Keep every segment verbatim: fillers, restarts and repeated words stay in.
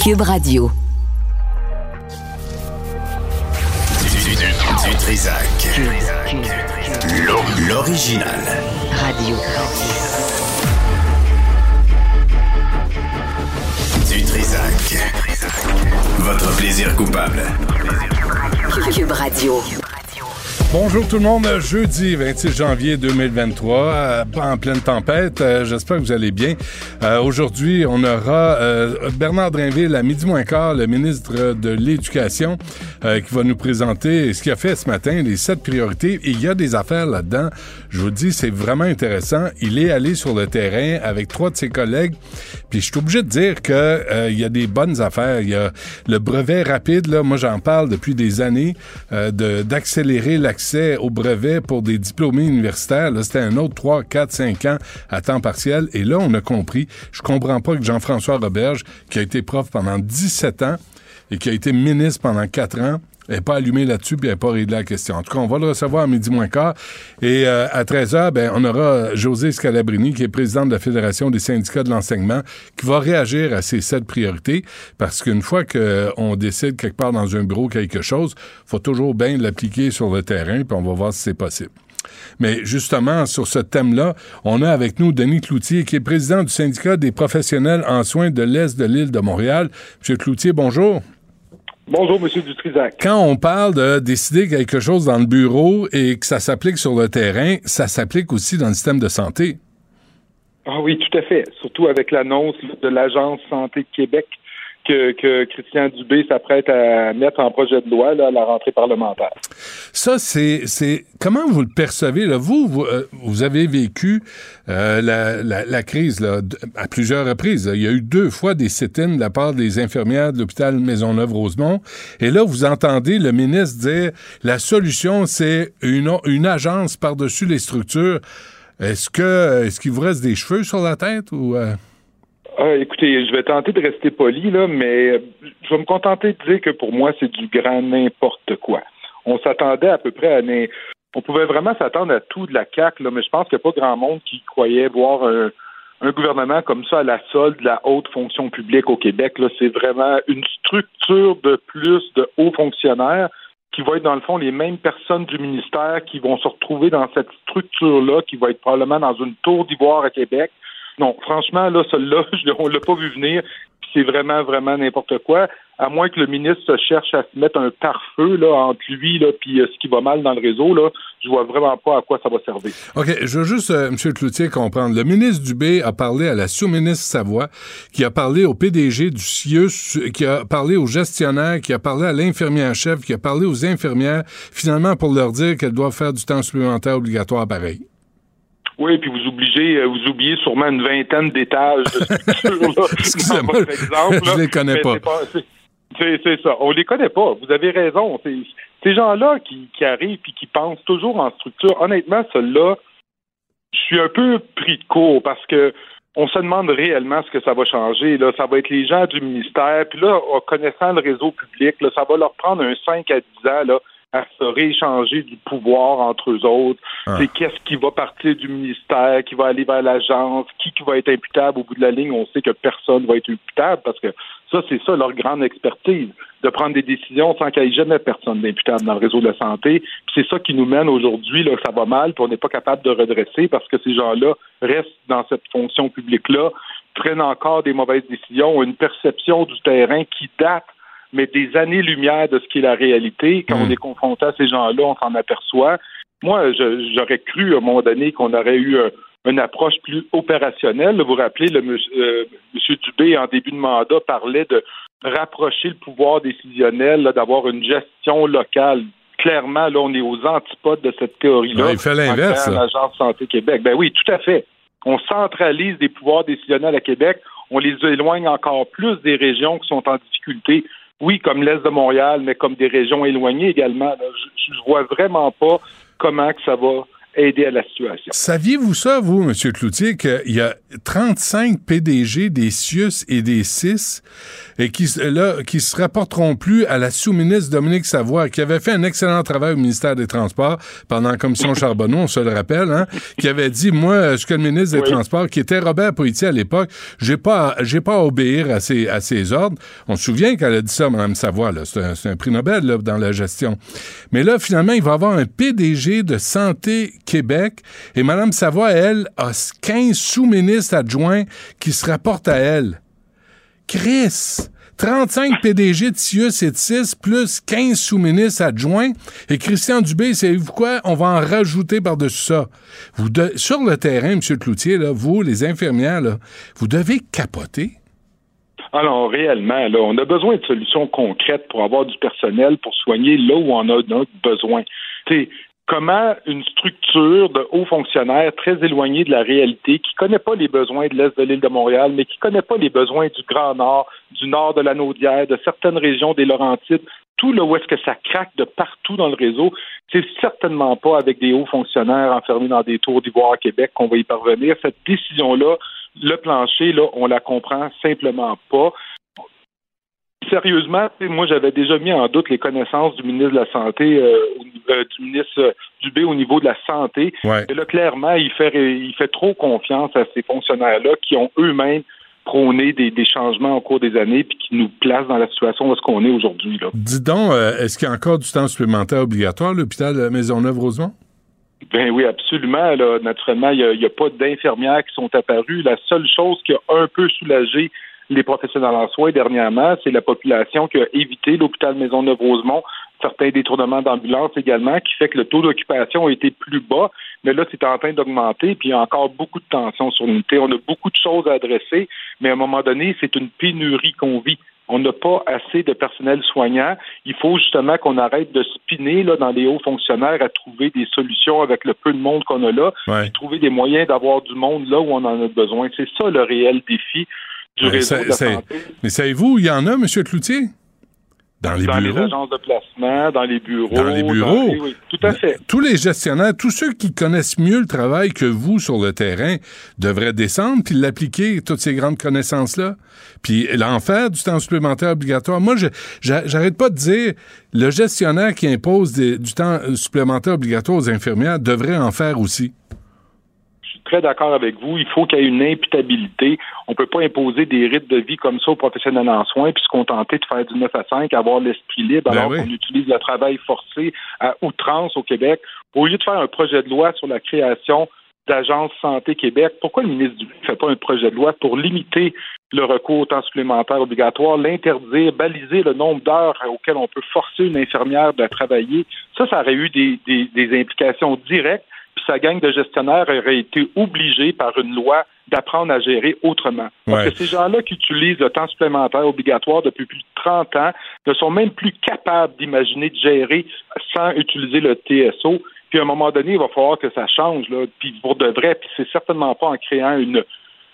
Cube Radio. Du, du, du Trisac. L'original. Radio. Du Trisac. Votre plaisir coupable. Cube Radio. Bonjour tout le monde, jeudi vingt-six janvier deux mille vingt-trois, euh, en pleine tempête, euh, j'espère que vous allez bien. Euh, aujourd'hui, on aura euh, Bernard Drinville à midi moins quart, le ministre de l'Éducation, euh, qui va nous présenter ce qu'il a fait ce matin, les sept priorités. Et il y a des affaires là-dedans, je vous dis, c'est vraiment intéressant. Il est allé sur le terrain avec trois de ses collègues, puis je suis obligé de dire que euh, il y a des bonnes affaires. Il y a le brevet rapide, là, moi j'en parle depuis des années, euh, de, d'accélérer l'accès au brevet pour des diplômés universitaires. Là, c'était un autre trois, quatre, cinq ans à temps partiel. Et là, on a compris. Je comprends pas que Jean-François Roberge, qui a été prof pendant dix-sept ans et qui a été ministre pendant quatre ans, n'est pas allumé là-dessus puis n'a pas réglé la question. En tout cas, on va le recevoir à midi moins quart. Et euh, à treize heures, ben, on aura Josée Scalabrini, qui est présidente de la Fédération des syndicats de l'enseignement, qui va réagir à ces sept priorités, parce qu'une fois qu'on décide quelque part dans un bureau quelque chose, il faut toujours bien l'appliquer sur le terrain, puis on va voir si c'est possible. Mais justement, sur ce thème-là, on a avec nous Denis Cloutier, qui est président du syndicat des professionnels en soins de l'Est de l'île de Montréal. Monsieur Cloutier, bonjour. Bonjour, M. Dutrisac. Quand on parle de décider quelque chose dans le bureau et que ça s'applique sur le terrain, ça s'applique aussi dans le système de santé. Ah oui, tout à fait. Surtout avec l'annonce de l'Agence Santé de Québec que, que Christian Dubé s'apprête à mettre en projet de loi là, à la rentrée parlementaire. Ça, c'est... c'est comment vous le percevez? Là? Vous, vous, euh, vous avez vécu euh, la, la, la crise là, à plusieurs reprises. Là. Il y a eu deux fois des sit-ins de la part des infirmières de l'hôpital Maisonneuve-Rosemont. Et là, vous entendez le ministre dire la solution, c'est une, une agence par-dessus les structures. Est-ce que est-ce qu'il vous reste des cheveux sur la tête ou... Euh... Ah, écoutez, je vais tenter de rester poli, là, mais je vais me contenter de dire que pour moi, c'est du grand n'importe quoi. On s'attendait à peu près à... On pouvait vraiment s'attendre à tout de la C A Q, là, mais je pense qu'il n'y a pas grand monde qui croyait voir un, un gouvernement comme ça à la solde de la haute fonction publique au Québec. Là, c'est vraiment une structure de plus de hauts fonctionnaires qui vont être, dans le fond, les mêmes personnes du ministère qui vont se retrouver dans cette structure-là, qui va être probablement dans une tour d'ivoire à Québec. Non, franchement, là, celle-là, on l'a pas vu venir. C'est vraiment, vraiment n'importe quoi. À moins que le ministre se cherche à se mettre un pare-feu là, entre lui et euh, ce qui va mal dans le réseau, là, je vois vraiment pas à quoi ça va servir. OK, je veux juste, euh, M. Cloutier, comprendre. Le ministre Dubé a parlé à la sous-ministre Savoie, qui a parlé au P D G du C I U S, qui a parlé aux gestionnaires, qui a parlé à l'infirmière-chef, qui a parlé aux infirmières, finalement pour leur dire qu'elles doivent faire du temps supplémentaire obligatoire pareil. Oui, puis vous obligez, vous oubliez sûrement une vingtaine d'étages de structures, là. Excusez-moi, exemple, là, je les connais pas. C'est, pas c'est, c'est, c'est ça, on les connaît pas. Vous avez raison. C'est, ces gens-là qui, qui arrivent et qui pensent toujours en structure, honnêtement, ceux-là, je suis un peu pris de court parce que on se demande réellement ce que ça va changer. Là, ça va être les gens du ministère, puis là, en connaissant le réseau public, là, ça va leur prendre un cinq à dix ans, là, à se rééchanger du pouvoir entre eux autres. Ah. C'est qu'est-ce qui va partir du ministère, qui va aller vers l'agence, qui, qui va être imputable au bout de la ligne. On sait que personne va être imputable parce que ça, c'est ça leur grande expertise, de prendre des décisions sans qu'il n'y ait jamais personne d'imputable dans le réseau de la santé. Puis c'est ça qui nous mène aujourd'hui, là, ça va mal, puis on n'est pas capable de redresser parce que ces gens-là restent dans cette fonction publique-là, prennent encore des mauvaises décisions, ont une perception du terrain qui date mais des années-lumière de ce qui est la réalité. Quand mmh. on est confronté à ces gens-là, on s'en aperçoit. Moi, je, j'aurais cru à un moment donné qu'on aurait eu un, une approche plus opérationnelle. Vous vous rappelez, le euh, M. Dubé, en début de mandat, parlait de rapprocher le pouvoir décisionnel, là, d'avoir une gestion locale. Clairement, là, on est aux antipodes de cette théorie-là. Ouais, il fait l'inverse. L'Agence Santé Québec. Ben oui, tout à fait. On centralise des pouvoirs décisionnels à Québec. On les éloigne encore plus des régions qui sont en difficulté. Oui, comme l'Est de Montréal, mais comme des régions éloignées également. Là, je, je vois vraiment pas comment que ça va aider à la situation. Saviez-vous ça, vous, M. Cloutier, qu'il y a trente-cinq P D G des C I U S et des C I S et qui là, qui se rapporteront plus à la sous-ministre Dominique Savoie, qui avait fait un excellent travail au ministère des Transports pendant la commission Charbonneau, on se le rappelle, hein, qui avait dit, moi, je suis que le ministre des oui. Transports, qui était Robert Poitier à l'époque, j'ai pas, j'ai pas à obéir à ses, à ses ordres. On se souvient qu'elle a dit ça, Mme Savoie, là. C'est un, c'est un prix Nobel, là, dans la gestion. Mais là, finalement, il va y avoir un P D G de Santé Québec et Mme Savoie, elle, a quinze sous-ministres adjoints qui se rapportent à elle. Chris! trente-cinq P D G de C I U S et de C I S plus quinze sous-ministres adjoints. Et Christian Dubé, savez-vous quoi? On va en rajouter par-dessus ça. Vous de... Sur le terrain, M. Cloutier, là, vous, les infirmières, là, vous devez capoter. Alors, réellement, là, on a besoin de solutions concrètes pour avoir du personnel pour soigner là où on a notre besoin. Tu sais, comment une structure de hauts fonctionnaires très éloignée de la réalité, qui ne connaît pas les besoins de l'Est de l'île de Montréal, mais qui ne connaît pas les besoins du Grand Nord, du nord de la Naudière, de certaines régions des Laurentides, tout là où est-ce que ça craque de partout dans le réseau, c'est certainement pas avec des hauts fonctionnaires enfermés dans des tours d'ivoire à Québec qu'on va y parvenir. Cette décision-là, le plancher, là, on la comprend simplement pas. Sérieusement, moi, j'avais déjà mis en doute les connaissances du ministre de la Santé, euh, euh, du ministre Dubé au niveau de la santé. Ouais. Et là, clairement, il fait, il fait trop confiance à ces fonctionnaires-là qui ont eux-mêmes prôné des, des changements au cours des années puis qui nous placent dans la situation où est-ce qu'on est aujourd'hui. Là. Dis donc, euh, est-ce qu'il y a encore du temps supplémentaire obligatoire à l'hôpital Maisonneuve-Rosemont? Ben oui, absolument. Là. Naturellement, il n'y a, a pas d'infirmières qui sont apparues. La seule chose qui a un peu soulagé les professionnels en soins dernièrement, c'est la population qui a évité l'hôpital Maisonneuve-Rosemont, certains détournements d'ambulances également, qui fait que le taux d'occupation a été plus bas, mais là, c'est en train d'augmenter, puis il y a encore beaucoup de tensions sur l'unité. On a beaucoup de choses à adresser, mais à un moment donné, c'est une pénurie qu'on vit. On n'a pas assez de personnel soignant. Il faut justement qu'on arrête de spinner là, dans les hauts fonctionnaires à trouver des solutions avec le peu de monde qu'on a là, ouais. puis trouver des moyens d'avoir du monde là où on en a besoin. C'est ça le réel défi du mais réseau ça, de la c'est... santé. Mais savez-vous, il y en a, M. Cloutier? Dans les dans bureaux. Dans les agences de placement, dans les bureaux. Dans les bureaux. Dans les... Oui, tout à fait. Tous les gestionnaires, tous ceux qui connaissent mieux le travail que vous sur le terrain devraient descendre puis l'appliquer, toutes ces grandes connaissances-là. Puis l'en faire du temps supplémentaire obligatoire. Moi, je, j'arrête pas de dire, le gestionnaire qui impose des, du temps supplémentaire obligatoire aux infirmières devrait en faire aussi. Très d'accord avec vous. Il faut qu'il y ait une imputabilité. On ne peut pas imposer des rythmes de vie comme ça aux professionnels en soins puis se contenter de faire du neuf à cinq, avoir l'esprit libre, ben alors oui. qu'on utilise le travail forcé à outrance au Québec. Au lieu de faire un projet de loi sur la création d'Agence Santé Québec, pourquoi le ministre Dubé ne fait pas un projet de loi pour limiter le recours au temps supplémentaire obligatoire, l'interdire, baliser le nombre d'heures auxquelles on peut forcer une infirmière de travailler? Ça, ça aurait eu des, des, des implications directes. Puis sa gang de gestionnaires aurait été obligée par une loi d'apprendre à gérer autrement. Parce ouais. que ces gens-là qui utilisent le temps supplémentaire obligatoire depuis plus de trente ans ne sont même plus capables d'imaginer de gérer sans utiliser le T S O. Puis à un moment donné, il va falloir que ça change, là, puis pour de vrai. Puis c'est certainement pas en créant une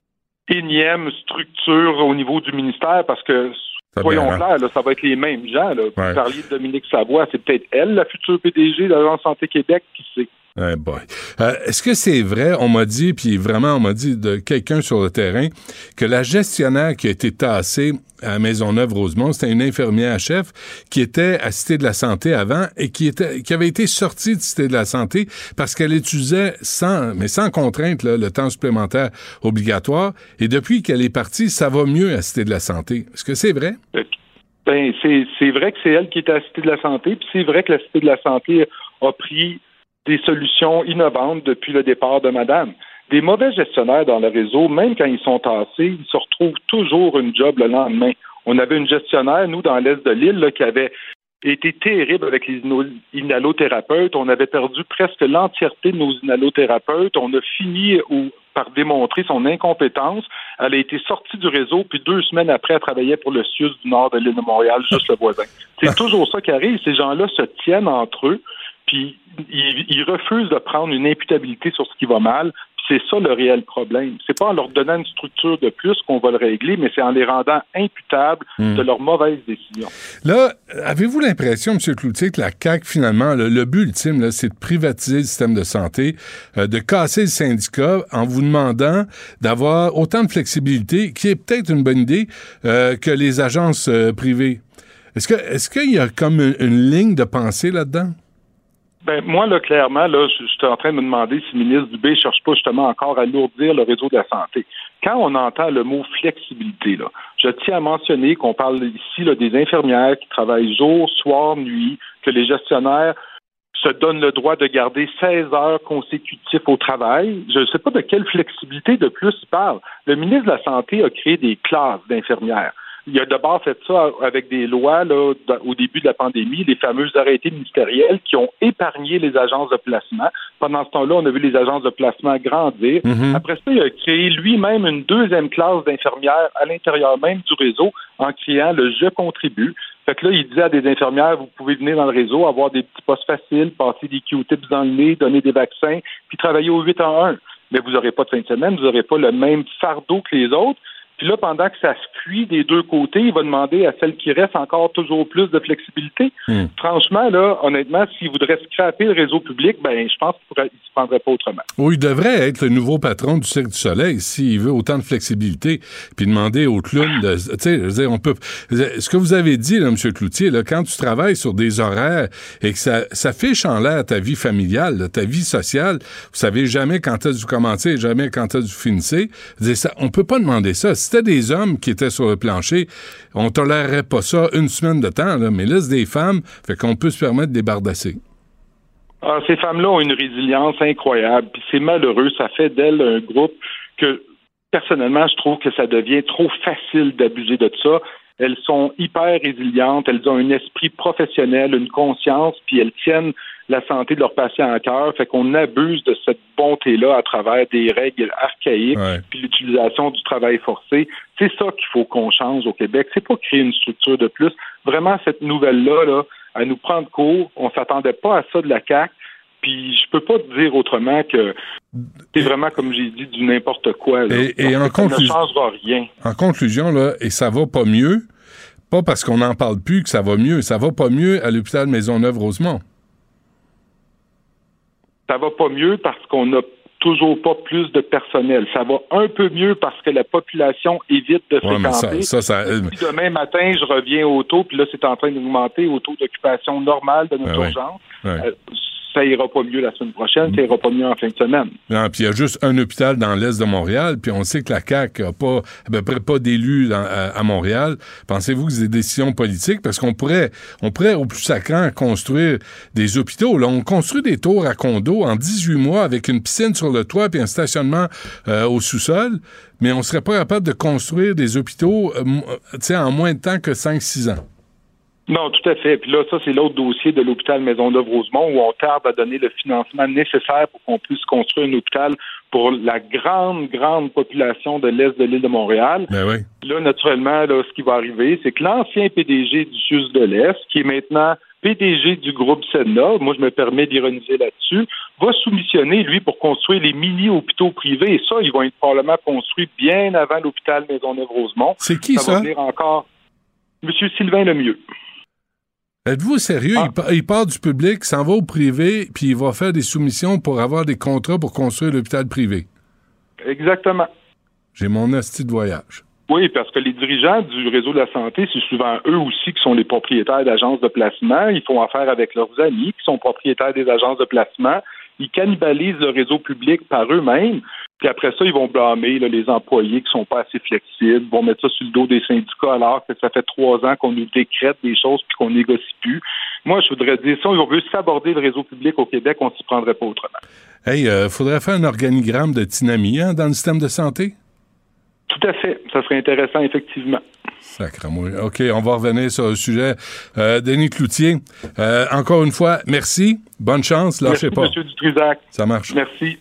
énième structure au niveau du ministère, parce que ça soyons clairs, là, ça va être les mêmes gens. Là. Ouais. Vous parliez de Dominique Savoie, c'est peut-être elle, la future P D G de l'Agence Santé Québec, qui sait. Hey boy. Euh, est-ce que c'est vrai, on m'a dit, puis vraiment on m'a dit de quelqu'un sur le terrain, que la gestionnaire qui a été tassée à Maisonneuve-Rosemont, c'était une infirmière chef qui était à Cité de la Santé avant et qui était qui avait été sortie de Cité de la Santé parce qu'elle utilisait sans, mais sans contrainte là, le temps supplémentaire obligatoire, et depuis qu'elle est partie, ça va mieux à Cité de la Santé. Est-ce que c'est vrai? Ben, c'est, c'est vrai que c'est elle qui était à Cité de la Santé, puis c'est vrai que la Cité de la Santé a pris des solutions innovantes depuis le départ de Madame. Des mauvais gestionnaires dans le réseau, même quand ils sont tassés, ils se retrouvent toujours une job le lendemain. On avait une gestionnaire, nous, dans l'est de l'île, là, qui avait été terrible avec les inhalothérapeutes. On avait perdu presque l'entièreté de nos inhalothérapeutes. On a fini ou, par démontrer son incompétence. Elle a été sortie du réseau, puis deux semaines après, elle travaillait pour le C I U S du nord de l'île de Montréal, juste le voisin. C'est toujours ça qui arrive. Ces gens-là se tiennent entre eux, puis ils, ils refusent de prendre une imputabilité sur ce qui va mal. Puis C'est ça le réel problème. C'est pas en leur donnant une structure de plus qu'on va le régler, mais c'est en les rendant imputables mmh. de leurs mauvaises décisions. Là, avez-vous l'impression, M. Cloutier, que la C A Q, finalement, le, le but ultime, là, c'est de privatiser le système de santé, euh, de casser le syndicat en vous demandant d'avoir autant de flexibilité, qui est peut-être une bonne idée, euh, que les agences euh, privées? Est-ce que, est-ce qu'il y a comme une, une ligne de pensée là-dedans? Ben, moi, là, clairement, là, je suis en train de me demander si le ministre Dubé ne cherche pas justement encore à alourdir le réseau de la santé. Quand on entend le mot flexibilité, là, je tiens à mentionner qu'on parle ici là, des infirmières qui travaillent jour, soir, nuit, que les gestionnaires se donnent le droit de garder seize heures consécutives au travail. Je ne sais pas de quelle flexibilité de plus il parle. Le ministre de la Santé a créé des classes d'infirmières. Il a d'abord fait ça avec des lois là, au début de la pandémie, les fameux arrêtés ministériels qui ont épargné les agences de placement. Pendant ce temps-là, on a vu les agences de placement grandir. Mm-hmm. Après ça, il a créé lui-même une deuxième classe d'infirmières à l'intérieur même du réseau en créant le « Je contribue ». Fait que là, il disait à des infirmières, vous pouvez venir dans le réseau, avoir des petits postes faciles, passer des Q-tips dans le nez, donner des vaccins, puis travailler au huit en un. Mais vous n'aurez pas de fin de semaine, vous n'aurez pas le même fardeau que les autres. Puis là, pendant que ça se cuit des deux côtés, il va demander à celle qui reste encore toujours plus de flexibilité. Mmh. Franchement, là, honnêtement, s'il voudrait scraper le réseau public, ben, je pense qu'il ne se prendrait pas autrement. Oui, il devrait être le nouveau patron du Cirque du Soleil s'il veut autant de flexibilité, puis demander aux clowns de, tu sais, je veux dire, on peut, ce que vous avez dit, là, M. Cloutier, là, quand tu travailles sur des horaires et que ça, ça fiche en l'air ta vie familiale, là, ta vie sociale, vous savez jamais quand est-ce que vous commencez, jamais quand est-ce que vous finissez. Ça, on peut pas demander ça. Si c'était des hommes qui étaient sur le plancher, on tolérerait pas ça une semaine de temps, là, mais là, c'est des femmes, fait qu'on peut se permettre de les bardasser. Ah, ces femmes-là ont une résilience incroyable, puis c'est malheureux, ça fait d'elles un groupe que, personnellement, je trouve que ça devient trop facile d'abuser de ça. Elles sont hyper résilientes, elles ont un esprit professionnel, une conscience, puis elles tiennent la santé de leurs patients à cœur, fait qu'on abuse de cette bonté-là à travers des règles archaïques, ouais. Puis l'utilisation du travail forcé. C'est ça qu'il faut qu'on change au Québec. C'est pas créer une structure de plus. Vraiment, cette nouvelle-là, là, à nous prendre court, on s'attendait pas à ça de la C A Q, puis je peux pas te dire autrement que c'est vraiment, comme j'ai dit, du n'importe quoi. Là. Et, et en ça conclu... ne changera rien. En conclusion, là, et ça va pas mieux, pas parce qu'on n'en parle plus que ça va mieux, ça va pas mieux à l'hôpital Maisonneuve-Rosemont. Ça va pas mieux parce qu'on n'a toujours pas plus de personnel. Ça va un peu mieux parce que la population évite de ouais, fréquenter. Ça, ça, ça... Puis demain matin, je reviens au taux, puis là, c'est en train d'augmenter au taux d'occupation normale de notre ouais, urgence. Ouais. Ouais. Euh, ça ira pas mieux la semaine prochaine, ça ira pas mieux en fin de semaine. Non, puis il y a juste un hôpital dans l'est de Montréal, puis on sait que la C A Q n'a pas, à peu près pas d'élus dans, à, à Montréal. Pensez-vous que c'est des décisions politiques? Parce qu'on pourrait, on pourrait au plus sacrant construire des hôpitaux. Là, on construit des tours à condos en dix-huit mois avec une piscine sur le toit puis un stationnement euh, au sous-sol, mais on serait pas capable de construire des hôpitaux euh, tu sais, en moins de temps que cinq six ans. Non, tout à fait. Puis là, ça, c'est l'autre dossier de l'hôpital Maisonneuve-Rosemont où on tarde à donner le financement nécessaire pour qu'on puisse construire un hôpital pour la grande, grande population de l'Est de l'île de Montréal. Ben oui. Là, naturellement, là, ce qui va arriver, c'est que l'ancien P D G du C U S de l'Est, qui est maintenant P D G du groupe Sedna, moi, je me permets d'ironiser là-dessus, va soumissionner, lui, pour construire les mini-hôpitaux privés. Et ça, ils vont être probablement construits bien avant l'hôpital Maisonneuve-Rosemont. C'est qui, ça? Ça va venir encore M. Sylvain Lemieux. Êtes-vous sérieux? Ah. Il, part, il part du public, s'en va au privé, puis il va faire des soumissions pour avoir des contrats pour construire l'hôpital privé. Exactement. J'ai mon hostie de voyage. Oui, parce que les dirigeants du réseau de la santé, c'est souvent eux aussi qui sont les propriétaires d'agences de placement. Ils font affaire avec leurs amis qui sont propriétaires des agences de placement. Ils cannibalisent le réseau public par eux-mêmes. Puis après ça, ils vont blâmer là, les employés qui sont pas assez flexibles, vont mettre ça sur le dos des syndicats alors que ça fait trois ans qu'on nous décrète des choses puis qu'on négocie plus. Moi, je voudrais dire, si on veut s'aborder le réseau public au Québec, on s'y prendrait pas autrement. Hey, euh, faudrait faire un organigramme de dynamie hein, dans le système de santé? Tout à fait. Ça serait intéressant, effectivement. Sacramouille. OK, on va revenir sur le sujet. Euh, Denis Cloutier, euh, encore une fois, merci. Bonne chance. Lâchez pas. Merci, M. Dutrisac. Ça marche. Merci.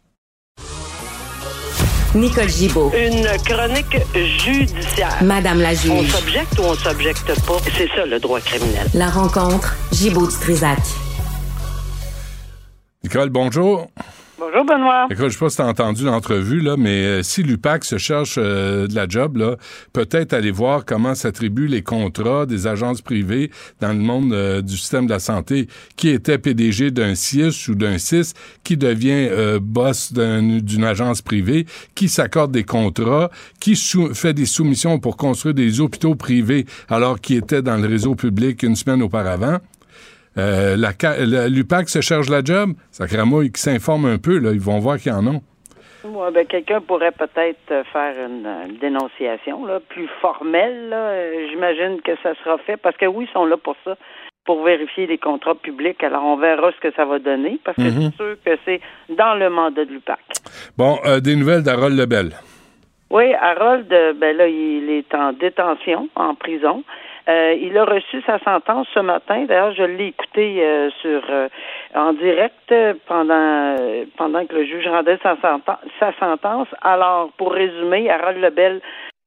Nicole Gibaud. Une chronique judiciaire. Madame la juge. On s'objecte ou on s'objecte pas? C'est ça, le droit criminel. La rencontre, Gibaud-Dutrisac. Nicole, bonjour. Bonjour, Benoît. Écoute, je ne sais pas si tu as entendu l'entrevue, là, mais euh, si l'U P A C se cherche euh, de la job, là, peut-être aller voir comment s'attribuent les contrats des agences privées dans le monde euh, du système de la santé. Qui était P D G d'un C I S ou d'un C I S, qui devient euh, boss d'un, d'une agence privée, qui s'accorde des contrats, qui sou- fait des soumissions pour construire des hôpitaux privés alors qu'il était dans le réseau public une semaine auparavant. Euh, la, la, L'U P A C se cherche la job, sacrément, ils s'informent un peu, là, ils vont voir qu'il y en a. Ouais, ben, quelqu'un pourrait peut-être faire une, une dénonciation là, plus formelle. Là. J'imagine que ça sera fait, parce que oui, ils sont là pour ça, pour vérifier les contrats publics. Alors, on verra ce que ça va donner, parce que mm-hmm. c'est sûr que c'est dans le mandat de l'U P A C. Bon, euh, des nouvelles d'Harold Lebel. Oui, Harold, ben là, il est en détention, en prison. Euh, il a reçu sa sentence ce matin. D'ailleurs, je l'ai écouté euh, sur euh, en direct pendant euh, pendant que le juge rendait sa sentence. Sa sentence. Alors, pour résumer, Harold Lebel,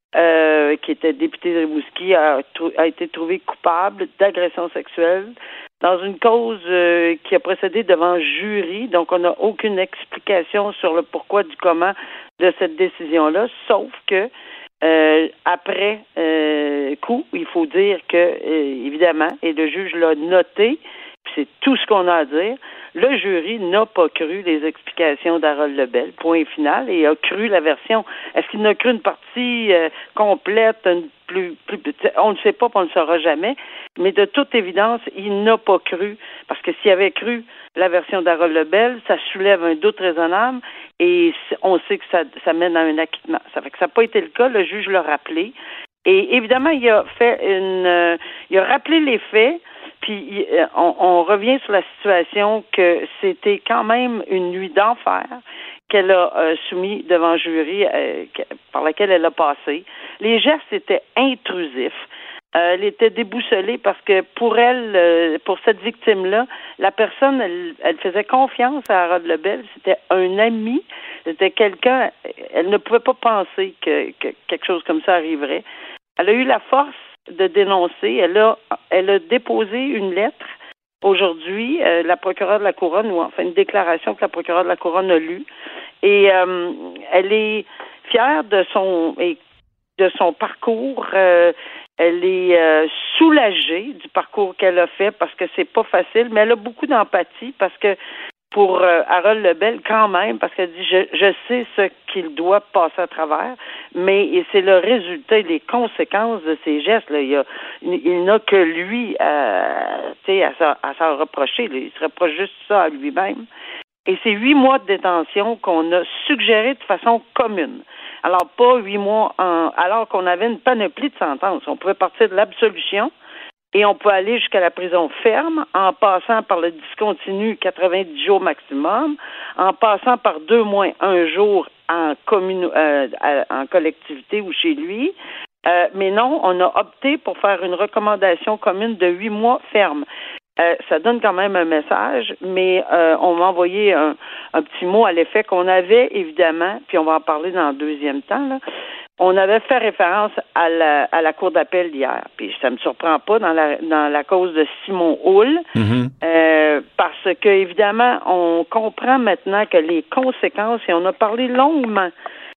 euh, qui était député de Rimouski, a, a été trouvé coupable d'agression sexuelle dans une cause euh, qui a procédé devant jury. Donc, on n'a aucune explication sur le pourquoi du comment de cette décision-là, sauf que Euh, après euh, coup, il faut dire que, euh, évidemment, et le juge l'a noté, puis c'est tout ce qu'on a à dire, le jury n'a pas cru les explications d'Harold Lebel, point final, et a cru la version. Est-ce qu'il n'a cru une partie euh, complète, une plus, plus, on ne sait pas, on ne le saura jamais, mais de toute évidence, il n'a pas cru, parce que s'il avait cru la version d'Harold Lebel, ça soulève un doute raisonnable, et on sait que ça, ça mène à un acquittement. Ça fait que ça n'a pas été le cas, le juge l'a rappelé, et évidemment, il a fait une, euh, il a rappelé les faits, puis on, on revient sur la situation que c'était quand même une nuit d'enfer qu'elle a euh, soumis devant jury, euh, par laquelle elle a passé. Les gestes étaient intrusifs. Euh, elle était déboussolée parce que pour elle, euh, pour cette victime-là, la personne, elle, elle faisait confiance à Harold Lebel. C'était un ami, c'était quelqu'un. Elle ne pouvait pas penser que, que quelque chose comme ça arriverait. Elle a eu la force de dénoncer. Elle a, elle a déposé une lettre aujourd'hui, euh, la procureure de la Couronne, ou enfin une déclaration que la procureure de la Couronne a lue. Et euh, elle est fière de son et de son parcours. Euh, elle est euh, soulagée du parcours qu'elle a fait parce que c'est pas facile, mais elle a beaucoup d'empathie parce que pour euh, Harold Lebel quand même, parce qu'elle dit je, je sais ce qu'il doit passer à travers, mais et c'est le résultat et les conséquences de ses gestes. Là. Il, y a, il, il n'a que lui euh, à, à s'en reprocher. Là. Il se reproche juste ça à lui-même. Et c'est huit mois de détention qu'on a suggéré de façon commune. Alors, pas huit mois, en, alors qu'on avait une panoplie de sentences. On pouvait partir de l'absolution et on peut aller jusqu'à la prison ferme en passant par le discontinu quatre-vingt-dix jours maximum, en passant par deux mois, un jour en, commune, euh, en collectivité ou chez lui. Euh, mais non, on a opté pour faire une recommandation commune de huit mois ferme. Euh, ça donne quand même un message, mais euh, on m'a envoyé un, un petit mot à l'effet qu'on avait, évidemment, puis on va en parler dans le deuxième temps, là, on avait fait référence à la, à la Cour d'appel d'hier, puis ça me surprend pas dans la, dans la cause de Simon Houle, mm-hmm. euh, parce que, évidemment, on comprend maintenant que les conséquences, et on a parlé longuement,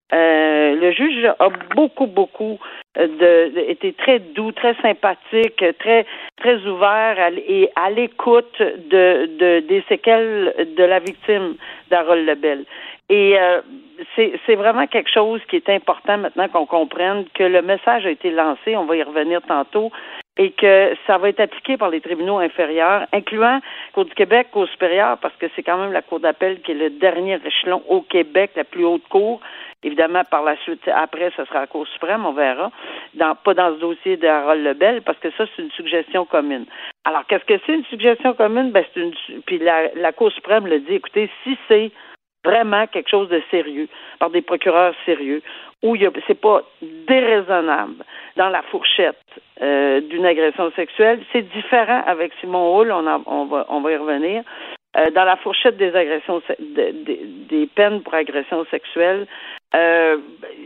Euh, le juge a beaucoup, beaucoup de, de été très doux, très sympathique, très, très ouvert à, et à l'écoute de, de des séquelles de la victime d'Harold Lebel. Et euh, c'est, c'est vraiment quelque chose qui est important maintenant qu'on comprenne que le message a été lancé, on va y revenir tantôt, et que ça va être appliqué par les tribunaux inférieurs, incluant Cour du Québec, Cour supérieure, parce que c'est quand même la Cour d'appel qui est le dernier échelon au Québec, la plus haute cour. Évidemment, par la suite, après, ce sera la Cour suprême, on verra. Dans, pas dans ce dossier de Harold Lebel, parce que ça, c'est une suggestion commune. Alors, qu'est-ce que c'est une suggestion commune? Ben, c'est une, puis la, la Cour suprême le dit, écoutez, si c'est vraiment quelque chose de sérieux, par des procureurs sérieux, où il y a, c'est pas déraisonnable dans la fourchette euh, d'une agression sexuelle, c'est différent avec Simon Houle, on, en, on, va, on va y revenir. Euh, dans la fourchette des agressions, de, de, des peines pour agression sexuelle, euh,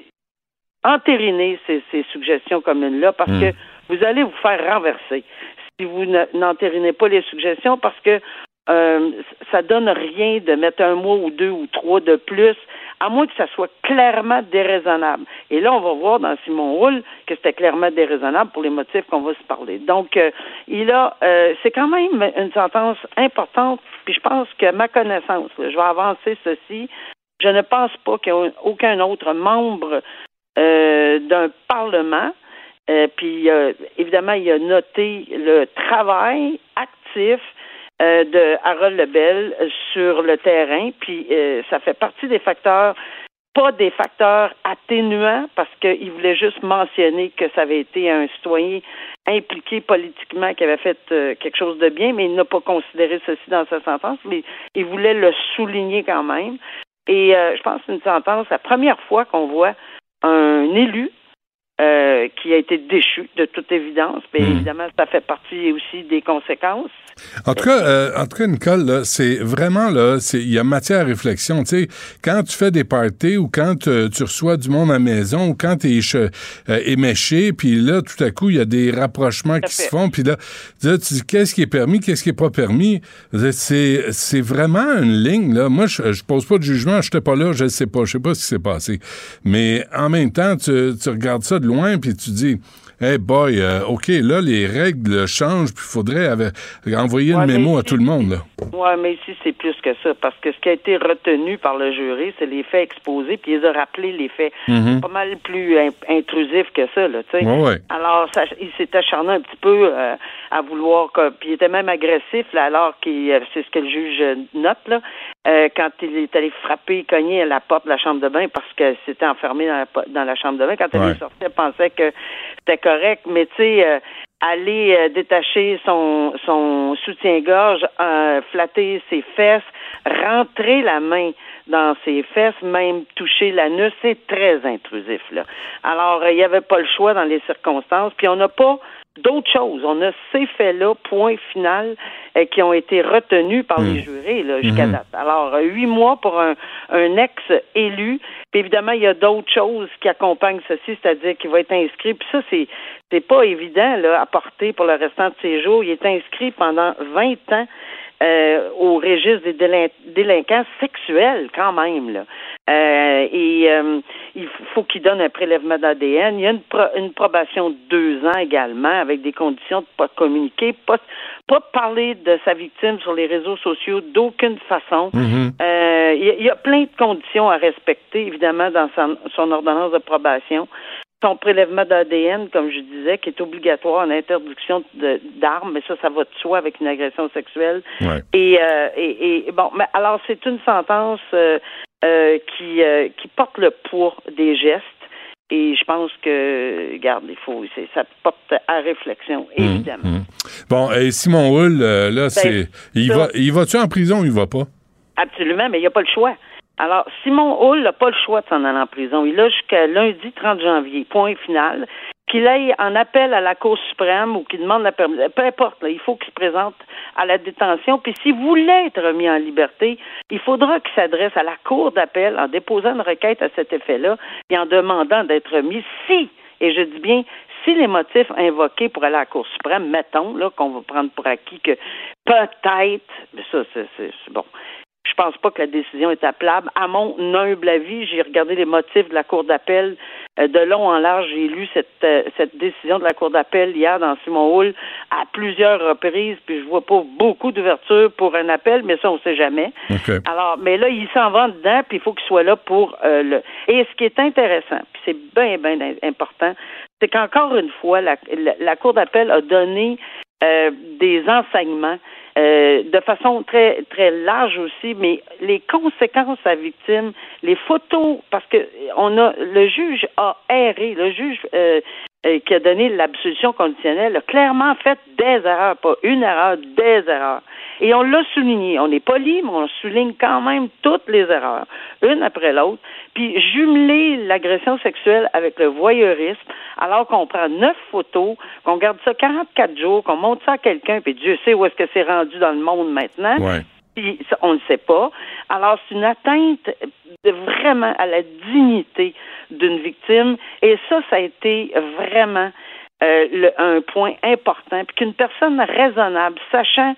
entériner ces, ces suggestions communes-là, parce mmh. que vous allez vous faire renverser si vous ne, n'entérinez pas les suggestions, parce que euh, ça donne rien de mettre un mois ou deux ou trois de plus, à moins que ça soit clairement déraisonnable. Et là, on va voir dans Simon Houle que c'était clairement déraisonnable pour les motifs qu'on va se parler. Donc, euh, il a, euh, c'est quand même une sentence importante, puis je pense que ma connaissance, là, je vais avancer ceci, je ne pense pas qu'il y ait aucun autre membre euh, d'un Parlement, euh, puis euh, évidemment, il a noté le travail actif euh, de Harold Lebel sur le terrain, puis euh, ça fait partie des facteurs, pas des facteurs atténuants, parce qu'il voulait juste mentionner que ça avait été un citoyen impliqué politiquement qui avait fait euh, quelque chose de bien, mais il n'a pas considéré ceci dans sa sentence, mais il voulait le souligner quand même. Et euh, je pense que c'est une sentence, la première fois qu'on voit un élu euh, qui a été déchu, de toute évidence. Bien mmh. évidemment, ça fait partie aussi des conséquences. En tout cas, euh, en tout cas, Nicole, là, c'est vraiment, là, c'est, il y a matière à réflexion. Tu sais, quand tu fais des parties ou quand euh, tu reçois du monde à la maison ou quand tu es euh, éméché, puis là, tout à coup, il y a des rapprochements qui se font, puis là, là, tu dis, qu'est-ce qui est permis, qu'est-ce qui est pas permis? C'est, c'est vraiment une ligne, là. Moi, je, je pose pas de jugement, je n'étais pas là, je ne sais pas, je sais pas ce qui s'est passé. Mais en même temps, tu, tu regardes ça de loin, puis tu dis... Hey boy, euh, OK, là, les règles changent, puis il faudrait avec, envoyer ouais, une mémo à tout le monde, là. Oui, mais ici, c'est plus que ça, parce que ce qui a été retenu par le jury, c'est les faits exposés, puis ils ont rappelé les faits. Mm-hmm. C'est pas mal plus in- intrusif que ça, là, tu sais. Ouais, ouais. Alors, ça, il s'est acharné un petit peu euh, à vouloir, que, puis il était même agressif, là, alors qu'il, c'est ce que le juge note, là, euh, quand il est allé frapper, cogner à la porte de la chambre de bain parce que c'était enfermé dans la, dans la chambre de bain. Quand elle ouais. est sortie, elle pensait que c'était correct, mais tu sais, euh, aller euh, détacher son son soutien-gorge, euh, flatter ses fesses, rentrer la main dans ses fesses, même toucher l'anus, c'est très intrusif, là. Alors, il euh, n'y avait pas le choix dans les circonstances, puis on n'a pas d'autres choses. On a ces faits-là, point final, euh, qui ont été retenus par mmh. les jurés là, jusqu'à mmh. date. Alors, huit mois pour un, un ex-élu. Puis évidemment, il y a d'autres choses qui accompagnent ceci, c'est-à-dire qu'il va être inscrit. Puis ça, c'est c'est pas évident là, à porter pour le restant de ses jours. Il est inscrit pendant vingt ans euh, au registre des délin- délinquants sexuels, quand même, là. Euh, et euh, il faut qu'il donne un prélèvement d'A D N. Il y a une, pro- une probation de deux ans également, avec des conditions de pas communiquer, pas pas parler de sa victime sur les réseaux sociaux d'aucune façon. Mm-hmm. Euh, il, y a, il y a plein de conditions à respecter, évidemment, dans son, son ordonnance de probation. Son prélèvement d'A D N, comme je disais, qui est obligatoire en interdiction de, d'armes, mais ça, ça va de soi avec une agression sexuelle. Ouais. Et, euh, et, et bon, mais alors c'est une sentence euh, euh, qui euh, qui porte le poids des gestes. Et je pense que, regarde, il faut, c'est, ça porte à réflexion, évidemment. Mmh, mmh. Bon, et Simon Houle, euh, là, ben, c'est, il ça, va, il va-tu en prison ou il va pas? Absolument, mais il n'y a pas le choix. Alors, Simon Houle n'a pas le choix de s'en aller en prison. Il a jusqu'à lundi trente janvier, point final. Qu'il aille en appel à la Cour suprême ou qu'il demande la permission, peu importe, là, il faut qu'il se présente à la détention. Puis s'il voulait être remis en liberté, il faudra qu'il s'adresse à la Cour d'appel en déposant une requête à cet effet-là et en demandant d'être remis si, et je dis bien, si les motifs invoqués pour aller à la Cour suprême, mettons, là, qu'on va prendre pour acquis que peut-être, mais ça, c'est, c'est, c'est bon. Je pense pas que la décision est appelable. À mon humble avis, j'ai regardé les motifs de la Cour d'appel euh, de long en large. J'ai lu cette euh, cette décision de la Cour d'appel hier dans Simon Houle à plusieurs reprises, puis je vois pas beaucoup d'ouverture pour un appel, mais ça, on sait jamais. Okay. Alors, mais là, il s'en va dedans, puis il faut qu'il soit là pour euh, le... Et ce qui est intéressant, puis c'est bien, bien important, c'est qu'encore une fois, la, la, la Cour d'appel a donné euh, des enseignements Euh, de façon très très large aussi, mais les conséquences à la victime, les photos, parce que on a le juge a erré, le juge euh, euh, qui a donné l'absolution conditionnelle a clairement fait des erreurs, pas une erreur, des erreurs. Et on l'a souligné. On est poli, mais on souligne quand même toutes les erreurs, une après l'autre. Puis jumeler l'agression sexuelle avec le voyeurisme, alors qu'on prend neuf photos, qu'on garde ça quarante-quatre jours, qu'on montre ça à quelqu'un, puis Dieu sait où est-ce que c'est rendu dans le monde maintenant. Ouais. Puis ça, on ne le sait pas. Alors, c'est une atteinte de, vraiment à la dignité d'une victime. Et ça, ça a été vraiment euh, le, un point important. Puis qu'une personne raisonnable, sachant qu'il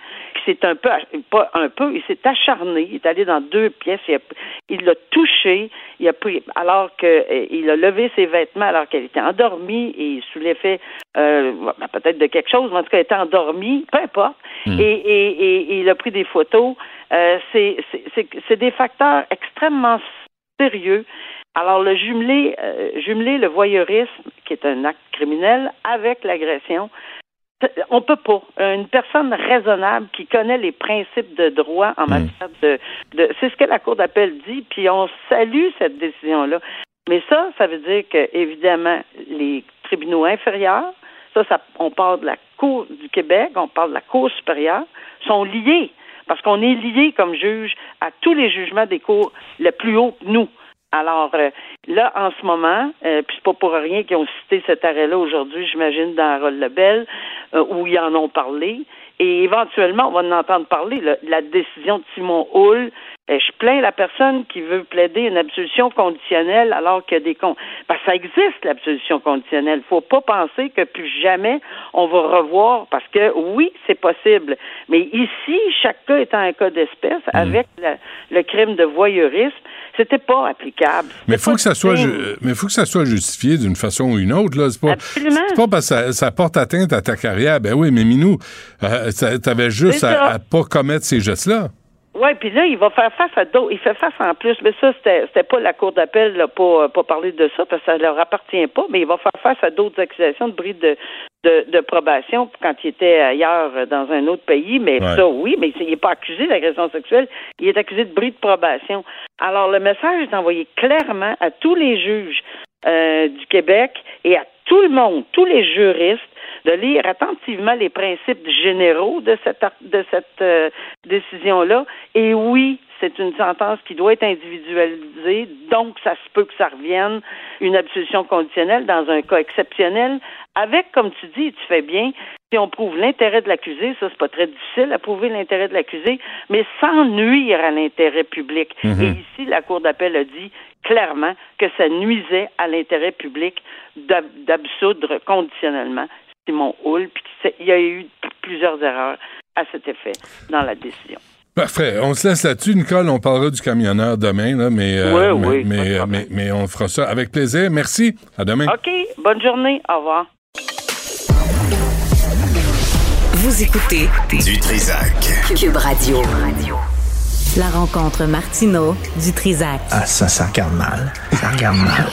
s'est un peu, pas un peu, il s'est acharné, il est allé dans deux pièces, il, a, il l'a touché, il a pris, alors que il a levé ses vêtements alors qu'elle était endormie et sous l'effet euh, peut-être de quelque chose, mais en tout cas elle était endormie, peu importe, mmh. et, et, et, et il a pris des photos. Euh, c'est, c'est, c'est, c'est des facteurs extrêmement sérieux. Alors, le jumeler, euh, jumeler le voyeurisme, qui est un acte criminel, avec l'agression, on peut pas. Une personne raisonnable qui connaît les principes de droit en matière de, de... C'est ce que la Cour d'appel dit, puis on salue cette décision-là. Mais ça, ça veut dire que, évidemment, les tribunaux inférieurs, ça, ça on parle de la Cour du Québec, on parle de la Cour supérieure, sont liés. Parce qu'on est liés comme juge à tous les jugements des cours le plus haut que nous. Alors, euh, là, en ce moment, euh, puis c'est pas pour rien qu'ils ont cité cet arrêt-là aujourd'hui, j'imagine, dans Harold Lebel, euh, où ils en ont parlé. Et éventuellement, on va en entendre parler, là, la décision de Simon Hull. Euh, je plains la personne qui veut plaider une absolution conditionnelle alors qu'il y a des... Con... Parce que ça existe, l'absolution conditionnelle. Il ne faut pas penser que plus jamais on va revoir, parce que oui, c'est possible. Mais ici, chaque cas étant un cas d'espèce, mmh. avec le, le crime de voyeurisme, c'était pas applicable. C'était mais faut que ça soit, ju- mais faut que ça soit justifié d'une façon ou une autre, là. C'est pas, Absolument. C'est pas parce que ça, ça porte atteinte à ta carrière. Ben oui, mais Minou, euh, t'avais juste à, à pas commettre ces gestes-là. Oui, puis là, il va faire face à d'autres. Il fait face en plus, mais ça, c'était, c'était pas la Cour d'appel, là, pas, pas parler de ça, parce que ça leur appartient pas, mais il va faire face à d'autres accusations de bris de, de, de probation quand il était ailleurs dans un autre pays. Mais ouais. ça, oui, mais il n'est pas accusé d'agression sexuelle, il est accusé de bris de probation. Alors, le message est envoyé clairement à tous les juges euh, du Québec et à tout le monde, tous les juristes, de lire attentivement les principes généraux de cette de cette euh, décision-là. Et oui, c'est une sentence qui doit être individualisée, donc ça se peut que ça revienne une absolution conditionnelle dans un cas exceptionnel, avec, comme tu dis, tu fais bien, si on prouve l'intérêt de l'accusé, ça c'est pas très difficile à prouver l'intérêt de l'accusé, mais sans nuire à l'intérêt public. Mm-hmm. Et ici, la Cour d'appel a dit clairement que ça nuisait à l'intérêt public d'ab- d'absoudre conditionnellement Simon Hull, puis il y a eu plusieurs erreurs à cet effet dans la décision. Parfait. On se laisse là-dessus, Nicole. On parlera du camionneur demain, là, mais, euh, oui, mais, oui, mais, mais, mais, mais on fera ça avec plaisir. Merci. À demain. OK. Bonne journée. Au revoir. Vous écoutez Du Trisac. Cube Radio. La rencontre Martineau du Trisac. Ah, ça, ça regarde mal. Ça regarde mal.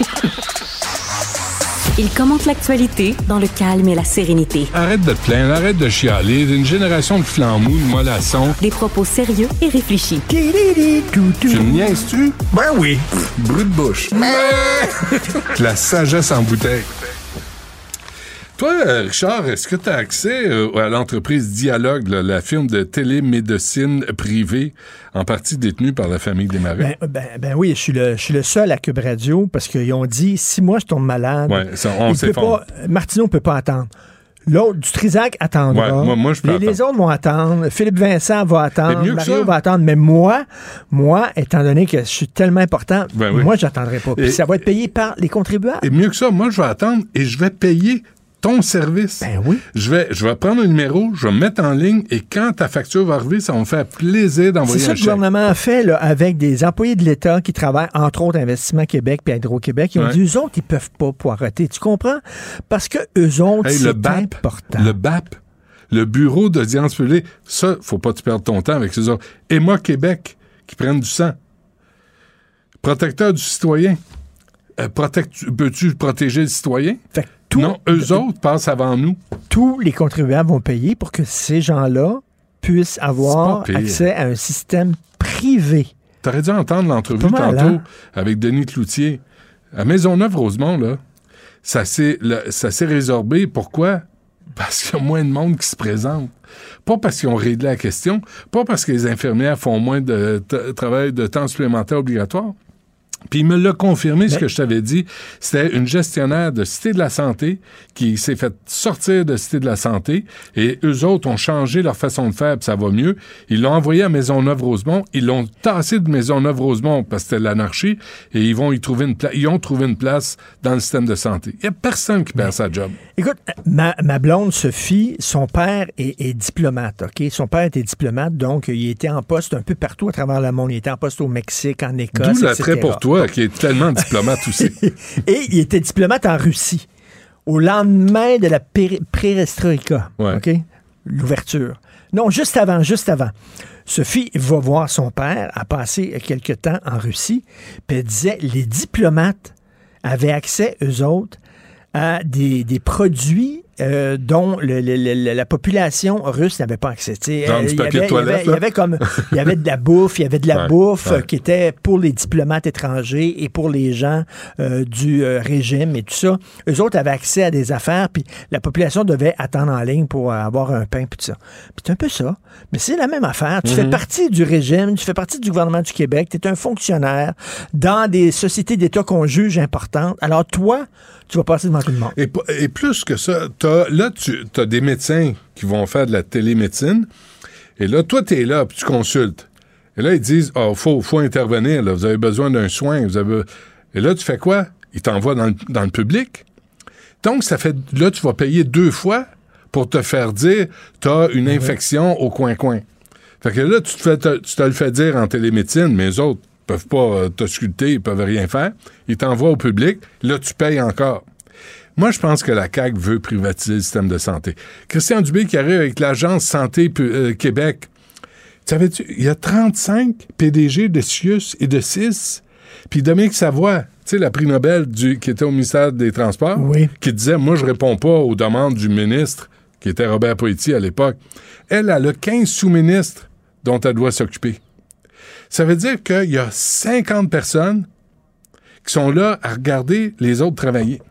Il commente l'actualité dans le calme et la sérénité. Arrête de te plaindre, arrête de chialer. Une génération de flambous, de mollassons. Des propos sérieux et réfléchis. Tu me niaises-tu? Ben oui. Brut de bouche. La sagesse en bouteille. Toi, Richard, est-ce que tu as accès à l'entreprise Dialogue, là, la firme de télémédecine privée, en partie détenue par la famille Desmarais? Ben, ben, ben oui, je suis le, je suis le seul à Cube Radio parce qu'ils ont dit, si moi je tombe malade, ouais, ça, on il peut pas, Martineau ne peut pas attendre. L'autre, du Trisac, attendra. Ouais, moi, moi, je peux les, les autres vont attendre. Philippe Vincent va attendre. Mario va attendre. Mais moi, moi, étant donné que je suis tellement important, ben oui. moi, j'attendrai pas. Puis ça va être payé par les contribuables. Et mieux que ça, moi, je vais attendre et je vais payer ton service. Ben oui. Je vais, je vais prendre un numéro, je vais me mettre en ligne et quand ta facture va arriver, ça va me faire plaisir d'envoyer un chèque. C'est ça que le gouvernement a fait là, avec des employés de l'État qui travaillent, entre autres, Investissement Québec puis Hydro-Québec. Ils ont ouais. dit, eux autres, ils peuvent pas poireauter. Tu comprends? Parce que eux autres, hey, c'est le B A P, important. Le B A P, le Bureau d'audience publique, ça, faut pas que tu perdes ton temps avec ces autres. Et moi, Québec, qui prennent du sang. Protecteur du citoyen. Euh, protect- peux-tu protéger le citoyen? Fait Tout, non, eux autres passent avant nous. Tous les contribuables vont payer pour que ces gens-là puissent avoir accès à un système privé. T'aurais dû entendre l'entrevue mal, tantôt hein? avec Denis Cloutier. À Maisonneuve-Rosemont, là, ça s'est, là, ça s'est résorbé. Pourquoi? Parce qu'il y a moins de monde qui se présente. Pas parce qu'ils ont réglé la question, pas parce que les infirmières font moins de t- travail de temps supplémentaire obligatoire. Puis il me l'a confirmé, Mais... ce que je t'avais dit. C'était une gestionnaire de Cité de la Santé qui s'est fait sortir de Cité de la Santé et eux autres ont changé leur façon de faire, puis ça va mieux. Ils l'ont envoyé à Maisonneuve-Rosemont. Ils l'ont tassé de Maisonneuve-Rosemont parce que c'était l'anarchie et ils vont y trouver une place. Ils ont trouvé une place dans le système de santé. Il n'y a personne qui perd Mais... sa job. Écoute, ma, ma blonde Sophie, son père est, est diplomate, OK? Son père était diplomate, donc il était en poste un peu partout à travers le monde. Il était en poste au Mexique, en Écosse, D'où l'attrait pour toi, qui est tellement diplomate aussi. Et il était diplomate en Russie, au lendemain de la perestroïka, ouais. OK? L'ouverture. Non, juste avant, juste avant. Sophie va voir son père, a passé quelque temps en Russie, puis elle disait, les diplomates avaient accès, eux autres, à des, des produits euh, dont le, le, le, la population russe n'avait pas accès. Genre euh, du papier de toilette, il y avait comme il y avait de la bouffe, il y avait de la ouais, bouffe ouais. euh, qui était pour les diplomates étrangers et pour les gens euh, du euh, régime et tout ça. Eux autres avaient accès à des affaires, puis la population devait attendre en ligne pour avoir un pain, puis tout ça. Puis c'est un peu ça. Mais c'est la même affaire. Tu mm-hmm. fais partie du régime, tu fais partie du gouvernement du Québec, tu es un fonctionnaire dans des sociétés d'État qu'on juge importantes. Alors toi, tu vas passer devant tout le monde. Et, et plus que ça, t'as, là, tu as des médecins qui vont faire de la télémédecine. Et là, toi, tu es là, puis tu consultes. Et là, ils disent, oh, faut, faut intervenir, là, vous avez besoin d'un soin. Vous avez... Et là, tu fais quoi? Ils t'envoient dans le, dans le public. Donc, ça fait, là, tu vas payer deux fois pour te faire dire, tu as une mmh. infection au coin-coin. Fait que là, tu te, fais, te, tu te le fais dire en télémédecine, mais les autres peuvent pas euh, t'ausculter, ils peuvent rien faire. Ils t'envoient au public, là, tu payes encore. Moi, je pense que la C A Q veut privatiser le système de santé. Christian Dubé qui arrive avec l'Agence Santé euh, Québec. Tu savais-tu, il y a trente-cinq P D G de C I U S et de C I S. Puis Dominique Savoie, tu sais, la prix Nobel du, qui était au ministère des Transports, oui. qui disait, moi, je réponds pas aux demandes du ministre, qui était Robert Poitier à l'époque. Elle, elle a quinze sous-ministres dont elle doit s'occuper. Ça veut dire qu'il y a cinquante personnes qui sont là à regarder les autres travailler.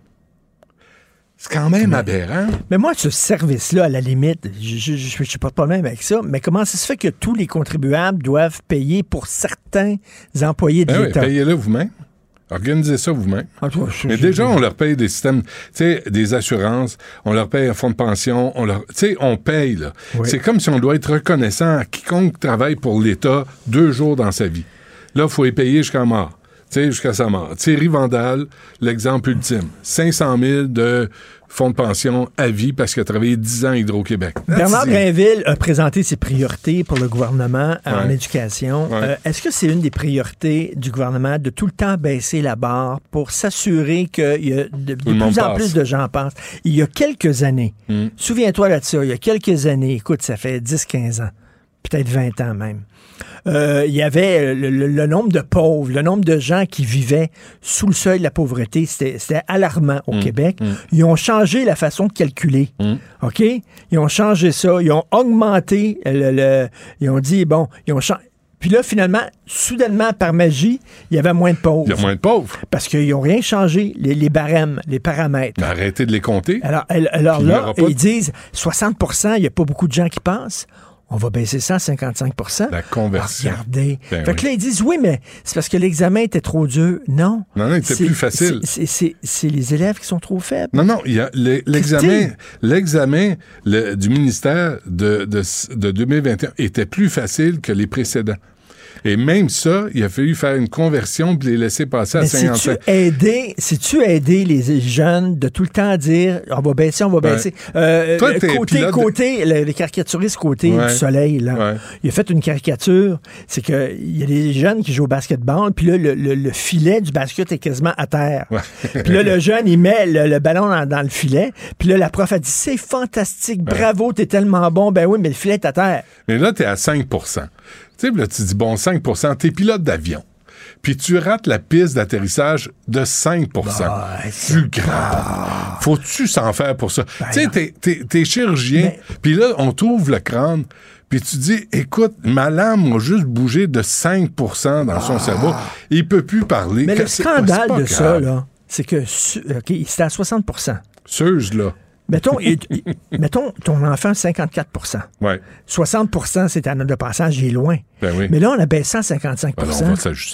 C'est quand même mais, aberrant. Mais moi, ce service-là, à la limite, je n'ai pas de problème avec ça, mais comment ça se fait que tous les contribuables doivent payer pour certains employés de ben l'État? Oui, payez-le vous-même. Organisez ça vous-même. Ah, toi, je, mais je, déjà, je... on leur paye des systèmes, tu sais, des assurances, on leur paye un fonds de pension, on leur, tu sais, on paye, là. Oui. C'est comme si on doit être reconnaissant à quiconque travaille pour l'État deux jours dans sa vie. Là, il faut les payer jusqu'à mort. Tu sais, jusqu'à sa mort. Thierry Vandal, l'exemple ultime. cinq cent mille de fonds de pension à vie parce qu'il a travaillé dix ans à Hydro-Québec. Bernard Drainville a présenté ses priorités pour le gouvernement ouais. en éducation. Ouais. Euh, est-ce que c'est une des priorités du gouvernement de tout le temps baisser la barre pour s'assurer que il y a de, de plus en passe. plus de gens pensent? Il y a quelques années, mm. souviens-toi là de ça, il y a quelques années, écoute, ça fait dix quinze ans, peut-être vingt ans même. Euh, il y avait le, le, le nombre de pauvres, le nombre de gens qui vivaient sous le seuil de la pauvreté, c'était, c'était alarmant au mmh, Québec. Mmh. Ils ont changé la façon de calculer. Mmh. OK? Ils ont changé ça. Ils ont augmenté le... le ils ont dit, bon, ils ont changé... Puis là, finalement, soudainement, par magie, il y avait moins de pauvres. Il y a moins de pauvres. Parce qu'ils n'ont rien changé, les, les barèmes, les paramètres. Mais arrêtez de les compter. Alors, alors là, ils disent soixante pour cent, il n'y a pas beaucoup de gens qui pensent. On va baisser ça à cinquante-cinq pour cent. La conversion. Alors, regardez. Ben fait oui. que là, ils disent, oui, mais c'est parce que l'examen était trop dur. Non. Non, non, il était c'est, plus facile. C'est, c'est, c'est, c'est les élèves qui sont trop faibles. Non, non, il y a le, l'examen, l'examen le, du ministère de, de, de deux mille vingt et un était plus facile que les précédents. Et même ça, il a fallu faire une conversion et les laisser passer à cinquante-cinq. C'est-tu aider, c'est-tu aider les jeunes de tout le temps dire on va baisser, on va baisser. Ouais. Euh, Toi, côté, côté, de... les caricaturistes côté ouais. du soleil, là, ouais. il a fait une caricature. C'est que il y a des jeunes qui jouent au basketball, puis là, le, le, le filet du basket est quasiment à terre. Ouais. Puis là, le jeune, il met le, le ballon dans, dans le filet, puis là, la prof a dit c'est fantastique, bravo, ouais. t'es tellement bon. Ben oui, mais le filet est à terre. Mais là, t'es à cinq pour cent. Tu sais, là, tu dis, bon, cinq pour cent, t'es pilote d'avion. Puis tu rates la piste d'atterrissage de cinq pour cent. Bah, plus grave. Faut-tu s'en faire pour ça? Ben tu sais, t'es, t'es, t'es chirurgien, mais... puis là, on t'ouvre le crâne, puis tu dis, écoute, ma lame a juste bougé de cinq pour cent dans ah. son cerveau. Il peut plus parler. Mais que le scandale de grave. Ça, là, c'est que okay, c'était à soixante pour cent. Suze, là. Mettons, il, il, mettons ton enfant cinquante-quatre pour cent. Ouais. soixante pour cent, c'est ta note de passage, il est loin. Ben oui. Mais là, on a baissé à cinquanante-cinq pour cent. Alors, on va s'ajuster.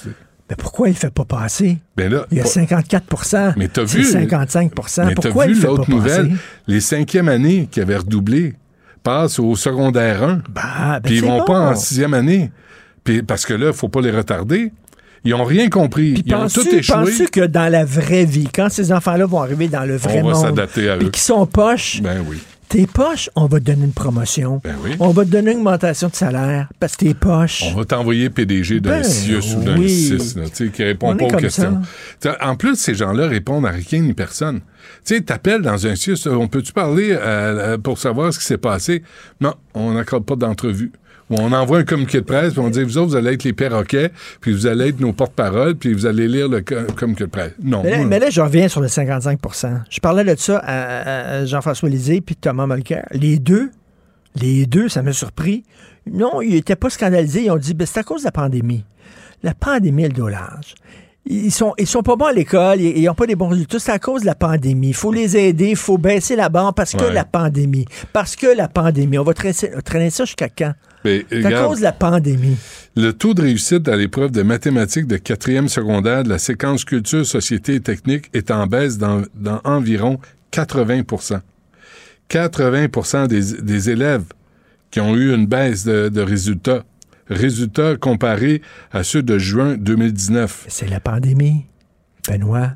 Ben pourquoi il ne fait pas passer? Ben là, il y a pas... cinquante-quatre pour cent. Mais t'as c'est vu, cinquante-cinq pour cent. Mais pourquoi t'as il vu ne fait l'autre pas nouvelle? passer? Les cinquièmes années qui avaient redoublé passent au secondaire un. Bah, ben puis ils vont bon. pas en sixième année. Puis parce que là, il ne faut pas les retarder. Ils n'ont rien compris. Puis ils ont tout échoué. Penses-tu que dans la vraie vie, quand ces enfants-là vont arriver dans le vrai on va monde, s'adapter à eux. puis qu'ils sont poches, ben oui. T'es poches, on va te donner une promotion. Ben oui. On va te donner une augmentation de salaire parce que t'es poches. On va t'envoyer P D G d'un ben, CIUS ou d'un oui. six, là, qui répond on pas aux questions. Ça. En plus, ces gens-là répondent à rien ni personne. Tu sais, t'appelles dans un CIUS, on peut-tu parler euh, pour savoir ce qui s'est passé? Non, on n'accorde pas d'entrevue. Ou on envoie un communiqué de presse, puis on dit, vous autres, vous allez être les perroquets, puis vous allez être nos porte-paroles, puis vous allez lire le com- communiqué de presse. Non. Mais là, mais là, je reviens sur le cinquante-cinq pour cent. Je parlais de ça à, à Jean-François Lisée puis Thomas Mulcair. Les deux, les deux, ça m'a surpris. Non, ils n'étaient pas scandalisés. Ils ont dit, ben, c'est à cause de la pandémie. La pandémie et le dolage. Ils sont, ils sont pas bons à l'école, ils n'ont pas des bons résultats. C'est à cause de la pandémie. Il faut les aider, il faut baisser la barre parce que ouais. la pandémie. Parce que la pandémie. On va traîner, traîner ça jusqu'à quand? Mais, c'est regarde, à cause de la pandémie. Le taux de réussite à l'épreuve de mathématiques de quatrième secondaire de la séquence culture, société et technique est en baisse dans, dans environ quatre-vingts pour cent. quatre-vingts pour cent des, des élèves qui ont eu une baisse de, de résultats. Résultats comparés à ceux de juin deux mille dix-neuf. C'est la pandémie, Benoît.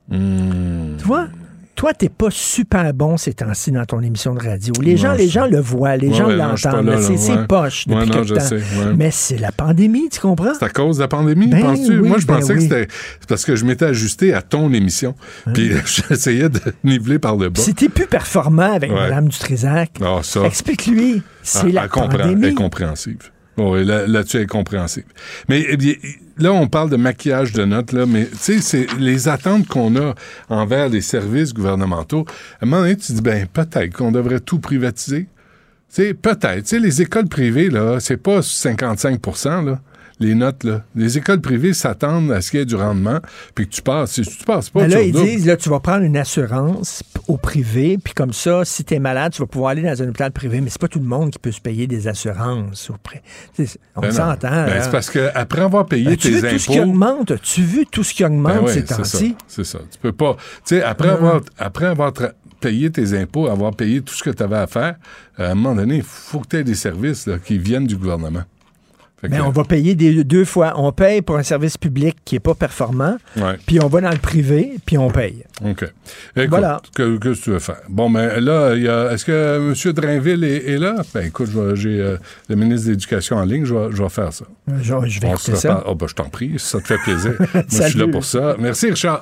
Mmh. Tu vois? Toi, t'es pas super bon ces temps-ci dans ton émission de radio. Les non, gens, les gens le voient, les ouais, gens ouais, l'entendent. non, là, c'est là, c'est ouais. poche depuis ouais, non, quelque je temps. sais, ouais. Mais c'est la pandémie, tu comprends? C'est à cause de la pandémie, ben penses-tu? Oui, Moi, je ben pensais oui. que c'était c'est parce que je m'étais ajusté à ton émission. Hein? Puis j'essayais de niveler par le bas. Si t'es plus performant avec ouais. Mme Dutrisac, ah, ça. explique-lui. C'est ah, la elle comprend, pandémie. Elle est compréhensive. Oui, là, là-dessus, elle est compréhensible. Mais eh bien, là, on parle de maquillage de notes, là, mais tu sais, c'est les attentes qu'on a envers les services gouvernementaux. À un moment donné, tu te dis, ben peut-être qu'on devrait tout privatiser. Tu sais, peut-être. Tu sais, les écoles privées, là, c'est pas cinquante-cinq pour cent, là. Les notes, là. Les écoles privées s'attendent à ce qu'il y ait du rendement, puis que tu passes. Si tu passes pas, mais là, tu ils disent, là, tu vas prendre une assurance au privé, puis comme ça, si tu es malade, tu vas pouvoir aller dans un hôpital privé. Mais c'est pas tout le monde qui peut se payer des assurances. Au pré... On ben s'entend. Ben, c'est parce qu'après avoir payé ben, tes vu impôts... tout ce qui augmente? As-tu vu tout ce qui augmente ben ouais, ces temps-ci? C'est ça, c'est ça. Tu peux pas... Tu sais, après, avoir, après avoir tra- payé tes impôts, avoir payé tout ce que tu avais à faire, à un moment donné, il faut que tu aies des services là, qui viennent du gouvernement. Mais on va payer des, deux fois. On paye pour un service public qui n'est pas performant, ouais. puis on va dans le privé, puis on paye. OK. Écoute, voilà. Que, que tu veux faire? Bon, mais là, il y a, est-ce que M. Drainville est, est là? Ben écoute, je vais, j'ai euh, le ministre de l'Éducation en ligne, je vais, je vais faire ça. Je, je vais on écouter ça. Oh, ben, je t'en prie, si ça te fait plaisir. Moi, je suis là pour ça. Merci, Richard.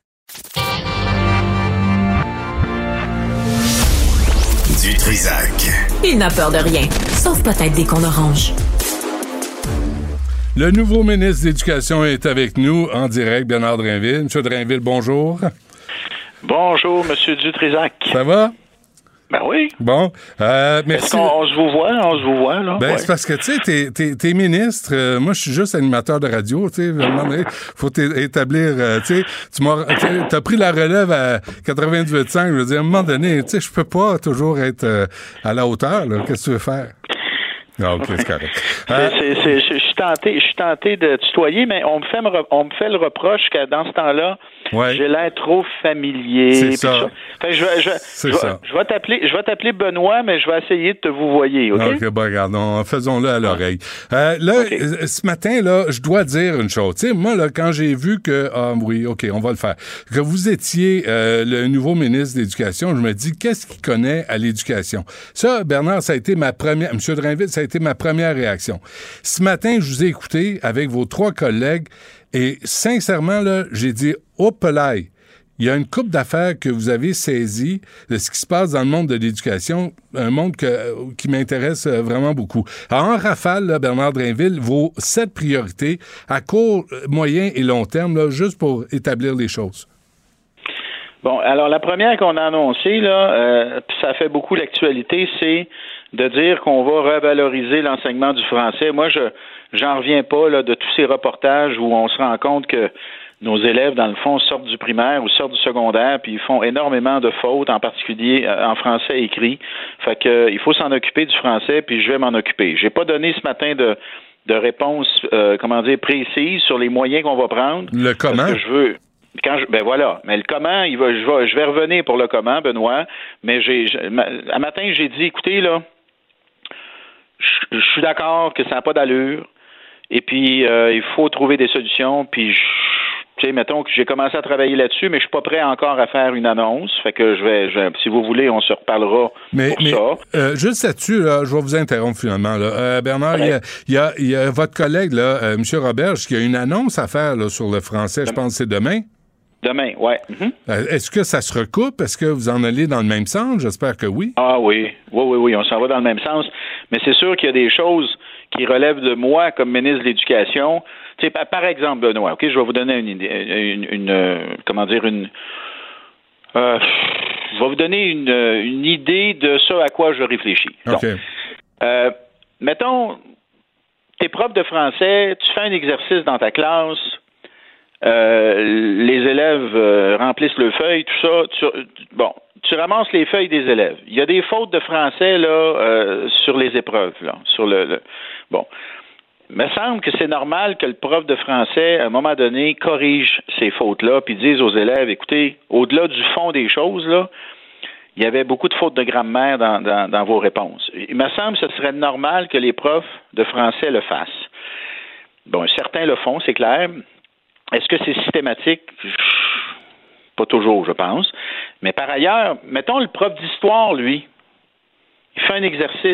Du Trisac. Il n'a peur de rien, sauf peut-être des qu'on orange. Le nouveau ministre de l'Éducation est avec nous en direct, Bernard Drainville. Monsieur Drainville, bonjour. Bonjour, Monsieur Dutrisac. Ça va? Ben oui. Bon, euh, merci. Est-ce qu'on on se vous voit? On se vous voit, là? Ben, ouais. c'est parce que, tu sais, t'es, t'es, t'es ministre. Euh, moi, je suis juste animateur de radio, tu sais. Il faut établir, euh, tu sais, tu m'as, t'as pris la relève à quatre-vingt-dix virgule cinq. Je veux dire, à un moment donné, tu sais, je peux pas toujours être euh, à la hauteur, là. Qu'est-ce que tu veux faire? Ah, OK, c'est correct. Euh, c'est, c'est, je suis tenté, je suis tenté de tutoyer, mais on me fait, on me fait le reproche que dans ce temps-là, ouais. j'ai l'air trop familier. C'est ça. ça. Fait que je vais, je, c'est je, ça. Je vais t'appeler, je vais t'appeler Benoît, mais je vais essayer de te vous voyer, OK? OK, bon, regarde, on, faisons-le à l'oreille. Euh, là, okay. Ce matin, là, je dois dire une chose. Tu sais, moi, là, quand j'ai vu que, ah oui, OK, on va le faire, que vous étiez euh, le nouveau ministre de l'Éducation, je me dis, qu'est-ce qu'il connaît à l'éducation? Ça, Bernard, ça a été ma première, M. Drainville, ça a été ma première réaction. Ce matin, je vous ai écouté avec vos trois collègues et sincèrement, là, j'ai dit, hop là, il y a une couple d'affaires que vous avez saisies de ce qui se passe dans le monde de l'éducation, un monde que, qui m'intéresse vraiment beaucoup. Alors, en rafale, là, Bernard Drainville, vos sept priorités à court, moyen et long terme, là, juste pour établir les choses. Bon, alors la première qu'on a annoncée, là, euh, puis ça fait beaucoup l'actualité, c'est de dire qu'on va revaloriser l'enseignement du français. Moi, je j'en reviens pas là de tous ces reportages où on se rend compte que nos élèves, dans le fond, sortent du primaire ou sortent du secondaire, puis ils font énormément de fautes, en particulier euh, en français écrit. Fait que euh, il faut s'en occuper du français, puis je vais m'en occuper. J'ai pas donné ce matin de de réponse, euh, comment dire, précise sur les moyens qu'on va prendre. Le comment? Parce que je veux... Quand je, ben voilà. Mais le comment, il va, je vais, je vais revenir pour le comment, Benoît. Mais j'ai, un matin, j'ai dit, écoutez, là, je, je suis d'accord que ça n'a pas d'allure. Et puis, euh, il faut trouver des solutions. Puis, tu sais, mettons que j'ai commencé à travailler là-dessus, mais je suis pas prêt encore à faire une annonce. Fait que je vais, je, si vous voulez, on se reparlera mais, pour mais, ça. Euh, juste là-dessus, là, je vais vous interrompre finalement. Là. Euh, Bernard, il ouais. y, y, a, y a votre collègue, là, euh, M. Roberge, qui a une annonce à faire là, sur le français. Je pense que c'est demain. Demain, oui. Mm-hmm. Est-ce que ça se recoupe? Est-ce que vous en allez dans le même sens? J'espère que oui. Ah oui, oui, oui, oui, on s'en va dans le même sens. Mais c'est sûr qu'il y a des choses qui relèvent de moi comme ministre de l'Éducation. Tu sais, par, par exemple, Benoît, OK, je vais vous donner une idée, une, une, une comment dire, une... Euh, je vais vous donner une, une idée de ce à quoi je réfléchis. OK. Donc, euh, mettons, t'es prof de français, tu fais un exercice dans ta classe... Euh, les élèves euh, remplissent le feuille, tout ça. Tu, bon, tu ramasses les feuilles des élèves. Il y a des fautes de français là euh, sur les épreuves, là, sur le, le. Bon, il me semble que c'est normal que le prof de français, à un moment donné, corrige ces fautes-là, puis dise aux élèves, écoutez, au-delà du fond des choses là, il y avait beaucoup de fautes de grammaire dans, dans, dans vos réponses. Il me semble que ce serait normal que les profs de français le fassent. Bon, certains le font, c'est clair. Est-ce que c'est systématique? Pas toujours, je pense. Mais par ailleurs, mettons le prof d'histoire, lui, il fait un exercice.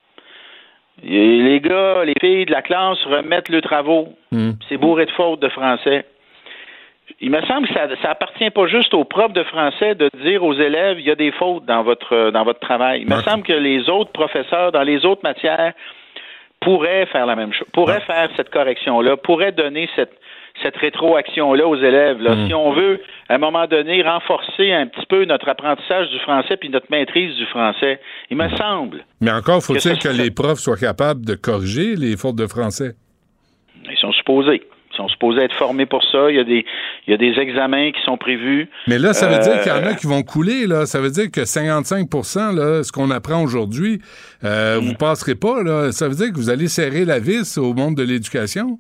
Et les gars, les filles de la classe remettent leurs travaux. Mm. C'est bourré de fautes de français. Il me semble que ça, ça appartient pas juste aux profs de français de dire aux élèves il y a des fautes dans votre dans votre travail. Il me ouais. semble que les autres professeurs, dans les autres matières, pourraient faire la même chose, pourraient ouais. faire cette correction-là, pourraient donner cette cette rétroaction-là aux élèves. Là. Mmh. Si on veut, à un moment donné, renforcer un petit peu notre apprentissage du français puis notre maîtrise du français, il me mmh. semble. Mais encore, faut-il que, que les profs soient capables de corriger les fautes de français? Ils sont supposés. Ils sont supposés être formés pour ça. Il y a des, il y a des examens qui sont prévus. Mais là, ça veut euh... dire qu'il y en a qui vont couler. Là. Ça veut dire que cinquante-cinq pour cent, là, ce qu'on apprend aujourd'hui, euh, mmh. vous ne passerez pas. Là. Ça veut dire que vous allez serrer la vis au monde de l'éducation?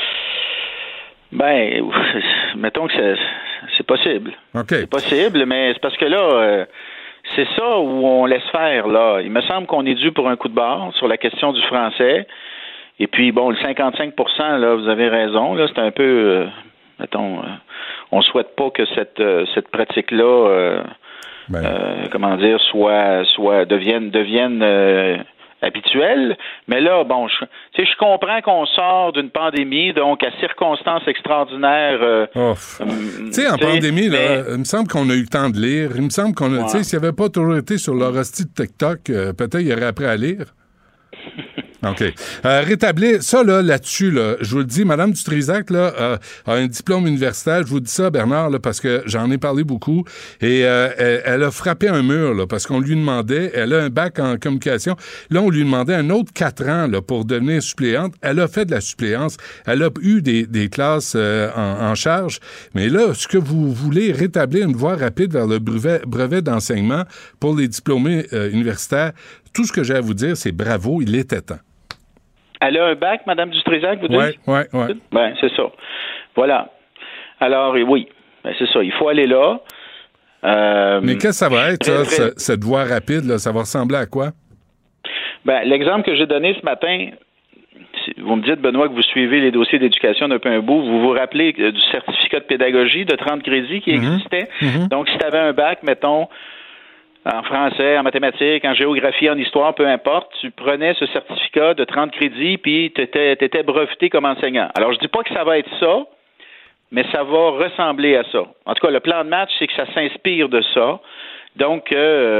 Ben, mettons que c'est, c'est possible. Okay. C'est possible, mais c'est parce que là, euh, c'est ça où on laisse faire, là. Il me semble qu'on est dû pour un coup de barre sur la question du français. Et puis, bon, le cinquante-cinq pour cent, là, vous avez raison, là, c'est un peu, euh, mettons, euh, on souhaite pas que cette, euh, cette pratique-là, euh, ben. euh, comment dire, soit, soit, devienne, devienne, euh, habituel, mais là, bon, je, tu sais, je comprends qu'on sort d'une pandémie, donc à circonstances extraordinaires. Euh, oh. euh, tu sais, en pandémie, mais... là, il me semble qu'on a eu le temps de lire. Il me semble qu'on a, ouais. tu sais, s'il n'y avait pas toujours été sur leur hostie de TikTok, euh, peut-être il aurait appris à lire. OK. Euh, rétablir ça, là, là-dessus, là, je vous le dis, Mme Dutrisac, là, euh, a un diplôme universitaire. Je vous dis ça, Bernard, là, parce que j'en ai parlé beaucoup. Et euh, elle, elle a frappé un mur, là, parce qu'on lui demandait, elle a un bac en communication. Là, on lui demandait un autre quatre ans, là, pour devenir suppléante. Elle a fait de la suppléance. Elle a eu des, des classes euh, en, en charge. Mais là, ce que vous voulez, rétablir une voie rapide vers le brevet, brevet d'enseignement pour les diplômés euh, universitaires, tout ce que j'ai à vous dire, c'est bravo, il était temps. Elle a un bac, Mme Dutrisac, vous dites? Oui, oui, oui. Ben, c'est ça. Voilà. Alors, oui, ben, c'est ça. Il faut aller là. Euh, Mais qu'est-ce que ça va être, ça, ce, cette voie rapide, là? Ça va ressembler à quoi? Ben, l'exemple que j'ai donné ce matin, vous me dites, Benoît, que vous suivez les dossiers d'éducation d'un peu un bout. Vous vous rappelez du certificat de pédagogie de trente crédits qui mm-hmm. existait? Mm-hmm. Donc, si tu avais un bac, mettons, en français, en mathématiques, en géographie, en histoire, peu importe, tu prenais ce certificat de trente crédits, puis tu étais breveté comme enseignant. Alors, je dis pas que ça va être ça, mais ça va ressembler à ça. En tout cas, le plan de match, c'est que ça s'inspire de ça. Donc, euh,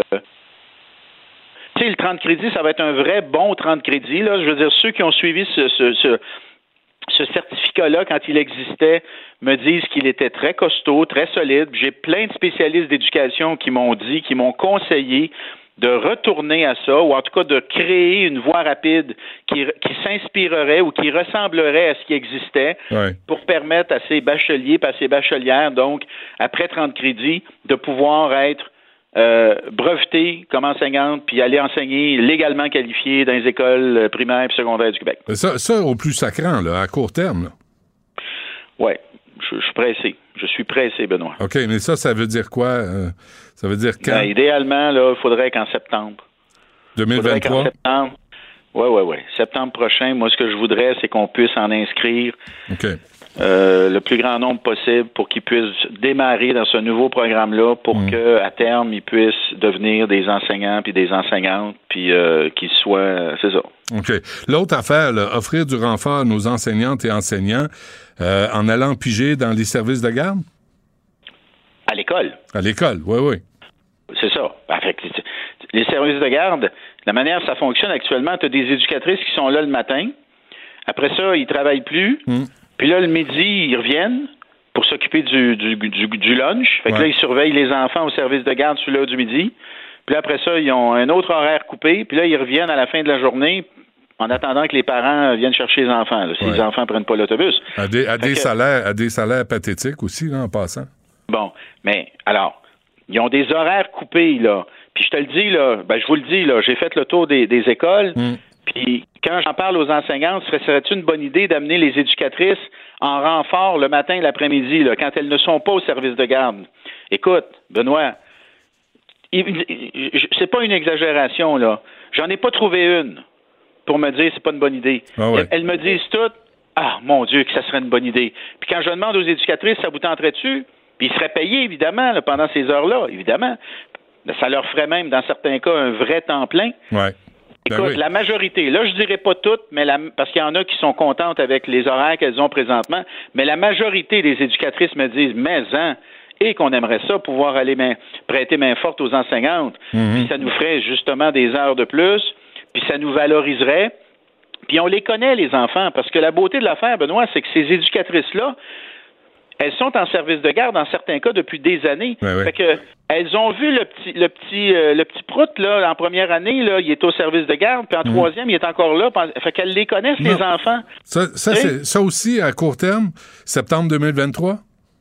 tu sais, le trente crédits, ça va être un vrai bon trente crédits. Là. Je veux dire, ceux qui ont suivi ce... ce, ce Ce certificat-là, quand il existait, me disent qu'il était très costaud, très solide. J'ai plein de spécialistes d'éducation qui m'ont dit, qui m'ont conseillé de retourner à ça, ou en tout cas de créer une voie rapide qui, qui s'inspirerait ou qui ressemblerait à ce qui existait ouais. pour permettre à ces bacheliers, à ces bachelières, donc, après trente crédits, de pouvoir être euh, brevetée comme enseignante, puis aller enseigner légalement qualifiée dans les écoles primaires et secondaires du Québec. Ça, ça au plus sacrant, là, à court terme. Oui, je, je suis pressé. Je suis pressé, Benoît. OK, mais ça, ça veut dire quoi? Euh, ça veut dire quand? Ben, idéalement, là, il faudrait qu'en septembre. deux mille vingt-trois? Faudrait qu'en septembre. Oui, oui, oui. Septembre prochain, moi, ce que je voudrais, c'est qu'on puisse en inscrire OK. euh, le plus grand nombre possible pour qu'ils puissent démarrer dans ce nouveau programme-là pour mmh. qu'à terme, ils puissent devenir des enseignants puis des enseignantes puis euh, qu'ils soient... C'est ça. OK. L'autre affaire, là, offrir du renfort à nos enseignantes et enseignants euh, en allant piger dans les services de garde? À l'école. À l'école, oui, oui. C'est ça. En fait, les services de garde, la manière dont ça fonctionne actuellement, tu as des éducatrices qui sont là le matin. Après ça, ils travaillent plus. Mm. Puis là, le midi, ils reviennent pour s'occuper du, du, du, du lunch. Fait que ouais. là, ils surveillent les enfants au service de garde sur l'heure du midi. Puis là, après ça, ils ont un autre horaire coupé. Puis là, ils reviennent à la fin de la journée en attendant que les parents viennent chercher les enfants, là, si ouais. les enfants ne prennent pas l'autobus. À des, à des, que, salaires, à des salaires pathétiques aussi, là, en passant. Bon, mais alors, ils ont des horaires coupés, là. Puis je te le dis, là, ben je vous le dis, là, j'ai fait le tour des, des écoles, mm. puis quand j'en parle aux enseignantes, serait-ce une bonne idée d'amener les éducatrices en renfort le matin et l'après-midi, là, quand elles ne sont pas au service de garde? Écoute, Benoît, c'est pas une exagération, là. J'en ai pas trouvé une pour me dire que c'est pas une bonne idée. Ah ouais. elles, elles me disent toutes, ah, mon Dieu, que ça serait une bonne idée. Puis quand je demande aux éducatrices, ça vous tenterait-tu? Puis ils seraient payés, évidemment, là, pendant ces heures-là, évidemment. Ça leur ferait même, dans certains cas, un vrai temps plein. Ouais. Ben Écoute, oui. la majorité, là, je dirais pas toutes, mais la, parce qu'il y en a qui sont contentes avec les horaires qu'elles ont présentement, mais la majorité des éducatrices me disent, mais hein, et qu'on aimerait ça, pouvoir aller main, prêter main forte aux enseignantes. Mm-hmm. Puis ça nous ferait justement des heures de plus, puis ça nous valoriserait. Puis on les connaît, les enfants, parce que la beauté de l'affaire, Benoît, c'est que ces éducatrices-là, elles sont en service de garde dans certains cas depuis des années. Ouais, ouais. Fait que elles ont vu le petit le petit euh, le petit prout là en première année là, il est au service de garde, puis en mmh. troisième, il est encore là. Fait qu'elles les connaissent non. les enfants. Ça ça, c'est, ça aussi à court terme, septembre deux mille vingt-trois.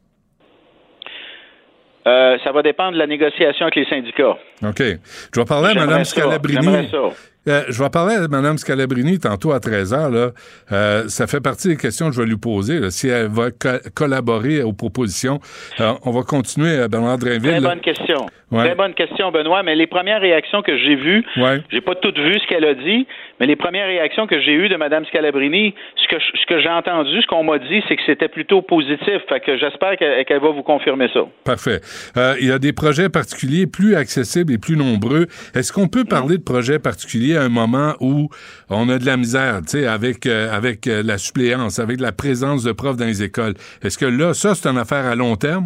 Euh, ça va dépendre de la négociation avec les syndicats. OK. Je vais parler à Mme Scalabrini. J'aimerais ça. Euh, je vais parler à Mme Scalabrini tantôt à treize heures. Là. Euh, ça fait partie des questions que je vais lui poser. Là, si elle va co- collaborer aux propositions. Euh, on va continuer à Bernard Drainville. Très là. bonne question. Ouais. Très bonne question, Benoît. Mais les premières réactions que j'ai vues, ouais. j'ai pas toutes vu ce qu'elle a dit, mais les premières réactions que j'ai eues de Mme Scalabrini, ce que, ce que j'ai entendu, ce qu'on m'a dit, c'est que c'était plutôt positif. Fait que j'espère qu'elle, qu'elle va vous confirmer ça. Parfait. Euh, il y a des projets particuliers plus accessibles et plus nombreux. Est-ce qu'on peut parler de projets particuliers à un moment où on a de la misère, tu sais, avec, euh, avec euh, la suppléance, avec la présence de profs dans les écoles? Est-ce que là, ça, c'est une affaire à long terme?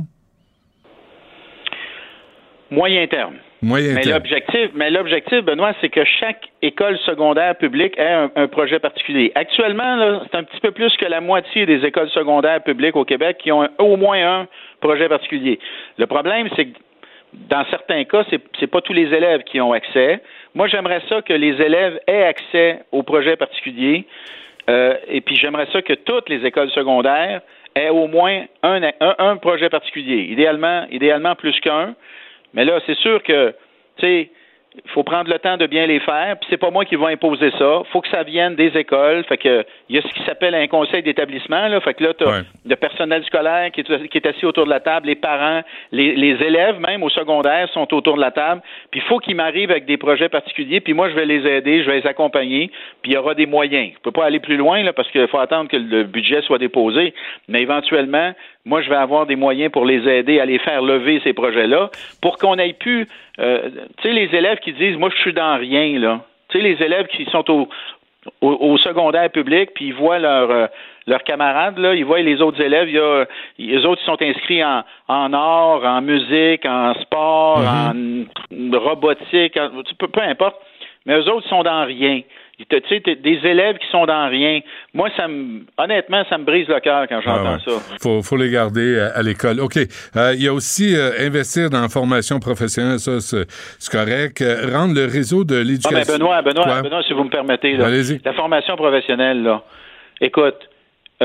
Moyen terme. Moyen mais terme. L'objectif, mais l'objectif, Benoît, c'est que chaque école secondaire publique ait un, un projet particulier. Actuellement, là, c'est un petit peu plus que la moitié des écoles secondaires publiques au Québec qui ont un, au moins un projet particulier. Le problème, c'est que dans certains cas, c'est, c'est pas tous les élèves qui ont accès. Moi, j'aimerais ça que les élèves aient accès au projet particulier. Euh, et puis, j'aimerais ça que toutes les écoles secondaires aient au moins un, un, un projet particulier. Idéalement, idéalement plus qu'un. Mais là, c'est sûr que, tu sais, il faut prendre le temps de bien les faire, puis c'est pas moi qui vais imposer ça. Il faut que ça vienne des écoles. Fait que il y a ce qui s'appelle un conseil d'établissement, là. Fait que là, tu as ouais. le personnel scolaire qui est, qui est assis autour de la table, les parents, les, les élèves même au secondaire sont autour de la table. Puis il faut qu'ils m'arrivent avec des projets particuliers, puis moi je vais les aider, je vais les accompagner, puis il y aura des moyens. Je peux pas aller plus loin là parce qu'il faut attendre que le budget soit déposé, mais éventuellement, moi je vais avoir des moyens pour les aider à les faire lever ces projets-là, pour qu'on ait pu, euh, tu sais, les élèves qui disent, moi je suis dans rien là. Tu sais, les élèves qui sont au Au, au secondaire public, puis ils voient leurs euh, leurs camarades, là, ils voient les autres élèves, il y a les autres qui sont inscrits en, en art, en musique, en sport, mm-hmm. en robotique, en, peu, peu importe, mais eux autres sont dans rien. Tu sais, des élèves qui sont dans rien. Moi, ça me, honnêtement, ça me brise le cœur quand j'entends ah ouais. ça. Faut, faut les garder à, à l'école. OK. Euh, il y a aussi euh, investir dans la formation professionnelle, ça, c'est, c'est correct. Euh, rendre le réseau de l'éducation. Ah, mais Benoît, Benoît, Benoît, si vous me permettez, là, allez-y. La formation professionnelle, là. Écoute, euh,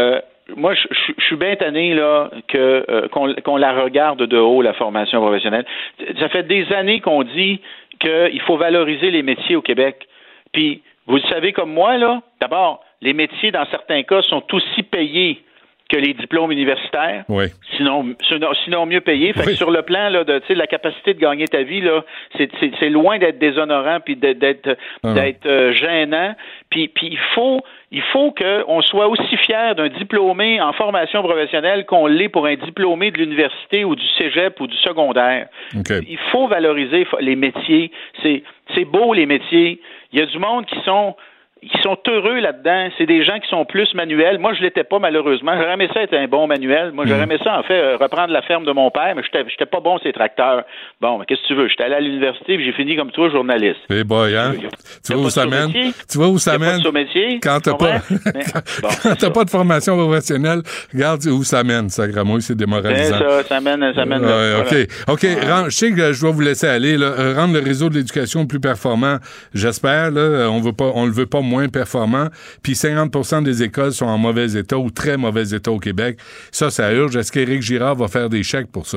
moi, je, je, je suis bien tanné là que euh, qu'on, qu'on la regarde de haut, la formation professionnelle. Ça fait des années qu'on dit qu'il faut valoriser les métiers au Québec. Puis, vous le savez comme moi, là, d'abord, les métiers, dans certains cas, sont aussi payés que les diplômes universitaires, oui. sinon, sinon, sinon mieux payés. Fait oui. que sur le plan là, de, tu sais, la capacité de gagner ta vie, là, c'est, c'est, c'est loin d'être déshonorant puis d'être, d'être, ah. d'être euh, gênant. Puis, puis il faut, il faut qu'on soit aussi fier d'un diplômé en formation professionnelle qu'on l'est pour un diplômé de l'université ou du cégep ou du secondaire. Okay. Il faut valoriser les métiers. C'est, c'est beau les métiers. Il y a du monde qui sont qui sont heureux là-dedans. C'est des gens qui sont plus manuels. Moi, je l'étais pas, malheureusement. J'aurais aimé ça être un bon manuel. Moi, j'aurais aimé ça, en fait, euh, reprendre la ferme de mon père, mais j'étais, j'étais pas bon ces tracteurs. Bon, mais qu'est-ce que tu veux? J'étais allé à l'université et j'ai fini comme toi, journaliste. Eh hey boy, hein? Tu vois où ça mène? Tu vois où ça mène? Quand t'as pas, mais, bon, quand t'as pas de formation professionnelle, regarde où ça mène, ça, gramouille, c'est démoralisant. C'est ça, ça mène, ça mène. Ouais, là, OK. voilà. OK. Ouais. Rend, je sais que je dois vous laisser aller, là. Rendre le réseau de l'éducation plus performant, j'espère, là. On veut pas, on le veut pas moins performant. Puis cinquante pour cent des écoles sont en mauvais état ou très mauvais état au Québec. Ça, ça urge. Est-ce qu'Éric Girard va faire des chèques pour ça?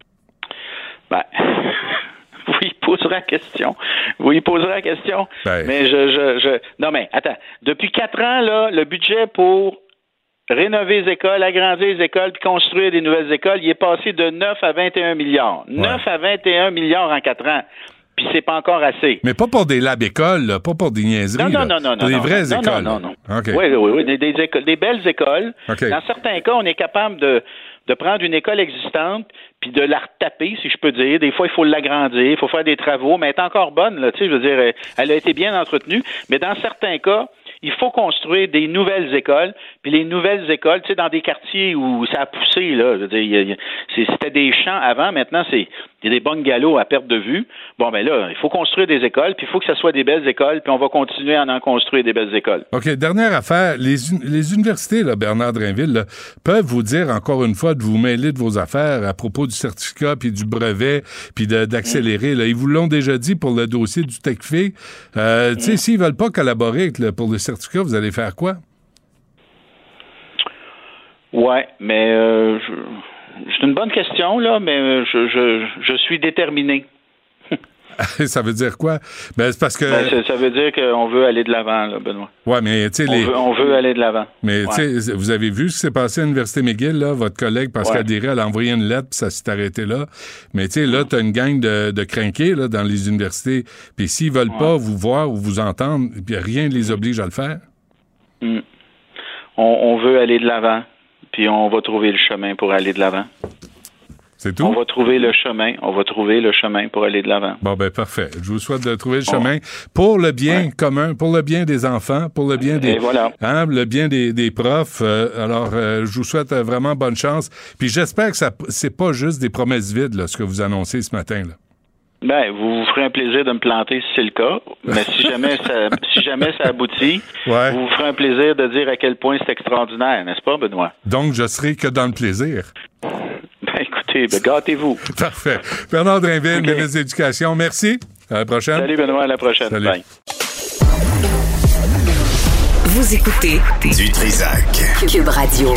Ben, oui, il posera la question. Oui, il posera la question. Ben. Mais je, je, je... Non, mais attends. Depuis quatre ans, là, le budget pour rénover les écoles, agrandir les écoles puis construire des nouvelles écoles, il est passé de neuf à vingt et un milliards. Ouais. neuf à vingt et un milliards en quatre ans. Puis c'est pas encore assez. Mais pas pour des lab-écoles, là, pas pour des niaiseries. Non, non, là. non, non. Pour des non, vraies non, écoles. Non, non, non. Okay. Oui, oui, oui. Des, des, écoles, des belles écoles. Okay. Dans certains cas, on est capable de, de prendre une école existante puis de la retaper, si je peux dire. Des fois, il faut l'agrandir, il faut faire des travaux, mais elle est encore bonne, là. Tu sais, je veux dire, elle a été bien entretenue. Mais dans certains cas, il faut construire des nouvelles écoles, puis les nouvelles écoles, tu sais, dans des quartiers où ça a poussé, là, je veux dire, y a, y a, c'était des champs avant, maintenant, c'est des bungalows à perte de vue. Bon, ben là, il faut construire des écoles, puis il faut que ça soit des belles écoles, puis on va continuer à en construire des belles écoles. OK, dernière affaire, les, les universités, là, Bernard Drainville, là, peuvent vous dire, encore une fois, de vous mêler de vos affaires à propos du certificat, puis du brevet, puis de, d'accélérer, là. Ils vous l'ont déjà dit pour le dossier du TECFE. Euh, tu sais, s'ils veulent pas collaborer avec le, pour le certificat, vous allez faire quoi? Ouais, mais euh, je, c'est une bonne question, là, mais je, je, je suis déterminé. Ça veut dire quoi? Ben, c'est parce que... Ben, ça, ça veut dire qu'on veut aller de l'avant, là, Benoît. Ouais, mais tu sais... On, les... on veut aller de l'avant. Mais ouais. tu sais, vous avez vu ce qui s'est passé à l'Université McGill, là? Votre collègue Pascal ouais. Desré, elle a envoyé une lettre, puis ça s'est arrêté là. Mais tu sais, là, t'as une gang de, de crinqués, là, dans les universités. Puis s'ils veulent ouais. pas vous voir ou vous entendre, puis rien ne les oblige à le faire. Mm. On, on veut aller de l'avant, puis on va trouver le chemin pour aller de l'avant. C'est tout? On va trouver le chemin. On va trouver le chemin pour aller de l'avant. Bon, ben parfait. Je vous souhaite de trouver le bon. chemin pour le bien ouais. commun, pour le bien des enfants, pour le bien des... voilà. Hein, le bien des, des profs. Euh, alors, euh, je vous souhaite vraiment bonne chance. Puis j'espère que ça c'est pas juste des promesses vides, là, ce que vous annoncez ce matin, là. Ben, vous vous ferez un plaisir de me planter si c'est le cas. Mais si jamais ça, si jamais ça aboutit, ouais. vous vous ferez un plaisir de dire à quel point c'est extraordinaire, n'est-ce pas, Benoît? Donc, je serai que dans le plaisir. Ben, écoutez, ben, gâtez-vous. Parfait. Bernard Drainville, okay. ministre de l'Éducation, merci. À la prochaine. Salut, Benoît, à la prochaine. Salut. Bye. Vous écoutez du Trisac. Cube Radio.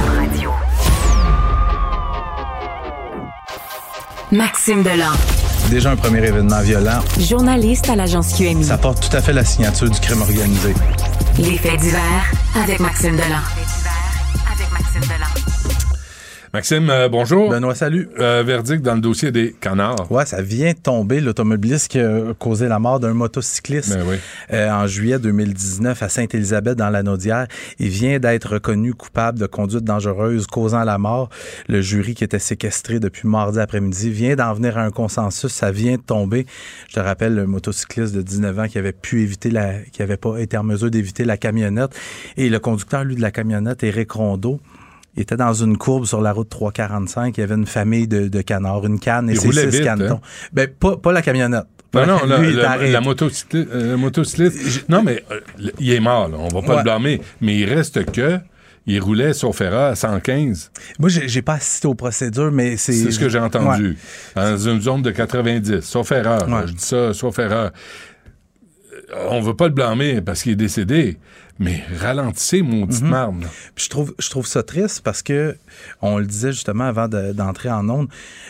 Maxime Delan. Déjà un premier événement violent. Journaliste à l'agence Q M I. Ça porte tout à fait la signature du crime organisé. Les faits divers avec Maxime Delan. Avec Maxime Delan. Maxime, euh, bonjour. Benoît, salut. Euh, verdict dans le dossier des canards. Ouais, ça vient de tomber, l'automobiliste qui a causé la mort d'un motocycliste ben oui. euh, en juillet deux mille dix-neuf à Sainte-Élisabeth dans la Naudière. Il vient d'être reconnu coupable de conduite dangereuse causant la mort. Le jury qui était séquestré depuis mardi après-midi vient d'en venir à un consensus. Ça vient de tomber. Je te rappelle, le motocycliste de dix-neuf ans qui avait pu éviter la, qui avait pas été en mesure d'éviter la camionnette. Et le conducteur, lui, de la camionnette, Éric Rondeau, il était dans une courbe sur la route trois quarante-cinq. Il y avait une famille de, de canards, une canne et ses six vite, canetons. Hein? Ben, pas, pas la camionnette. Non, non, lui, la, la, la motocycliste. Euh, motocycliste. Non, mais euh, il est mort, là. On va pas ouais. le blâmer. Mais il reste que il roulait sauf erreur à cent quinze. Moi, j'ai, j'ai pas assisté aux procédures, mais c'est... C'est ce que j'ai entendu. Ouais. Dans une zone de quatre-vingt-dix. Sauf erreur. Ouais. Je dis ça, sauf erreur. on veut pas le blâmer parce qu'il est décédé, mais ralentissez, maudite Mm-hmm. marde. Puis je trouve, je trouve ça triste parce que, on le disait justement avant de, d'entrer en onde,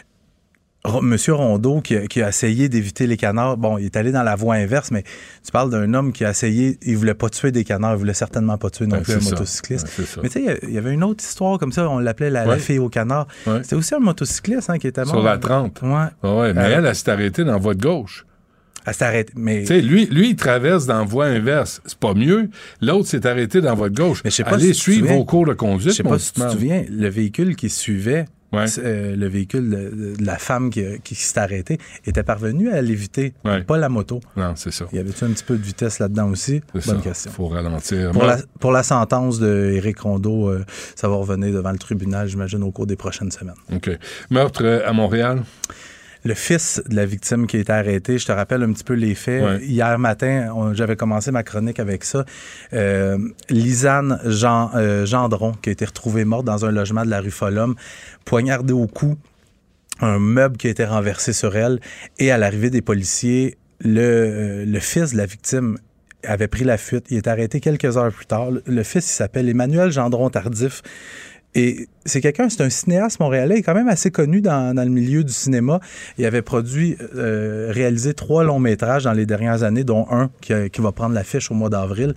Monsieur Rondeau qui a, qui a essayé d'éviter les canards, bon, il est allé dans la voie inverse, mais tu parles d'un homme qui a essayé, il voulait pas tuer des canards, il voulait certainement pas tuer non Ben, plus un c'est ça. motocycliste. Ben, c'est ça. Mais tu sais, il y avait une autre histoire comme ça, on l'appelait la, Ouais. la fille au canard. Ouais. C'était aussi un motocycliste hein, qui était mort. Sur la trente. Ouais. Ah ouais, mais Euh, elle, elle s'est arrêtée dans la voie de gauche. Elle s'est arrêtée. Mais... Tu sais, lui, lui, il traverse dans la voie inverse. C'est pas mieux. L'autre s'est arrêté dans la voie de gauche. Mais je sais pas Allez si tu te suivre souviens. vos cours de conduite, Je sais mon pas si tu te petit souviens, le véhicule qui suivait, Ouais. euh, le véhicule de, de la femme qui, qui s'est arrêtée, était parvenu à l'éviter, Ouais. pas la moto. Non, c'est ça. Y avait-tu un petit peu de vitesse là-dedans aussi? C'est Bonne ça. question. Faut ralentir. Pour Bon. la, pour la sentence d'Éric Rondeau, euh, ça va revenir devant le tribunal, j'imagine, au cours des prochaines semaines. OK. Meurtre euh, à Montréal. Le fils de la victime qui a été arrêté, je te rappelle un petit peu les faits. Ouais. Hier matin, on- j'avais commencé ma chronique avec ça. Euh, Lisanne Jean, euh, Gendron, qui a été retrouvée morte dans un logement de la rue Folhomme, poignardée au cou, un meuble qui a été renversé sur elle. Et à l'arrivée des policiers, le, euh, le fils de la victime avait pris la fuite. Il est arrêté quelques heures plus tard. Le, le fils, il s'appelle Emmanuel Gendron Tardif. Et c'est quelqu'un, c'est un cinéaste montréalais, quand même assez connu dans, dans le milieu du cinéma. Il avait produit, euh, réalisé trois longs métrages dans les dernières années, dont un qui, a- qui va prendre l'affiche au mois d'avril.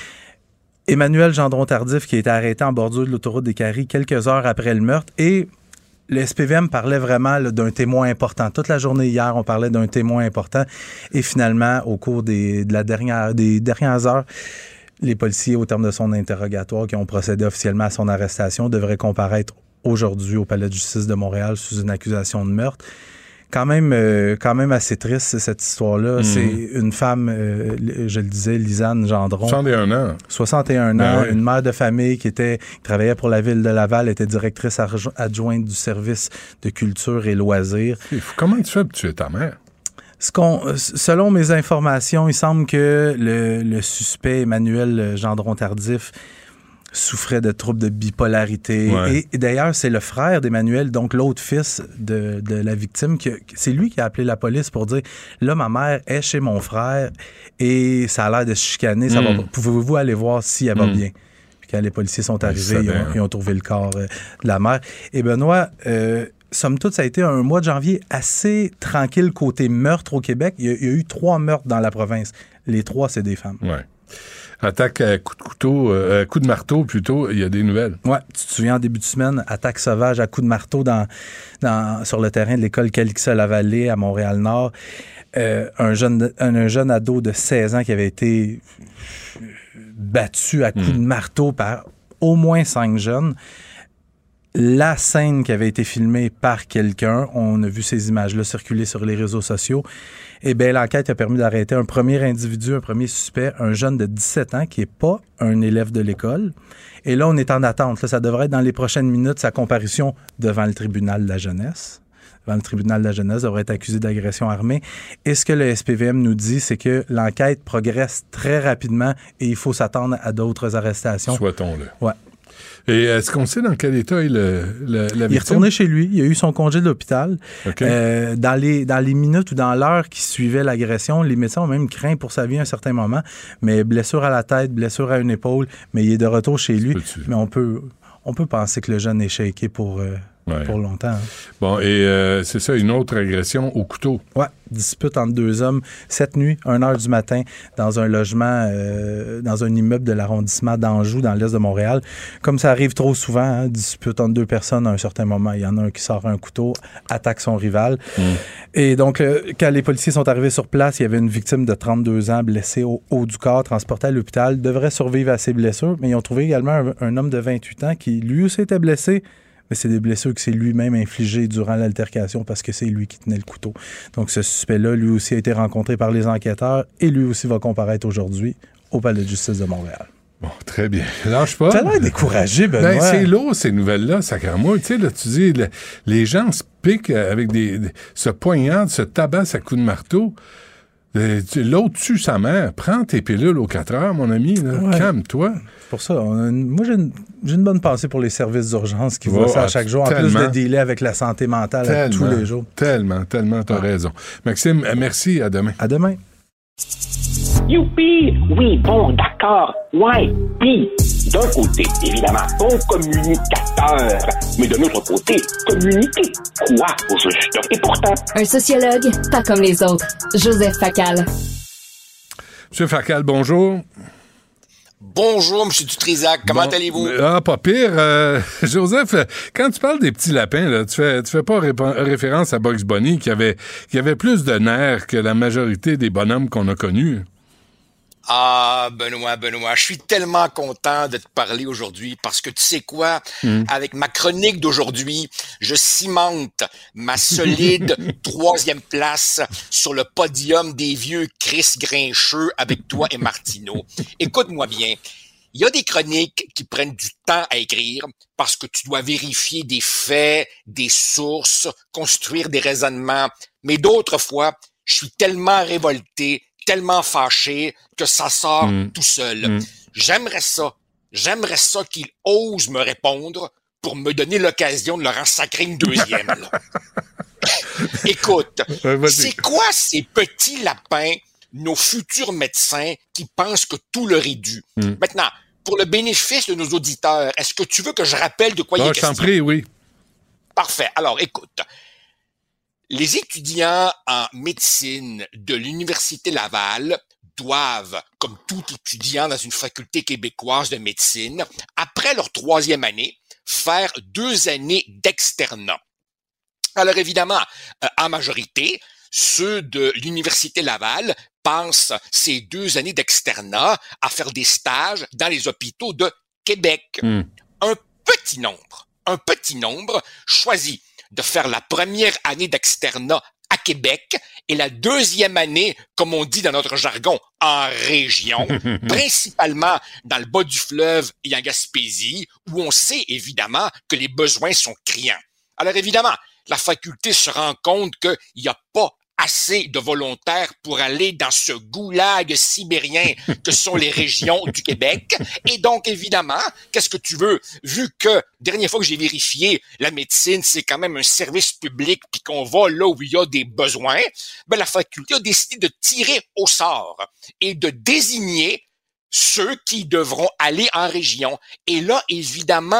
Emmanuel Gendron Tardif, qui a été arrêté en bordure de l'autoroute des Caries quelques heures après le meurtre. Et le S P V M parlait vraiment là, d'un témoin important. Toute la journée hier, on parlait d'un témoin important. Et finalement, au cours des, de la dernière, des dernières heures, les policiers, au terme de son interrogatoire, qui ont procédé officiellement à son arrestation, devraient comparaître aujourd'hui au Palais de justice de Montréal sous une accusation de meurtre. Quand même, euh, quand même assez triste, cette histoire-là. Mhm. C'est une femme, euh, je le disais, Lisanne Gendron. soixante et un ans. soixante et un Ben ans, oui. une mère de famille qui était qui travaillait pour la ville de Laval, était directrice adjo- adjointe du service de culture et loisirs. Comment tu fais pour tuer ta mère? Ce qu'on, selon mes informations, il semble que le, le suspect Emmanuel Gendron Tardif souffrait de troubles de bipolarité. Ouais. Et, et d'ailleurs, c'est le frère d'Emmanuel, donc l'autre fils de, de la victime, qui a- c'est lui qui a appelé la police pour dire « Là, ma mère est chez mon frère et ça a l'air de se chicaner. Ça Mm. va pas. Pouvez-vous aller voir si elle va Mm. bien? » Puis quand les policiers sont Ouais, arrivés, ils ça ont, va. ils ont trouvé le corps euh, de la mère. Et Benoît... euh, somme toute, ça a été un mois de janvier assez tranquille côté meurtre au Québec. Il y a, il y a eu trois meurtres dans la province. Les trois, c'est des femmes. Ouais. Attaque à coup de couteau, euh, coup de marteau plutôt, il y a des nouvelles. Ouais, tu te souviens, en début de semaine, attaque sauvage à coup de marteau dans, dans, sur le terrain de l'école Calixa-la-Vallée à Montréal-Nord. Euh, un, jeune, un, un jeune ado de seize ans qui avait été battu à coups Mm. de marteau par au moins cinq jeunes. La scène qui avait été filmée par quelqu'un, on a vu ces images-là circuler sur les réseaux sociaux, eh bien, l'enquête a permis d'arrêter un premier individu, un premier suspect, un jeune de dix-sept ans qui n'est pas un élève de l'école. Et là, on est en attente. Là, ça devrait être dans les prochaines minutes sa comparution devant le tribunal de la jeunesse. Devant le tribunal de la jeunesse, devrait être accusé d'agression armée. Et ce que le S P V M nous dit, c'est que l'enquête progresse très rapidement et il faut s'attendre à d'autres arrestations. Souhaitons-le. Ouais. Et est-ce qu'on sait dans quel état est le, le, la victime? Il est retourné chez lui. Il a eu son congé de l'hôpital. OK. Euh, dans, les, dans les minutes ou dans l'heure qui suivait l'agression, les médecins ont même craint pour sa vie à un certain moment. Mais blessure à la tête, blessure à une épaule, mais il est de retour chez lui. Peux-tu? Mais on peut, on peut penser que le jeune est shaké pour, euh, Ouais. pour longtemps. Hein. Bon, et euh, c'est ça, une autre agression au couteau. Ouais, dispute entre deux hommes cette nuit, une heure du matin, dans un logement, euh, dans un immeuble de l'arrondissement d'Anjou, dans l'est de Montréal. Comme ça arrive trop souvent, hein, dispute entre deux personnes à un certain moment. Il y en a un qui sort un couteau, attaque son rival. Mm. Et donc, euh, quand les policiers sont arrivés sur place, il y avait une victime de trente-deux ans blessée au haut du corps, transportée à l'hôpital, devrait survivre à ses blessures, mais ils ont trouvé également un, un homme de vingt-huit ans qui, lui aussi, était blessé. Mais c'est des blessures que c'est lui-même infligées durant l'altercation parce que c'est lui qui tenait le couteau. Donc, ce suspect-là, lui aussi, a été rencontré par les enquêteurs et lui aussi va comparaître aujourd'hui au Palais de justice de Montréal. Bon, très bien. Lâche pas. T'as l'air découragé, Benoît. Ben, c'est lourd, ces nouvelles-là, sacrément. Tu sais, là, tu dis, le- les gens se piquent avec des, des se poignardent, se tabassent à coups de marteau. Euh, tu- L'autre tue sa mère. Prends tes pilules aux quatre heures, mon ami. Là. Ouais. Calme-toi. C'est pour ça, on a une- moi, j'ai une, j'ai une bonne pensée pour les services d'urgence qui Ouais, voient ça à chaque jour, en plus tellement. de dealer avec la santé mentale à tous les jours. Tellement, tellement, t'as Ouais. raison. Maxime, euh, merci. À demain. À demain. Youpi! Oui, bon, d'accord. Ouais. Puis, d'un côté, évidemment, bon communicateur. Mais de l'autre côté, communiquer quoi au juste? Et pourtant... Un sociologue, pas comme les autres. Joseph Facal. Monsieur Facal, bonjour. Bonjour, M. Dutrisac. Comment bon, allez-vous? Ah, pas pire. Euh, Joseph, quand tu parles des petits lapins, là, tu fais, tu fais pas ré- référence à Bugs Bunny qui avait, qui avait plus de nerfs que la majorité des bonhommes qu'on a connus. Ah, Benoît, Benoît, je suis tellement content de te parler aujourd'hui parce que tu sais quoi? Mm. Avec ma chronique d'aujourd'hui, je cimente ma solide troisième place sur le podium des vieux Chris grincheux avec toi et Martineau. Écoute-moi bien. Il y a des chroniques qui prennent du temps à écrire parce que tu dois vérifier des faits, des sources, construire des raisonnements. Mais d'autres fois, je suis tellement révolté, tellement fâché que ça sort mmh. tout seul. Mmh. J'aimerais ça. J'aimerais ça qu'il ose me répondre pour me donner l'occasion de leur en sacrer une deuxième. Là. Écoute, ouais, c'est quoi ces petits lapins, nos futurs médecins, qui pensent que tout leur est dû? Mmh. Maintenant, pour le bénéfice de nos auditeurs, est-ce que tu veux que je rappelle de quoi oh, il est question? Je t'en prie, oui. Parfait. Alors, écoute. Les étudiants en médecine de l'Université Laval doivent, comme tout étudiant dans une faculté québécoise de médecine, après leur troisième année, faire deux années d'externat. Alors évidemment, euh, en majorité, ceux de l'Université Laval pensent ces deux années d'externat à faire des stages dans les hôpitaux de Québec. Mm. Un petit nombre, un petit nombre choisit de faire la première année d'externat à Québec et la deuxième année, comme on dit dans notre jargon, en région, principalement dans le bas du fleuve et en Gaspésie, où on sait évidemment que les besoins sont criants. Alors évidemment, la faculté se rend compte qu'il n'y a pas assez de volontaires pour aller dans ce goulag sibérien que sont les régions du Québec. Et donc, évidemment, qu'est-ce que tu veux? Vu que, dernière fois que j'ai vérifié, la médecine, c'est quand même un service public puis qu'on va là où il y a des besoins, ben, la faculté a décidé de tirer au sort et de désigner ceux qui devront aller en région. Et là, évidemment,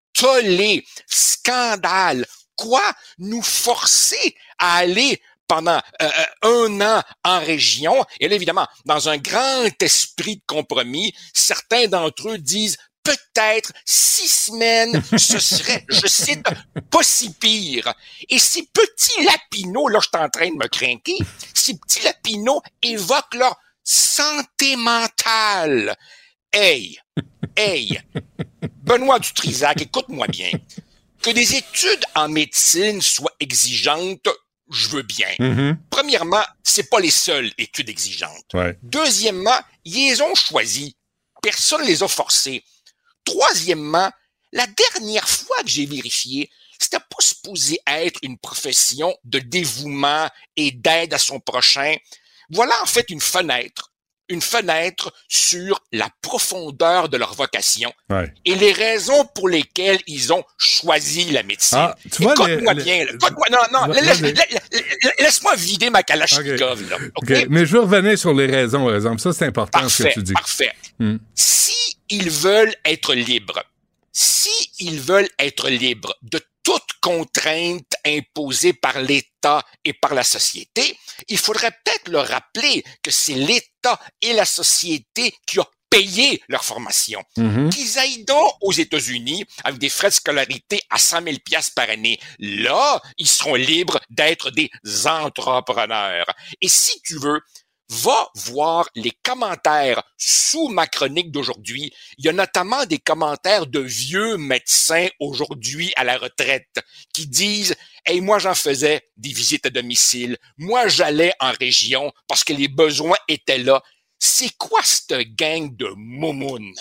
tollé, scandale. Quoi? Nous forcer à aller pendant euh, un an en région. Et là, évidemment, dans un grand esprit de compromis, certains d'entre eux disent peut-être six semaines, ce serait, je cite, pas si pire. Et ces petits lapinots, là, je suis en train de me craquer, ces petits lapinots évoquent leur santé mentale. Hey, hey, Benoît Dutrisac, écoute-moi bien. Que des études en médecine soient exigeantes, je veux bien. Mm-hmm. Premièrement, c'est pas les seules études exigeantes. Ouais. Deuxièmement, ils les ont choisies. Personne les a forcées. Troisièmement, la dernière fois que j'ai vérifié, c'était pas supposé être une profession de dévouement et d'aide à son prochain. Voilà en fait une fenêtre. Une fenêtre sur la profondeur de leur vocation ouais. et les raisons pour lesquelles ils ont choisi la médecine. Ah, tu vois, écoute-moi les, bien. Les... Écoute-moi, non, non, laisse, laisse, laisse-moi vider ma Kalachnikov. Okay. Là, okay? Okay. Mais je veux revenir sur les raisons, par exemple. Ça, c'est important parfait, ce que tu dis. Parfait. Hmm. Si ils veulent être libres, si ils veulent être libres de toute contrainte imposée par l'État et par la société, il faudrait peut-être leur rappeler que c'est l'État et la société qui ont payé leur formation. Mm-hmm. Qu'ils aillent donc aux États-Unis avec des frais de scolarité à cent mille dollars par année. Là, ils seront libres d'être des entrepreneurs. Et si tu veux, va voir les commentaires sous ma chronique d'aujourd'hui. Il y a notamment des commentaires de vieux médecins aujourd'hui à la retraite qui disent « Hey, moi, j'en faisais des visites à domicile. Moi, j'allais en région parce que les besoins étaient là. » C'est quoi cette gang de moumounes?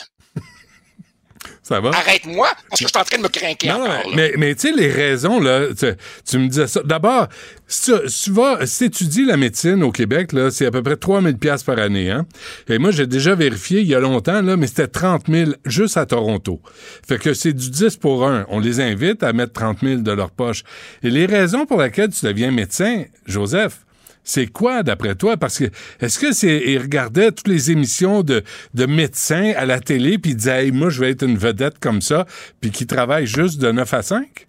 Ça va? Arrête-moi, parce que je suis en train de me craquer non, encore. Là. Mais, mais tu sais, les raisons, là, tu, tu me disais ça. D'abord, si tu, si tu vas, si tu étudies la médecine au Québec, là, c'est à peu près trois mille dollars par année. Hein? Et moi, j'ai déjà vérifié il y a longtemps, là, mais c'était trente mille juste à Toronto. Fait que c'est du dix pour un. On les invite à mettre trente mille de leur poche. Et les raisons pour lesquelles tu deviens médecin, Joseph, c'est quoi, d'après toi? Parce que, est-ce que c'est, il regardait toutes les émissions de, de médecins à la télé, puis il disait, hey, moi, je vais être une vedette comme ça, puis qui travaille juste de neuf à cinq?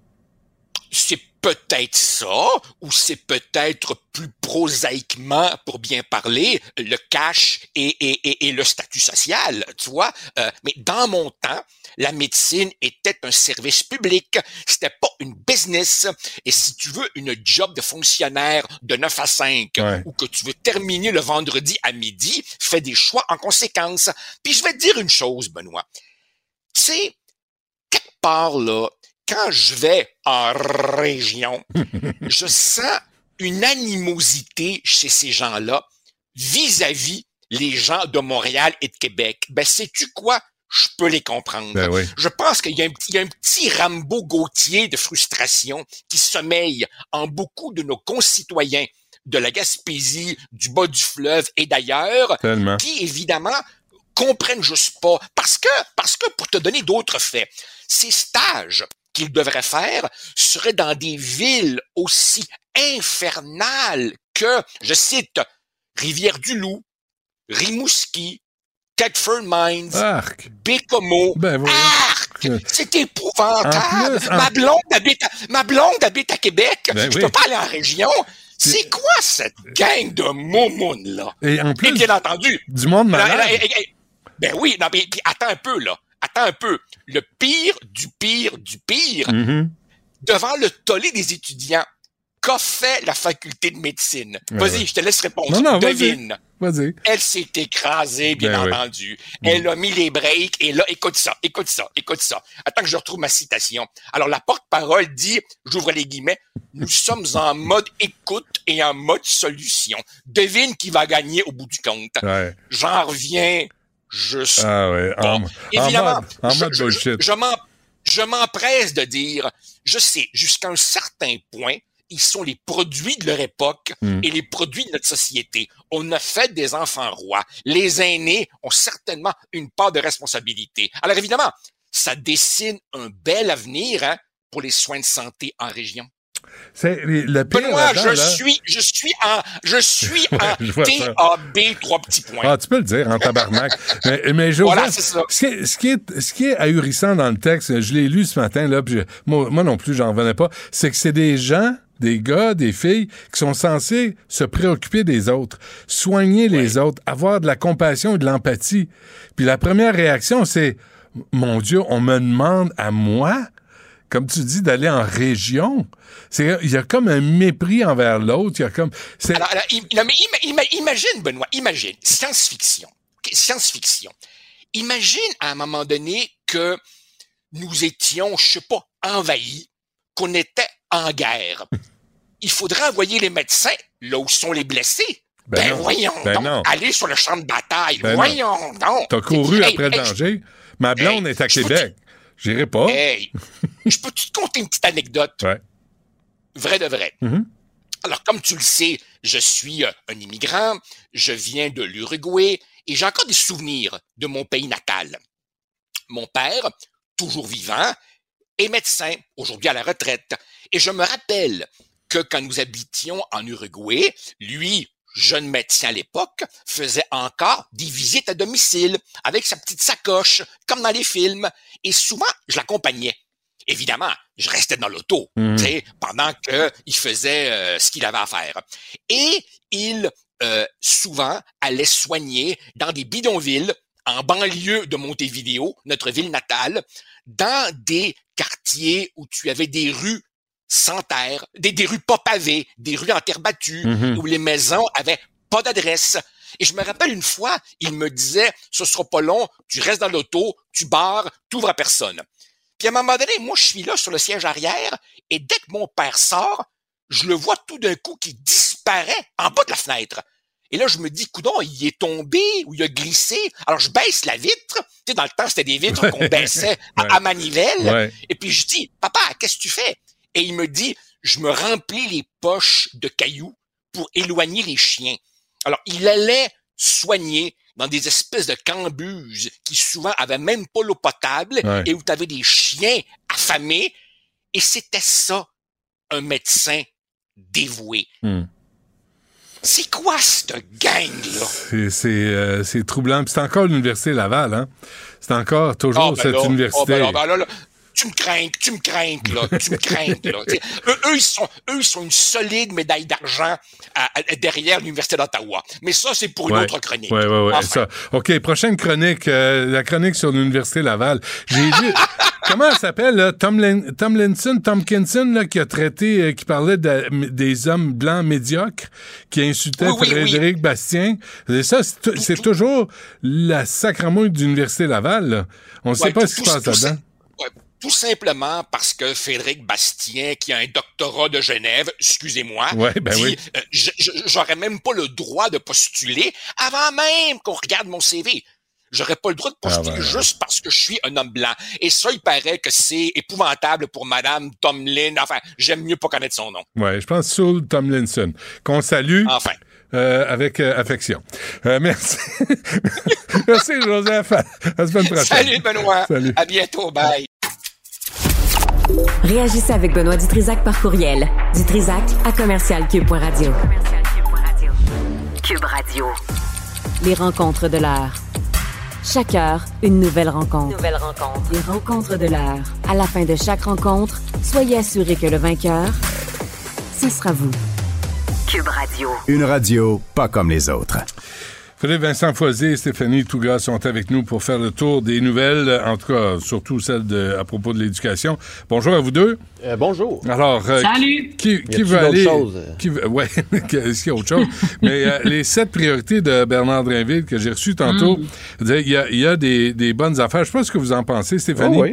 C'est peut-être ça, ou c'est peut-être plus prosaïquement, pour bien parler, le cash et, et, et, et le statut social, tu vois. Euh, mais dans mon temps, la médecine était un service public, c'était pas une business. Et si tu veux une job de fonctionnaire de neuf à cinq, ouais. ou que tu veux terminer le vendredi à midi, fais des choix en conséquence. Puis je vais te dire une chose, Benoît. Tu sais, quelque part là, quand je vais en région, je sens une animosité chez ces gens-là vis-à-vis les gens de Montréal et de Québec. Ben, sais-tu quoi? Je peux les comprendre. Ben oui. Je pense qu'il y a, un, il y a un petit Rambo Gauthier de frustration qui sommeille en beaucoup de nos concitoyens de la Gaspésie, du bas du fleuve et d'ailleurs, Tellement. qui, évidemment, comprennent juste pas. Parce que, parce que, pour te donner d'autres faits, ces stages qu'ils devraient faire seraient dans des villes aussi infernales que, je cite, Rivière-du-Loup, Rimouski, Thetford Mines, Arc. Bécomo, ben, oui. Arc! C'est épouvantable! En plus, en... Ma blonde habite à, ma blonde habite à Québec. Ben, je oui. peux pas aller en région. C'est quoi cette gang de moumounes, là? Et en plus, et bien entendu, du monde malade. Et, et, et, ben oui, non, mais puis attends un peu, là. Attends un peu. Le pire du pire du pire, mm-hmm. devant le tollé des étudiants, qu'a fait la faculté de médecine? Ben Vas-y, oui. je te laisse répondre. Non, non, Devine. Vas-y. Vas-y. Elle s'est écrasée, bien ben entendu. Oui. Elle a mis les breaks et là, écoute ça, écoute ça, écoute ça. Attends que je retrouve ma citation. Alors, la porte-parole dit, j'ouvre les guillemets, nous sommes en mode écoute et en mode solution. Devine qui va gagner au bout du compte. Ouais. J'en reviens juste. Ah ouais. En, Évidemment, en mode, en mode je, bullshit. Je, je, m'en, je m'empresse de dire, je sais, jusqu'à un certain point, ils sont les produits de leur époque mm. et les produits de notre société. On a fait des enfants rois. Les aînés ont certainement une part de responsabilité. Alors évidemment, ça dessine un bel avenir hein, pour les soins de santé en région. C'est le pire Benoît, je là. suis, je suis en, je suis en T A B, trois petits points. Ah, tu peux le dire, en tabarnak. mais, mais Joseph, voilà, c'est ça. Ce, qui, ce, qui est, ce qui est ahurissant dans le texte, je l'ai lu ce matin, là, puis je, moi, moi non plus, j'en revenais pas, c'est que c'est des gens, des gars, des filles, qui sont censés se préoccuper des autres, soigner ouais. les autres, avoir de la compassion et de l'empathie. Puis la première réaction, c'est, mon Dieu, on me demande à moi, comme tu dis, d'aller en région. C'est, il y a comme un mépris envers l'autre. Il y a comme. C'est... Alors, alors im, non, mais im, imagine, Benoît, imagine, science-fiction. Okay, science-fiction. Imagine à un moment donné que nous étions, je sais pas, envahis, qu'on était en guerre. Il faudrait envoyer les médecins là où sont les blessés. Ben, ben voyons ben donc, non. aller sur le champ de bataille. Ben voyons non. donc. T'as couru hey, après hey, le danger. Hey, Ma blonde hey, est à Québec. J'irai pas. Hey, je peux-tu te conter une petite anecdote? Ouais. Vrai de vrai. Mm-hmm. Alors, comme tu le sais, je suis euh, un immigrant, je viens de l'Uruguay et j'ai encore des souvenirs de mon pays natal. Mon père, toujours vivant, est médecin, aujourd'hui à la retraite. Et je me rappelle que quand nous habitions en Uruguay, lui, jeune médecin à l'époque, faisait encore des visites à domicile avec sa petite sacoche, comme dans les films. Et souvent, je l'accompagnais. Évidemment, je restais dans l'auto, mmh. tu sais, pendant que il faisait euh, ce qu'il avait à faire. Et il, euh, souvent, allait soigner dans des bidonvilles, en banlieue de Montevideo, notre ville natale, dans des quartiers où tu avais des rues sans terre, des, des rues pas pavées, des rues en terre battue, mmh. où les maisons avaient pas d'adresse. Et je me rappelle une fois, il me disait, ce sera pas long, tu restes dans l'auto, tu barres, t'ouvres à personne. Puis à un moment donné, moi, je suis là sur le siège arrière, et dès que mon père sort, je le vois tout d'un coup qui disparaît en bas de la fenêtre. Et là, je me dis, coudonc, il est tombé ou il a glissé. Alors, je baisse la vitre. Tu sais, dans le temps, c'était des vitres qu'on baissait à, à manivelle. Ouais. Et puis, je dis, papa, qu'est-ce que tu fais? Et il me dit, je me remplis les poches de cailloux pour éloigner les chiens. Alors, il allait soigner dans des espèces de cambuses qui souvent avaient même pas l'eau potable ouais. et où tu avais des chiens affamés. Et c'était ça, un médecin dévoué. Hmm. C'est quoi cette gang-là? C'est, c'est, euh, c'est troublant. Puis c'est encore l'Université Laval, hein? C'est encore toujours oh, ben cette là, université. Oh, ben là, ben là, là. Tu me crains, tu me crains, là, tu me crains, là. Eux, eux, ils sont, eux, ils sont une solide médaille d'argent à, à, derrière l'Université d'Ottawa. Mais ça, c'est pour une ouais, autre chronique. Oui, oui, oui. Enfin. OK, prochaine chronique, euh, la chronique sur l'Université Laval. J'ai vu... Comment elle s'appelle, là? Tomlin, Tomlinson, Tomkinson, là, qui a traité, euh, qui parlait de, des hommes blancs médiocres, qui insultait oui, oui, Frédéric oui. Bastien. Et ça, c'est, tout, c'est tout, toujours la sacramouille d'Université Laval, là. On ne ouais, sait pas tout, ce qui se passe là-dedans. Ouais, tout simplement parce que Frédéric Bastien, qui a un doctorat de Genève, excusez-moi, ouais, ben dit oui. euh, j'aurais même pas le droit de postuler avant même qu'on regarde mon C V. J'aurais pas le droit de postuler ah ben, juste parce que je suis un homme blanc. Et ça, il paraît que c'est épouvantable pour Madame Tomlin. Enfin, j'aime mieux pas connaître son nom. Ouais, je pense Sue Tomlinson, qu'on salue. Enfin. Euh, avec euh, affection. Euh, merci. Merci, Joseph. À la semaine prochaine. Salut, Benoît. Salut. À bientôt. Bye. Réagissez avec Benoît Dutrisac par courriel. Dutrisac à commercial cube point radio. Cube Radio. Les rencontres de l'heure. Chaque heure, une nouvelle rencontre. Nouvelle rencontre. Les rencontres de l'heure. À la fin de chaque rencontre, soyez assurés que le vainqueur, ce sera vous. Cube Radio. Une radio pas comme les autres. Philippe Vincent Foisy et Stéphanie Tougas sont avec nous pour faire le tour des nouvelles, en tout cas, surtout celles de, à propos de l'éducation. Bonjour à vous deux. Euh, bonjour. Alors, euh, Salut. Qui, qui veut aller... Qui veut, ouais, est-ce qu'il y a autre chose? Mais euh, les sept priorités de Bernard Drinville que j'ai reçues tantôt, mm. il y a, il y a des, des bonnes affaires. Je ne sais pas ce que vous en pensez, Stéphanie. Oh, oui.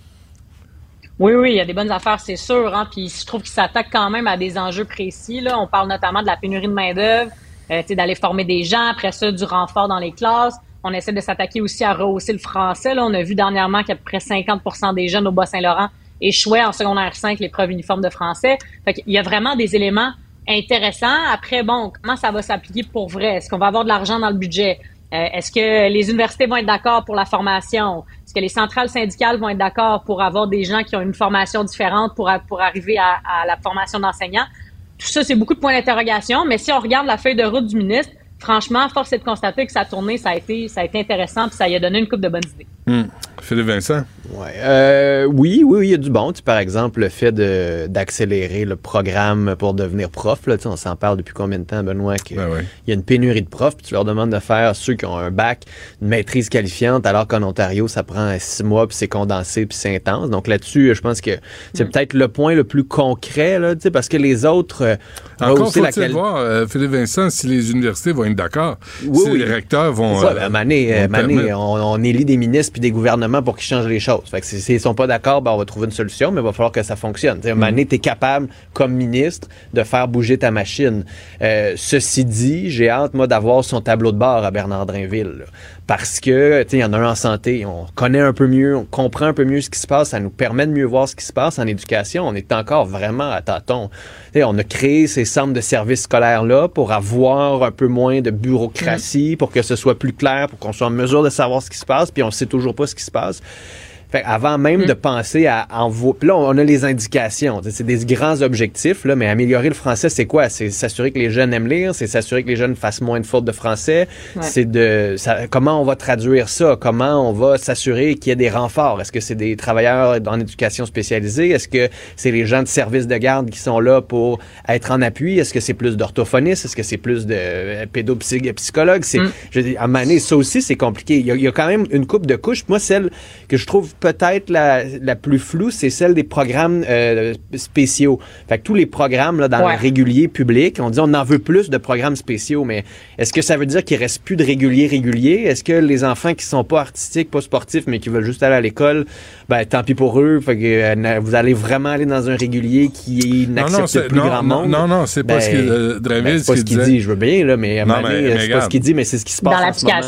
Oui, oui, il y a des bonnes affaires, c'est sûr. Hein? Puis je trouve qu'il s'attaque quand même à des enjeux précis. Là. On parle notamment de la pénurie de main-d'œuvre. Euh, d'aller former des gens, après ça, du renfort dans les classes. On essaie de s'attaquer aussi à rehausser le français. Là, on a vu dernièrement qu'à peu près cinquante pour cent des jeunes au Bas-Saint-Laurent échouaient en secondaire cinq l'épreuve uniforme de français. Fait qu'il y a vraiment des éléments intéressants. Après, bon, comment ça va s'appliquer pour vrai? Est-ce qu'on va avoir de l'argent dans le budget? Euh, est-ce que les universités vont être d'accord pour la formation? Est-ce que les centrales syndicales vont être d'accord pour avoir des gens qui ont une formation différente pour, pour arriver à, à la formation d'enseignants? Tout ça, c'est beaucoup de points d'interrogation, mais si on regarde la feuille de route du ministre, franchement, force est de constater que sa tournée, ça a été, ça a été intéressant, puis ça lui a donné une couple de bonnes idées. Mmh. Philippe Vincent? Ouais, euh, oui, oui, oui, il y a du bon. Tu, par exemple, le fait de, d'accélérer le programme pour devenir prof. Là, on s'en parle depuis combien de temps, Benoît, qu'il ben oui. y a une pénurie de profs, puis tu leur demandes de faire ceux qui ont un bac, une maîtrise qualifiante, alors qu'en Ontario, ça prend six mois, puis c'est condensé, puis c'est intense. Donc là-dessus, je pense que c'est mmh. peut-être le point le plus concret, là, parce que les autres... Euh, Encore faut-il la quali- voir, euh, Philippe Vincent, si les universités vont être d'accord, oui, si oui. les recteurs vont... Ouais, ben, Mané, euh, Mané on, on élit des ministres puis des gouvernements pour qu'ils changent les choses. Fait que s'ils sont pas d'accord, ben on va trouver une solution, mais il va falloir que ça fonctionne. T'sais, mm. Mané, t'es capable, comme ministre, de faire bouger ta machine. Euh, ceci dit, j'ai hâte, moi, d'avoir son tableau de bord à Bernard Drinville. Là, parce que, tu sais, il y en a un en santé, on connaît un peu mieux, on comprend un peu mieux ce qui se passe, ça nous permet de mieux voir ce qui se passe en éducation. On est encore vraiment à tâtons. Tu sais, on a créé ces centres de services scolaires-là pour avoir un peu moins de bureaucratie, mm. pour que ce soit plus clair, pour qu'on soit en mesure de savoir ce qui se passe, puis on sait toujours pas ce qui se passe. Fait avant même mmh. de penser à envoyer... Puis là, on a les indications. C'est des grands objectifs, là, mais améliorer le français, c'est quoi? C'est s'assurer que les jeunes aiment lire, c'est s'assurer que les jeunes fassent moins de fautes de français. Ouais. C'est de... Ça, comment on va traduire ça? Comment on va s'assurer qu'il y ait des renforts? Est-ce que c'est des travailleurs en éducation spécialisée? Est-ce que c'est les gens de service de garde qui sont là pour être en appui? Est-ce que c'est plus d'orthophonistes? Est-ce que c'est plus de pédopsychologues? C'est, mmh. je dis, à un moment donné, ça aussi, c'est compliqué. Il y a, il y a quand même une couple de couches. Moi, celle que je trouve peut-être la, la plus floue, c'est celle des programmes euh, spéciaux. Fait que tous les programmes là, dans ouais. le régulier public, on dit on en veut plus de programmes spéciaux, mais est-ce que ça veut dire qu'il reste plus de réguliers réguliers? Est-ce que les enfants qui sont pas artistiques, pas sportifs, mais qui veulent juste aller à l'école, ben tant pis pour eux, fait que euh, vous allez vraiment aller dans un régulier qui n'accepte non, non, plus non, grand non, monde? Non, non, c'est ben, pas ce que euh, Drinville ben, c'est pas ce qu'il disait. dit, je veux bien, là, mais à un moment donné, c'est regarde. pas ce qu'il dit, mais c'est ce qui se passe dans en l'application. ce moment,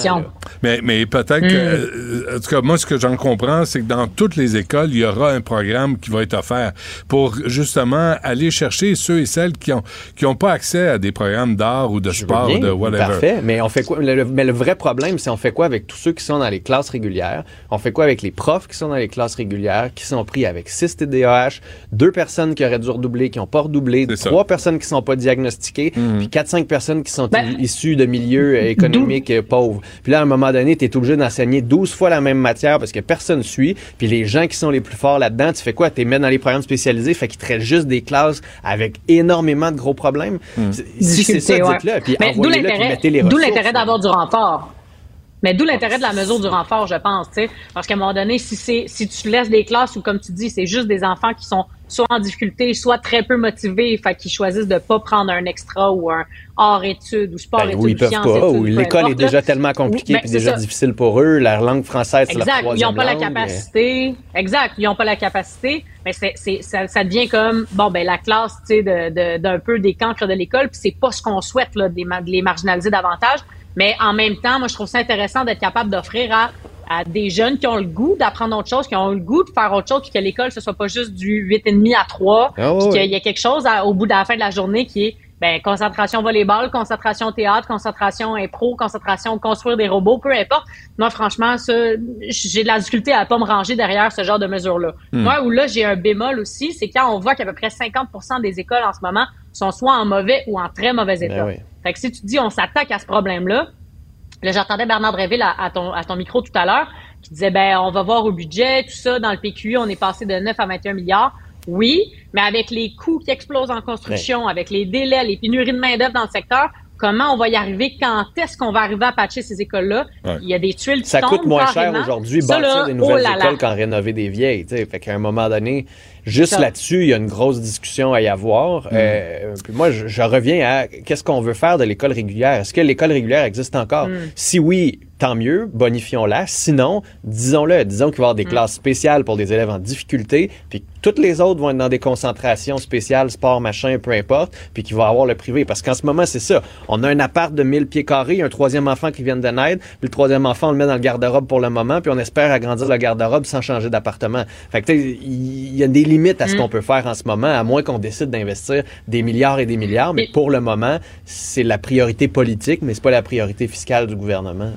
Mais, mais peut-être Mm. que, euh, en tout cas, moi, ce que j'en comprends, c'est que dans toutes les écoles, il y aura un programme qui va être offert pour justement aller chercher ceux et celles qui ont qui ont pas accès à des programmes d'art ou de Je veux sport, bien, de whatever. Parfait, mais on fait quoi? Le, mais le vrai problème, c'est on fait quoi avec tous ceux qui sont dans les classes régulières? On fait quoi avec les profs qui sont dans les classes régulières, qui sont pris avec six T D A H, deux personnes qui auraient dû redoubler, qui n'ont pas redoublé, trois personnes qui sont pas diagnostiquées, Mm. puis quatre, cinq personnes qui sont Ben, issues de milieux euh, économiques euh, pauvres. Puis là, à un moment donné, tu es obligé d'enseigner douze fois la même matière parce que personne suit, puis les gens qui sont les plus forts là-dedans, tu fais quoi? Tu les mets dans les programmes spécialisés, fait qu'ils traitent juste des classes avec énormément de gros problèmes. Mm. Si c'est ça, ouais. dites-le, puis Mais d'où envoyez-le, puis l'intérêt, mettez les d'où ressources. l'intérêt d'avoir du renfort. Mais d'où l'intérêt de la mesure du renfort, je pense, tu sais. Parce qu'à un moment donné, si c'est, si tu laisses des classes où, comme tu dis, c'est juste des enfants qui sont soit en difficulté, soit très peu motivés, fait qu'ils choisissent de pas prendre un extra ou un hors-études ou sport-études Ben, ou ils peuvent sciences pas, études, ou peu l'école importe, est déjà là. tellement compliquée Ben, puis c'est déjà ça. difficile pour eux. La langue française, c'est la Exact, ils troisième n'ont pas la langue, capacité. Exact, ils n'ont pas la capacité. Mais c'est, c'est, ça, ça devient comme, bon, ben la classe, tu sais, de, de, d'un peu des cancres de l'école, puis c'est pas ce qu'on souhaite, là, de les, de les marginaliser davantage. Mais en même temps, moi, je trouve ça intéressant d'être capable d'offrir à, à des jeunes qui ont le goût d'apprendre autre chose, qui ont le goût de faire autre chose, puis que l'école, ce soit pas juste du huit et demi à trois, Ah ouais, puis qu'il ouais. y a quelque chose à- au bout de la fin de la journée qui est ben concentration volleyball, concentration théâtre, concentration impro, concentration construire des robots, peu importe. Moi, franchement, ça, j'ai de la difficulté à pas me ranger derrière ce genre de mesures-là. Mm. Moi, où là, j'ai un bémol aussi, c'est quand on voit qu'à peu près cinquante pour cent des écoles en ce moment sont soit en mauvais ou en très mauvais état. Ben oui. Fait que si tu dis on s'attaque à ce problème-là, là, j'entendais Bernard Drinville à, à ton, à ton micro tout à l'heure, qui disait, ben, on va voir au budget, tout ça, dans le P Q U, on est passé de neuf à vingt et un milliards. Oui, mais avec les coûts qui explosent en construction, avec les délais, les pénuries de main-d'œuvre dans le secteur, comment on va y arriver? Quand est-ce qu'on va arriver à patcher ces écoles-là? Ouais. Il y a des tuiles qui Ça tombent coûte moins cher carrément. aujourd'hui Ça, bâtir là, des nouvelles oh là là. écoles qu'en rénover des vieilles. T'sais. Fait qu'à un moment donné, juste Ça. là-dessus, il y a une grosse discussion à y avoir. Euh, puis moi, je, je reviens à qu'est-ce qu'on veut faire de l'école régulière? Est-ce que l'école régulière existe encore? Mm. Si oui, tant mieux, bonifions-la. Sinon, disons-le, disons qu'il va y avoir des Mm. classes spéciales pour des élèves en difficulté, puis que toutes les autres vont être dans des concentrations spéciales, sport, machin, peu importe, puis qu'il va y avoir le privé. Parce qu'en ce moment, c'est ça. On a un appart de mille pieds carrés, un troisième enfant qui vient de naître, puis le troisième enfant, on le met dans le garde-robe pour le moment, puis on espère agrandir le garde-robe sans changer d'appartement. Fait que, tu sais, il y a des limites à ce Mm. qu'on peut faire en ce moment, à moins qu'on décide d'investir des milliards et des milliards, mais pour le moment, c'est la priorité politique, mais c'est pas la priorité fiscale du gouvernement.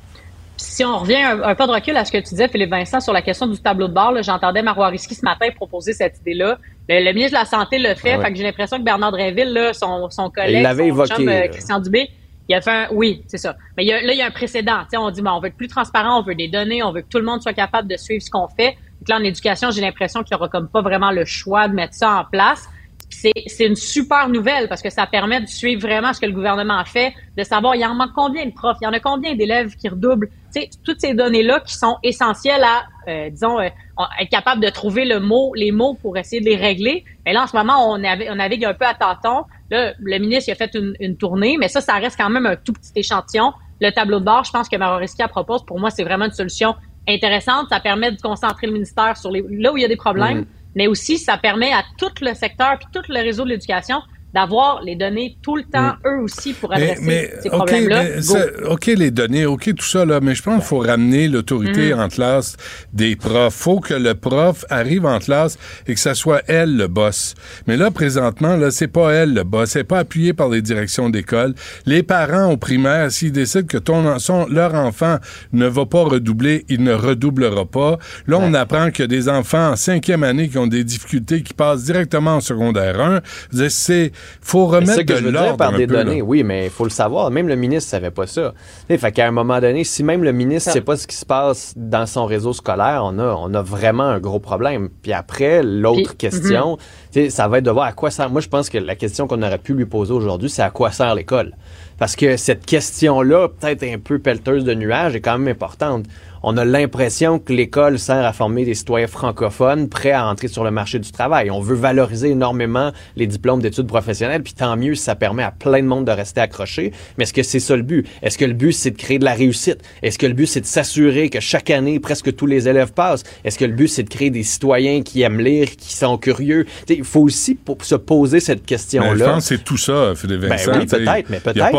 Si on revient un, un pas de recul à ce que tu disais, Philippe Vincent, sur la question du tableau de bord, là, j'entendais Marois Risky ce matin proposer cette idée-là. Le, le ministre de la Santé le fait, Ah ouais. fait que j'ai l'impression que Bernard Drinville, là, son, son collègue, Il l'avait son évoqué, chum, euh, là. Christian Dubé, il a fait un... Oui, c'est ça. Mais il y a, là, il y a un précédent. Tu sais, on dit, bon, on veut être plus transparent, on veut des données, on veut que tout le monde soit capable de suivre ce qu'on fait. Donc là, en éducation, j'ai l'impression qu'il n'y aura comme pas vraiment le choix de mettre ça en place. C'est, c'est une super nouvelle parce que ça permet de suivre vraiment ce que le gouvernement fait, de savoir il y en manque combien de profs, il y en a combien d'élèves qui redoublent. Tu sais, toutes ces données-là qui sont essentielles à, euh, disons, euh, être capable de trouver le mot, les mots pour essayer de les régler. Mais là, en ce moment, on, avait, on navigue un peu à tâtons. Là, le ministre il a fait une, une tournée, mais ça, ça reste quand même un tout petit échantillon. Le tableau de bord, je pense que Marois Risky propose, pour moi, c'est vraiment une solution intéressante. Ça permet de concentrer le ministère sur les, là où il y a des problèmes. Mm. Mais aussi, ça permet à tout le secteur puis tout le réseau de l'éducation d'avoir les données tout le temps, Mm. eux aussi, pour Mais, adresser mais, ces OK, problèmes-là. mais Go. ça- OK, les données, OK, tout ça, là, mais je pense qu'il faut ramener l'autorité Mm. en classe des profs. Faut que le prof arrive en classe et que ça soit elle le boss. Mais là, présentement, là, c'est pas elle le boss. C'est pas appuyé par les directions d'école. Les parents au primaire, s'ils décident que ton, son, leur enfant ne va pas redoubler, il ne redoublera pas. Là, on apprend qu'il y a des enfants en cinquième année qui ont des difficultés, qui passent directement en secondaire un. Je veux dire, c'est, faut C'est remettre ça que de je veux l'ordre dire par un des peu, là. données. Oui, mais il faut le savoir. Même le ministre savait pas ça. Tu sais, fait qu'à un moment donné, si même le ministre Ça. sait pas ce qui se passe dans son réseau scolaire, on a, on a vraiment un gros problème. Puis après, l'autre Puis- question, tu sais, ça va être de voir à quoi sert. Moi, je pense que la question qu'on aurait pu lui poser aujourd'hui, c'est à quoi sert l'école. Parce que cette question-là, peut-être un peu pelleteuse de nuages, est quand même importante. On a l'impression que l'école sert à former des citoyens francophones prêts à entrer sur le marché du travail. On veut valoriser énormément les diplômes d'études professionnelles, puis tant mieux si ça permet à plein de monde de rester accroché. Mais est-ce que c'est ça le but? Est-ce que le but, c'est de créer de la réussite? Est-ce que le but, c'est de s'assurer que chaque année, presque tous les élèves passent? Est-ce que le but, c'est de créer des citoyens qui aiment lire, qui sont curieux? Il faut aussi pour se poser cette question-là. Mais je pense que c'est tout ça, Philippe Ben Vincent. oui, T'sais, peut-être, mais Il n'y a, peut-être. pas-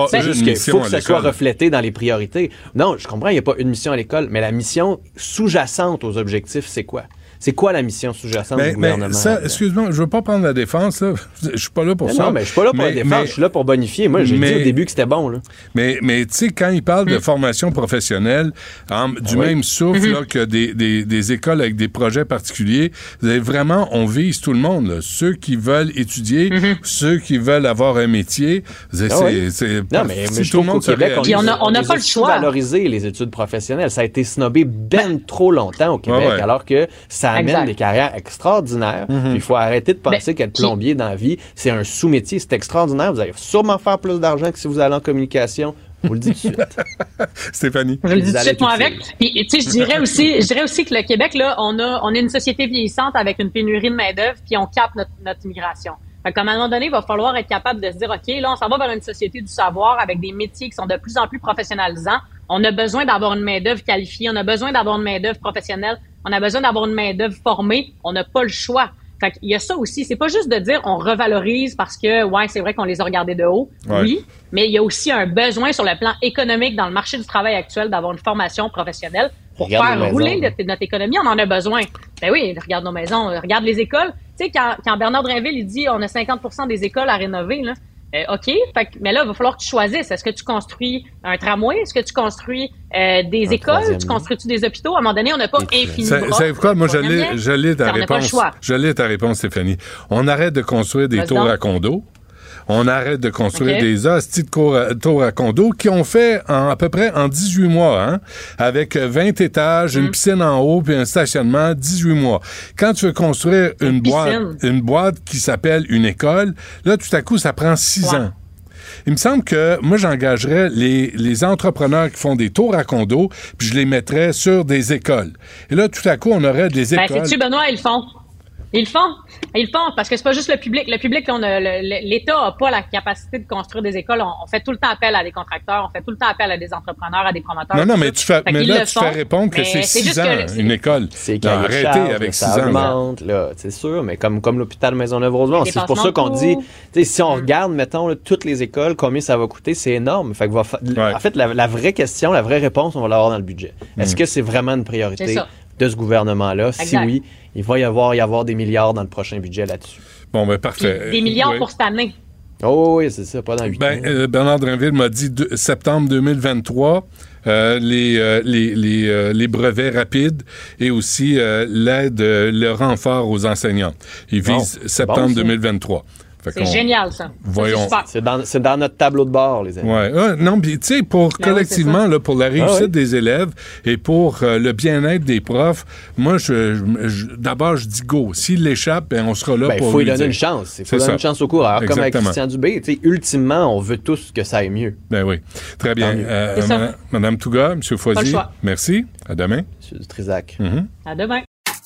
c'est juste qu'il faut que ça soit reflété dans les priorités. Non, je comprends, il n'y a pas une mission à l'école, mais la mission sous-jacente aux objectifs, c'est quoi? C'est quoi la mission sous-jacente mais, du gouvernement? Mais ça, excuse-moi, je veux pas prendre la défense, là. Je suis pas là pour mais ça. Non, mais je suis pas là pour mais, la défense, mais, je suis là pour bonifier. Moi, j'ai mais, dit au début que c'était bon, là. Mais, mais tu sais, quand ils parlent mm. de formation professionnelle, en, du oui. même souffle mm-hmm. là, que des, des, des écoles avec des projets particuliers, vous avez vraiment, on vise tout le monde, là. Ceux qui veulent étudier, mm-hmm. ceux qui veulent avoir un métier. C'est, ah oui. c'est, non, mais, mais je tout le monde qu'au Québec, on n'a on a pas le choix. Valoriser les études professionnelles. Ça a été snobé ben trop longtemps au Québec, ah ouais. alors que ça amène exact. des carrières extraordinaire. Mm-hmm. Il faut arrêter de penser ben, qu'être plombier dans la vie, c'est un sous-métier. C'est extraordinaire. Vous allez sûrement faire plus d'argent que si vous allez en communication. Je vous le dis tout de suite. Stéphanie. Je le dis tout de suite, moi, avec. Puis, tu sais, je dirais aussi, je dirais aussi que le Québec, là, on a, on est une société vieillissante avec une pénurie de main-d'œuvre, puis on capte notre, notre immigration. Fait qu'à un moment donné, il va falloir être capable de se dire, OK, là, on s'en va vers une société du savoir avec des métiers qui sont de plus en plus professionnalisants. On a besoin d'avoir une main-d'œuvre qualifiée. On a besoin d'avoir une main-d'œuvre professionnelle. On a besoin d'avoir une main-d'œuvre formée. On n'a pas le choix. Fait qu'il y a ça aussi. C'est pas juste de dire on revalorise parce que, ouais, c'est vrai qu'on les a regardés de haut. Ouais. Oui. Mais il y a aussi un besoin sur le plan économique dans le marché du travail actuel d'avoir une formation professionnelle pour regarde faire rouler notre, notre économie. On en a besoin. Ben oui, regarde nos maisons, regarde les écoles. Tu sais, quand, quand Bernard Drinville, il dit on a cinquante pour cent des écoles à rénover, là. Euh, OK, fait que, mais là, il va falloir que tu choisisses. Est-ce que tu construis un tramway? Est-ce que tu construis euh, des un écoles? Tu construis-tu des hôpitaux? À un moment donné, on n'a pas infini de bras. C'est quoi? Moi, je l'ai, je l'ai ta réponse. Je l'ai ta réponse, Stéphanie. On arrête de construire des tours à condos. On arrête de construire okay. des hosties de tours à condos qui ont fait en, à peu près en dix-huit mois, hein, avec vingt étages, mmh. une piscine en haut puis un stationnement, dix-huit mois. Quand tu veux construire une, une boîte, une boîte qui s'appelle une école, là, tout à coup, ça prend six ouais. ans. Il me semble que moi, j'engagerais les, les entrepreneurs qui font des tours à condos puis je les mettrais sur des écoles. Et là, tout à coup, on aurait des écoles... Ben, sais-tu, Benoît, ils le font. Ils le font. Ils le font parce que c'est pas juste le public. Le public, on a, le, l'État a pas la capacité de construire des écoles. On, on fait tout le temps appel à des contracteurs. On fait tout le temps appel à des entrepreneurs, à des promoteurs. Non, non, mais tu fais, mais là, tu fais répondre que c'est six ans, que une école. C'est arrêté avec six ans. Augmente, là, c'est sûr, mais comme, comme l'hôpital Maisonneuve-Rosemont, c'est pour ça qu'on dit, si on regarde, mettons, là, toutes les écoles, combien ça va coûter, c'est énorme. Fait que va fa... ouais. En fait, la, la vraie question, la vraie réponse, on va l'avoir dans le budget. Mm. Est-ce que c'est vraiment une priorité de ce gouvernement-là? Exact. Si oui, il va y avoir, y avoir des milliards dans le prochain budget là-dessus. Bon, ben parfait. Des, des milliards oui. pour cette année. Oh oui, c'est ça, pas dans huit ben, ans. Euh, Bernard Drinville m'a dit de, septembre deux mille vingt-trois, euh, les, euh, les, les, euh, les brevets rapides et aussi euh, l'aide, euh, le renfort aux enseignants. Il vise bon, septembre bon, deux mille vingt-trois. Fait c'est génial, ça. Voyons. Ça, c'est, dans, c'est dans notre tableau de bord, les amis. Ouais. ouais non, puis tu sais, pour ben collectivement, oui, là, pour la réussite ah, oui. des élèves et pour euh, le bien-être des profs, moi, je, je, d'abord, je dis go. S'il l'échappe, ben, on sera là ben, pour. Il faut lui donner une chance. Il faut lui donner une chance au cours. Alors, exactement. Comme avec Christian Dubé, tu sais, ultimement, on veut tous que ça aille mieux. Ben oui. Très bien. Euh, Madame, Madame Touga, M. Foisy, merci. À demain. M. Dutrisac. Mm-hmm. À demain.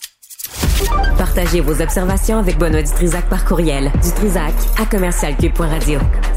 Partagez vos observations avec Benoît Dutrisac par courriel. Dutrisac à commercial cube point radio.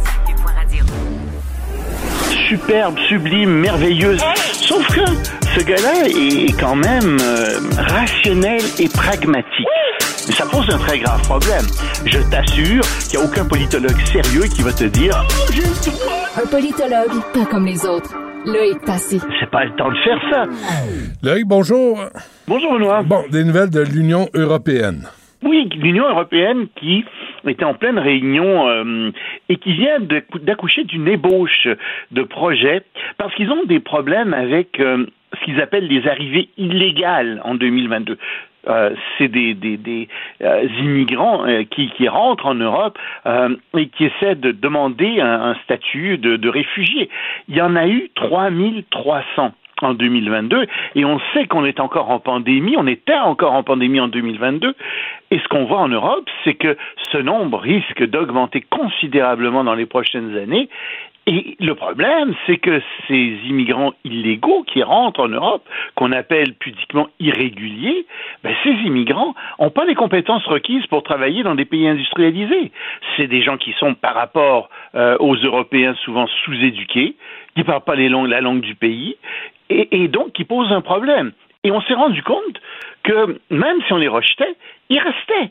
Superbe, sublime, merveilleuse. Sauf que ce gars-là est quand même euh, rationnel et pragmatique. Mais ça pose un très grave problème. Je t'assure qu'il n'y a aucun politologue sérieux qui va te dire oh, j'ai le droit. Un politologue, pas comme les autres. Loïc Passy. C'est pas le temps de faire ça. Loïc, bonjour. Bonjour, Benoît. Bon, des nouvelles de l'Union européenne. Oui, l'Union européenne qui était en pleine réunion euh, et qui vient de, d'accoucher d'une ébauche de projet parce qu'ils ont des problèmes avec euh, ce qu'ils appellent les arrivées illégales en deux mille vingt-deux. Euh, c'est des, des, des euh, immigrants euh, qui, qui rentrent en Europe euh, et qui essaient de demander un, un statut de, de réfugié. Il y en a eu trois mille trois cents en deux mille vingt-deux et on sait qu'on est encore en pandémie, on était encore en pandémie en deux mille vingt-deux et ce qu'on voit en Europe, c'est que ce nombre risque d'augmenter considérablement dans les prochaines années. Et le problème, c'est que ces immigrants illégaux qui rentrent en Europe, qu'on appelle pudiquement irréguliers, ben ces immigrants n'ont pas les compétences requises pour travailler dans des pays industrialisés. C'est des gens qui sont, par rapport euh, aux Européens, souvent sous-éduqués, qui ne parlent pas les langues, la langue du pays, et, et donc qui posent un problème. Et on s'est rendu compte que même si on les rejetait, ils restaient.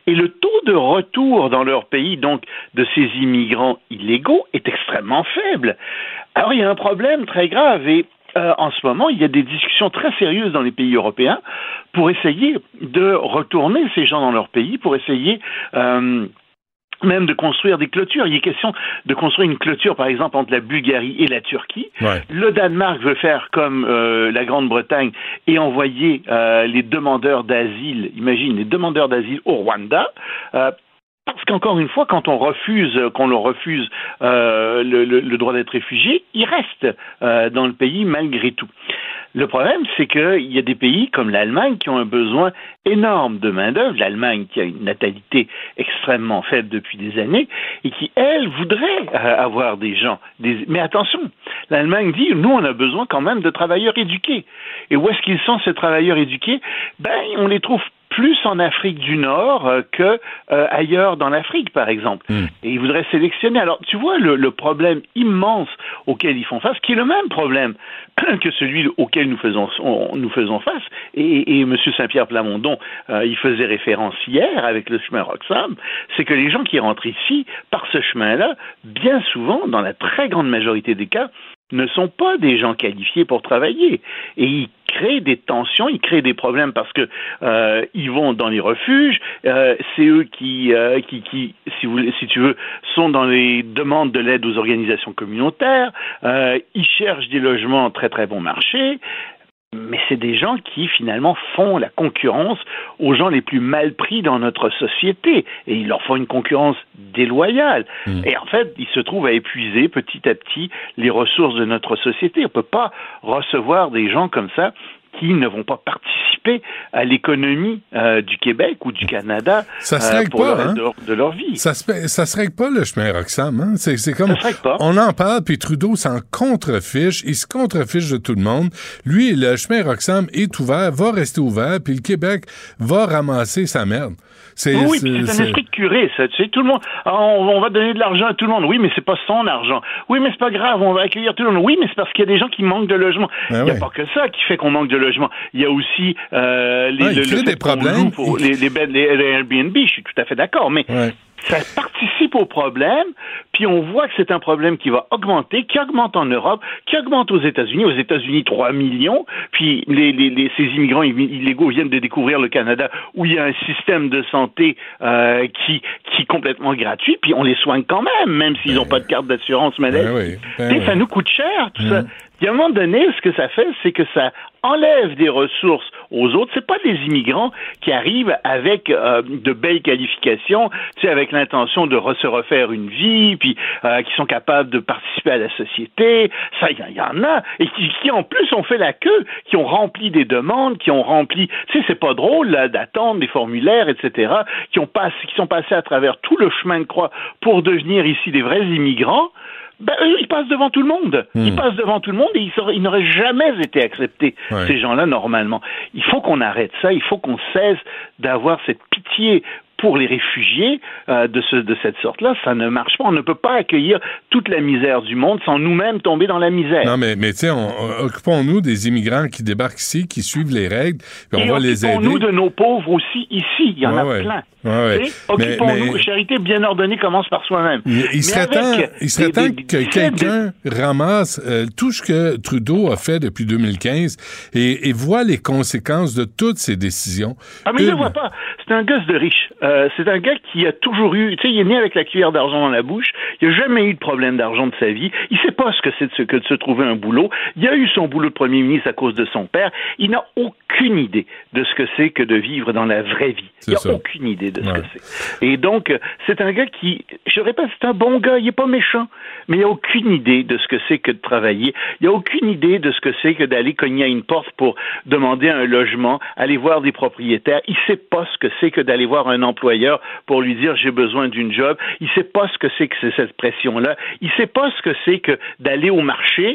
Et le taux de retour dans leur pays, donc de ces immigrants illégaux, est extrêmement faible. Alors il y a un problème très grave et euh, en ce moment, il y a des discussions très sérieuses dans les pays européens pour essayer de retourner ces gens dans leur pays, pour essayer... Euh, même de construire des clôtures. Il est question de construire une clôture, par exemple, entre la Bulgarie et la Turquie. Ouais. Le Danemark veut faire comme euh, la Grande-Bretagne et envoyer euh, les demandeurs d'asile, imagine, les demandeurs d'asile au Rwanda. Euh, Parce qu'encore une fois, quand on refuse, qu'on leur refuse euh, le, le, le droit d'être réfugié, ils restent euh, dans le pays malgré tout. Le problème, c'est qu'il y a des pays comme l'Allemagne qui ont un besoin énorme de main-d'œuvre. L'Allemagne qui a une natalité extrêmement faible depuis des années et qui, elle, voudrait euh, avoir des gens. Des... Mais attention, l'Allemagne dit, nous, on a besoin quand même de travailleurs éduqués. Et où est-ce qu'ils sont, ces travailleurs éduqués? Ben, on les trouve plus en Afrique du Nord euh, que euh, ailleurs dans l'Afrique, par exemple. Mm. Et ils voudraient sélectionner. Alors, tu vois le, le problème immense auquel ils font face, qui est le même problème que celui auquel nous faisons, on, nous faisons face. Et, et M. Saint-Pierre Plamondon, euh, il faisait référence hier avec le chemin Roxham, c'est que les gens qui rentrent ici par ce chemin-là, bien souvent, dans la très grande majorité des cas, ne sont pas des gens qualifiés pour travailler. Et ils créent des tensions, ils créent des problèmes parce que euh, ils vont dans les refuges, euh, c'est eux qui, euh, qui, qui si, vous, si tu veux, sont dans les demandes de l'aide aux organisations communautaires, euh, ils cherchent des logements très très bon marché. Mais c'est des gens qui, finalement, font la concurrence aux gens les plus mal pris dans notre société. Et ils leur font une concurrence déloyale. Mmh. Et en fait, ils se trouvent à épuiser petit à petit les ressources de notre société. On ne peut pas recevoir des gens comme ça qui ne vont pas participer à l'économie euh, du Québec ou du Canada ça se règle euh, pour pas, le reste hein? de, de leur vie. Ça se, ça se règle pas, le chemin Roxham. Hein? C'est, c'est comme, ça se règle pas. On en parle, puis Trudeau s'en contrefiche. Il se contrefiche de tout le monde. Lui, le chemin Roxham est ouvert, va rester ouvert, puis le Québec va ramasser sa merde. C'est, oui, c'est, c'est un esprit de curé, ça. Tu sais, tout le monde, on, on va donner de l'argent à tout le monde. Oui, mais c'est pas son argent. Oui, mais c'est pas grave, on va accueillir tout le monde. Oui, mais c'est parce qu'il y a des gens qui manquent de logement. Ben il n'y a ouais. pas que ça qui fait qu'on manque de logement. Il y a aussi euh, les, ah, le, le des problèmes. Pour les, les, les, les Airbnb. Je suis tout à fait d'accord, mais ouais. ça participe au problème. Puis on voit que c'est un problème qui va augmenter, qui augmente en Europe, qui augmente aux États-Unis. Aux États-Unis, trois millions. Puis les, les, les, ces immigrants illégaux viennent de découvrir le Canada, où il y a un système de santé euh, qui, qui est complètement gratuit. Puis on les soigne quand même, même s'ils n'ont ben, pas de carte d'assurance maladie. Ben oui, ben oui. Ça nous coûte cher, tout mmh. ça. Puis à un moment donné, ce que ça fait, c'est que ça enlève des ressources aux autres. C'est pas des immigrants qui arrivent avec euh, de belles qualifications, tu sais, avec l'intention de re- se refaire une vie, puis euh, qui sont capables de participer à la société. Ça, il y, y en a, et qui, qui en plus ont fait la queue, qui ont rempli des demandes, qui ont rempli. Tu sais, c'est pas drôle là d'attendre des formulaires, et cetera. Qui ont passé, qui sont passés à travers tout le chemin de croix pour devenir ici des vrais immigrants. Ben, eux, ils passent devant tout le monde. Mmh. Ils passent devant tout le monde et ils, seraient, ils n'auraient jamais été acceptés, ouais. ces gens-là, normalement. Il faut qu'on arrête ça. Il faut qu'on cesse d'avoir cette pitié pour les réfugiés euh, de, ce, de cette sorte-là. Ça ne marche pas. On ne peut pas accueillir toute la misère du monde sans nous-mêmes tomber dans la misère. Non, mais, mais tu sais, occupons-nous des immigrants qui débarquent ici, qui suivent les règles, puis on et va les aider. Occupons-nous de nos pauvres aussi ici. Il y en ouais, a ouais. plein. Ouais, ouais. Occupons-nous. Mais... Charité bien ordonnée commence par soi-même. Il, il serait temps, il serait temps des, que des, quelqu'un des... ramasse euh, tout ce que Trudeau a fait depuis deux mille quinze et, et voit les conséquences de toutes ses décisions. Ah, mais Une... il ne le voit pas. C'est un gosse de riche. Euh, c'est un gars qui a toujours eu... Tu sais, il est né avec la cuillère d'argent dans la bouche. Il n'a jamais eu de problème d'argent de sa vie. Il ne sait pas ce que c'est de se, que de se trouver un boulot. Il a eu son boulot de premier ministre à cause de son père. Il n'a aucune idée de ce que c'est que de vivre dans la vraie vie. C'est il n'a aucune idée de ce ouais. que c'est. Et donc, c'est un gars qui, je répète, c'est un bon gars, il n'est pas méchant, mais il n'a aucune idée de ce que c'est que de travailler. Il n'a aucune idée de ce que c'est que d'aller cogner à une porte pour demander un logement, aller voir des propriétaires. Il ne sait pas ce que c'est que d'aller voir un employeur pour lui dire j'ai besoin d'une job. Il ne sait pas ce que c'est que c'est cette pression-là. Il ne sait pas ce que c'est que d'aller au marché.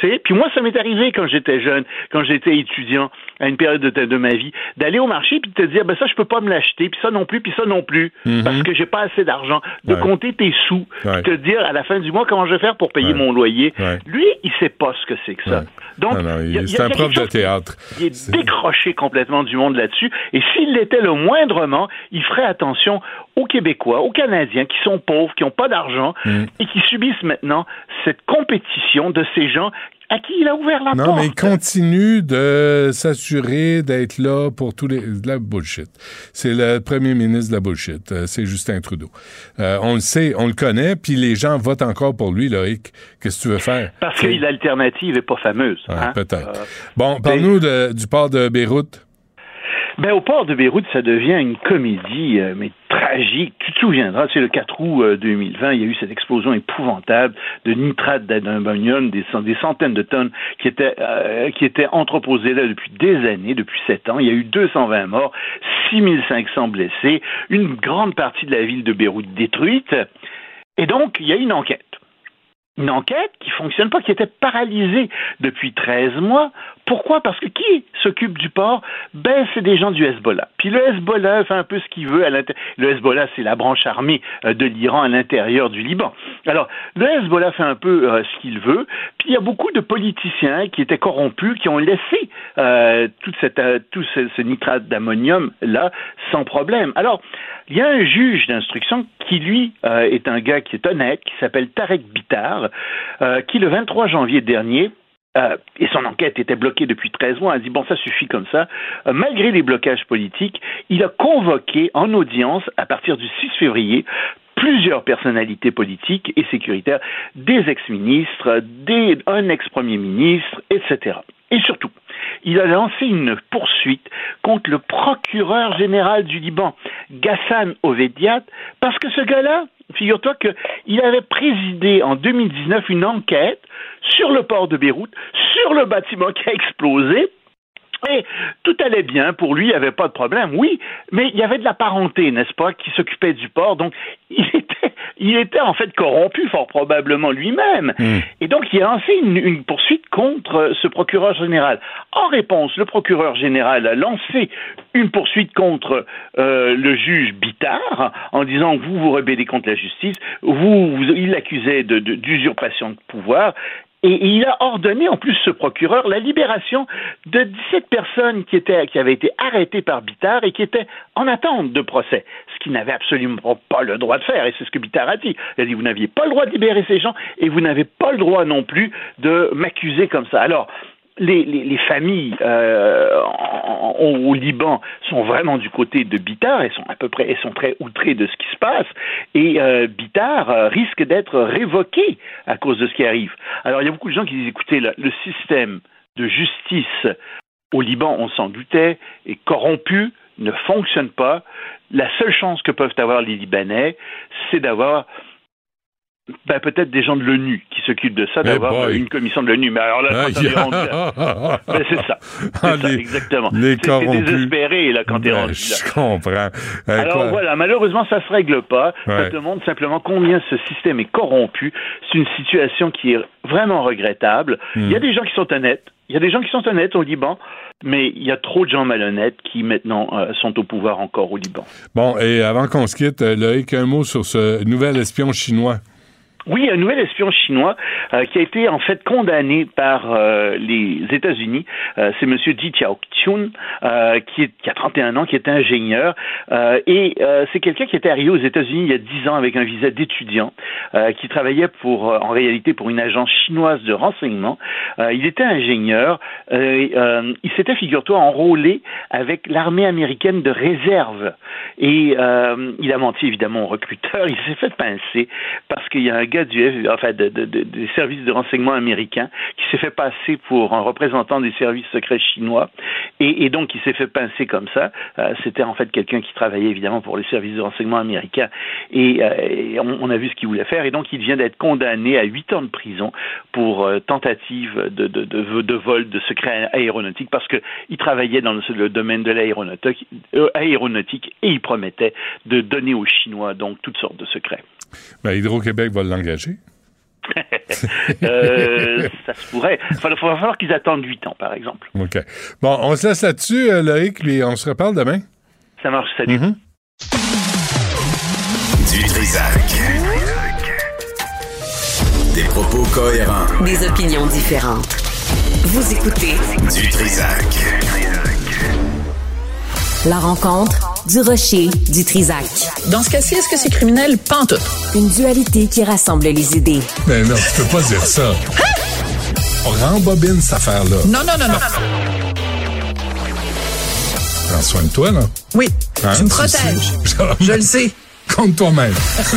Tu sais, puis moi, ça m'est arrivé quand j'étais jeune, quand j'étais étudiant, à une période de, de ma vie, d'aller au marché puis de te dire, ben ça, je peux pas me l'acheter, puis ça non plus, puis ça non plus, mm-hmm. parce que j'ai pas assez d'argent. De ouais. compter tes sous, ouais. puis te dire à la fin du mois comment je vais faire pour payer ouais. mon loyer. Ouais. Lui, il sait pas ce que c'est que ça. Ouais. Donc, non, non, il, y a, c'est y a un prof de théâtre. Il est, est décroché complètement du monde là-dessus. Et s'il l'était le moindrement, il ferait attention aux Québécois, aux Canadiens qui sont pauvres, qui n'ont pas d'argent mm. et qui subissent maintenant cette compétition de ces gens à qui il a ouvert la non, porte. Non, mais il continue de s'assurer d'être là pour tous les... de la bullshit. C'est le premier ministre de la bullshit. Euh, c'est Justin Trudeau. Euh, on le sait, on le connaît, puis les gens votent encore pour lui, Loïc. Qu'est-ce que tu veux faire? Parce c'est... que l'alternative n'est pas fameuse. Ouais, hein? Peut-être. Euh, bon, parle-nous de, du port de Beyrouth. Ben, au port de Beyrouth, ça devient une comédie, euh, mais tragique. Tu te souviendras, c'est le quatre août euh, deux mille vingt, il y a eu cette explosion épouvantable de nitrate d'ammonium, des, des centaines de tonnes qui étaient, euh, qui étaient entreposées là depuis des années, depuis sept ans. Il y a eu deux cent vingt morts, six mille cinq cents blessés, une grande partie de la ville de Beyrouth détruite. Et donc, il y a une enquête. Une enquête qui fonctionne pas, qui était paralysée depuis treize mois. Pourquoi? Parce que qui s'occupe du port? Ben, c'est des gens du Hezbollah. Puis le Hezbollah fait un peu ce qu'il veut à l'intérieur. Le Hezbollah, c'est la branche armée de l'Iran à l'intérieur du Liban. Alors, le Hezbollah fait un peu euh, ce qu'il veut. Puis il y a beaucoup de politiciens qui étaient corrompus, qui ont laissé euh, toute cette, euh, tout ce, ce nitrate d'ammonium-là sans problème. Alors, il y a un juge d'instruction qui, lui, euh, est un gars qui est honnête, qui s'appelle Tarek Bitar, euh, qui, le vingt-trois janvier dernier, Euh, et son enquête était bloquée depuis treize mois, a dit, bon, ça suffit comme ça. Euh, malgré les blocages politiques, il a convoqué en audience, à partir du six février, plusieurs personnalités politiques et sécuritaires, des ex-ministres, des, un ex-premier ministre, et cetera. Et surtout, il a lancé une poursuite contre le procureur général du Liban, Ghassan Ovediat, parce que ce gars-là, figure-toi qu'il avait présidé en deux mille dix-neuf une enquête sur le port de Beyrouth, sur le bâtiment qui a explosé, et tout allait bien pour lui, il n'y avait pas de problème, oui, mais il y avait de la parenté, n'est-ce pas, qui s'occupait du port, donc il était, il était en fait corrompu, fort probablement lui-même, mmh. et donc il a lancé une, une poursuite contre ce procureur général. En réponse, le procureur général a lancé une poursuite contre euh, le juge Bitar, en disant que vous vous rebellez contre la justice, vous, vous il l'accusait de, de, d'usurpation de pouvoir. Et il a ordonné, en plus, ce procureur, la libération de dix-sept personnes qui étaient, qui avaient été arrêtées par Bitar et qui étaient en attente de procès, ce qu'il n'avait absolument pas le droit de faire, et c'est ce que Bitar a dit. Il a dit, vous n'aviez pas le droit de libérer ces gens, et vous n'avez pas le droit non plus de m'accuser comme ça. Alors, Les, les, les familles euh, en, en, au Liban sont vraiment du côté de Bitar, elles sont à peu près, elles sont très outrées de ce qui se passe, et euh, Bitar euh, risque d'être révoqué à cause de ce qui arrive. Alors il y a beaucoup de gens qui disent, écoutez, le, le système de justice au Liban, on s'en doutait, est corrompu, ne fonctionne pas. La seule chance que peuvent avoir les Libanais, c'est d'avoir Ben, peut-être des gens de l'ONU qui s'occupent de ça, d'avoir hey une commission de l'ONU. Mais alors là, quand on est rendu là, ben, c'est ça. C'est ah, ça, les, exactement. Les c'est, c'est désespéré, là, quand t'es ben, rendu je là. Je comprends. Euh, alors quoi? voilà, malheureusement, ça se règle pas. Ouais. Ça te montre simplement combien ce système est corrompu. C'est une situation qui est vraiment regrettable. Il mm. y a des gens qui sont honnêtes. Il y a des gens qui sont honnêtes au Liban, mais il y a trop de gens malhonnêtes qui maintenant euh, sont au pouvoir encore au Liban. Bon, et avant qu'on se quitte, Loïc, un mot sur ce nouvel espion chinois. Oui, un nouvel espion chinois euh, qui a été en fait condamné par euh, les États-Unis. Euh, c'est Monsieur Ji Xiaoqun, euh, qui, est, qui a trente et un ans, qui est ingénieur. Euh, et euh, c'est quelqu'un qui était arrivé aux États-Unis il y a dix ans avec un visa d'étudiant, euh, qui travaillait pour, euh, en réalité pour une agence chinoise de renseignement. Euh, il était ingénieur. Euh, euh, il s'était, figure-toi, enrôlé avec l'armée américaine de réserve. Et euh, il a menti évidemment au recruteur. Il s'est fait pincer parce qu'il y a un gars du, enfin, de, de, de, des services de renseignement américains qui s'est fait passer pour un représentant des services secrets chinois et, et donc il s'est fait pincer comme ça. Euh, c'était en fait quelqu'un qui travaillait évidemment pour les services de renseignement américains et, euh, et on, on a vu ce qu'il voulait faire et donc il vient d'être condamné à huit ans de prison pour euh, tentative de, de, de, de vol de secrets aéronautiques parce qu'il travaillait dans le, le domaine de l'aéronautique euh, aéronautique et il promettait de donner aux Chinois donc toutes sortes de secrets. Ben, Hydro-Québec va l'engager. euh, ça se pourrait. Il va falloir qu'ils attendent huit ans, par exemple. OK. Bon, on se laisse là-dessus, euh, Loïc, puis on se reparle demain. Ça marche, salut. Mm-hmm. Du Trisac. Des propos cohérents. Des opinions différentes. Vous écoutez Du Trisac. La rencontre du Rocher du Trisac. Dans ce cas-ci, est-ce que c'est criminel? Pantoute. Une dualité qui rassemble les idées. Mais non, tu peux pas dire ça. Hein? On rembobine cette affaire-là. Non, non, non, non. Prends soin de toi, là. Oui, hein? Tu me protèges. Je, Je le sais. Contre toi-même.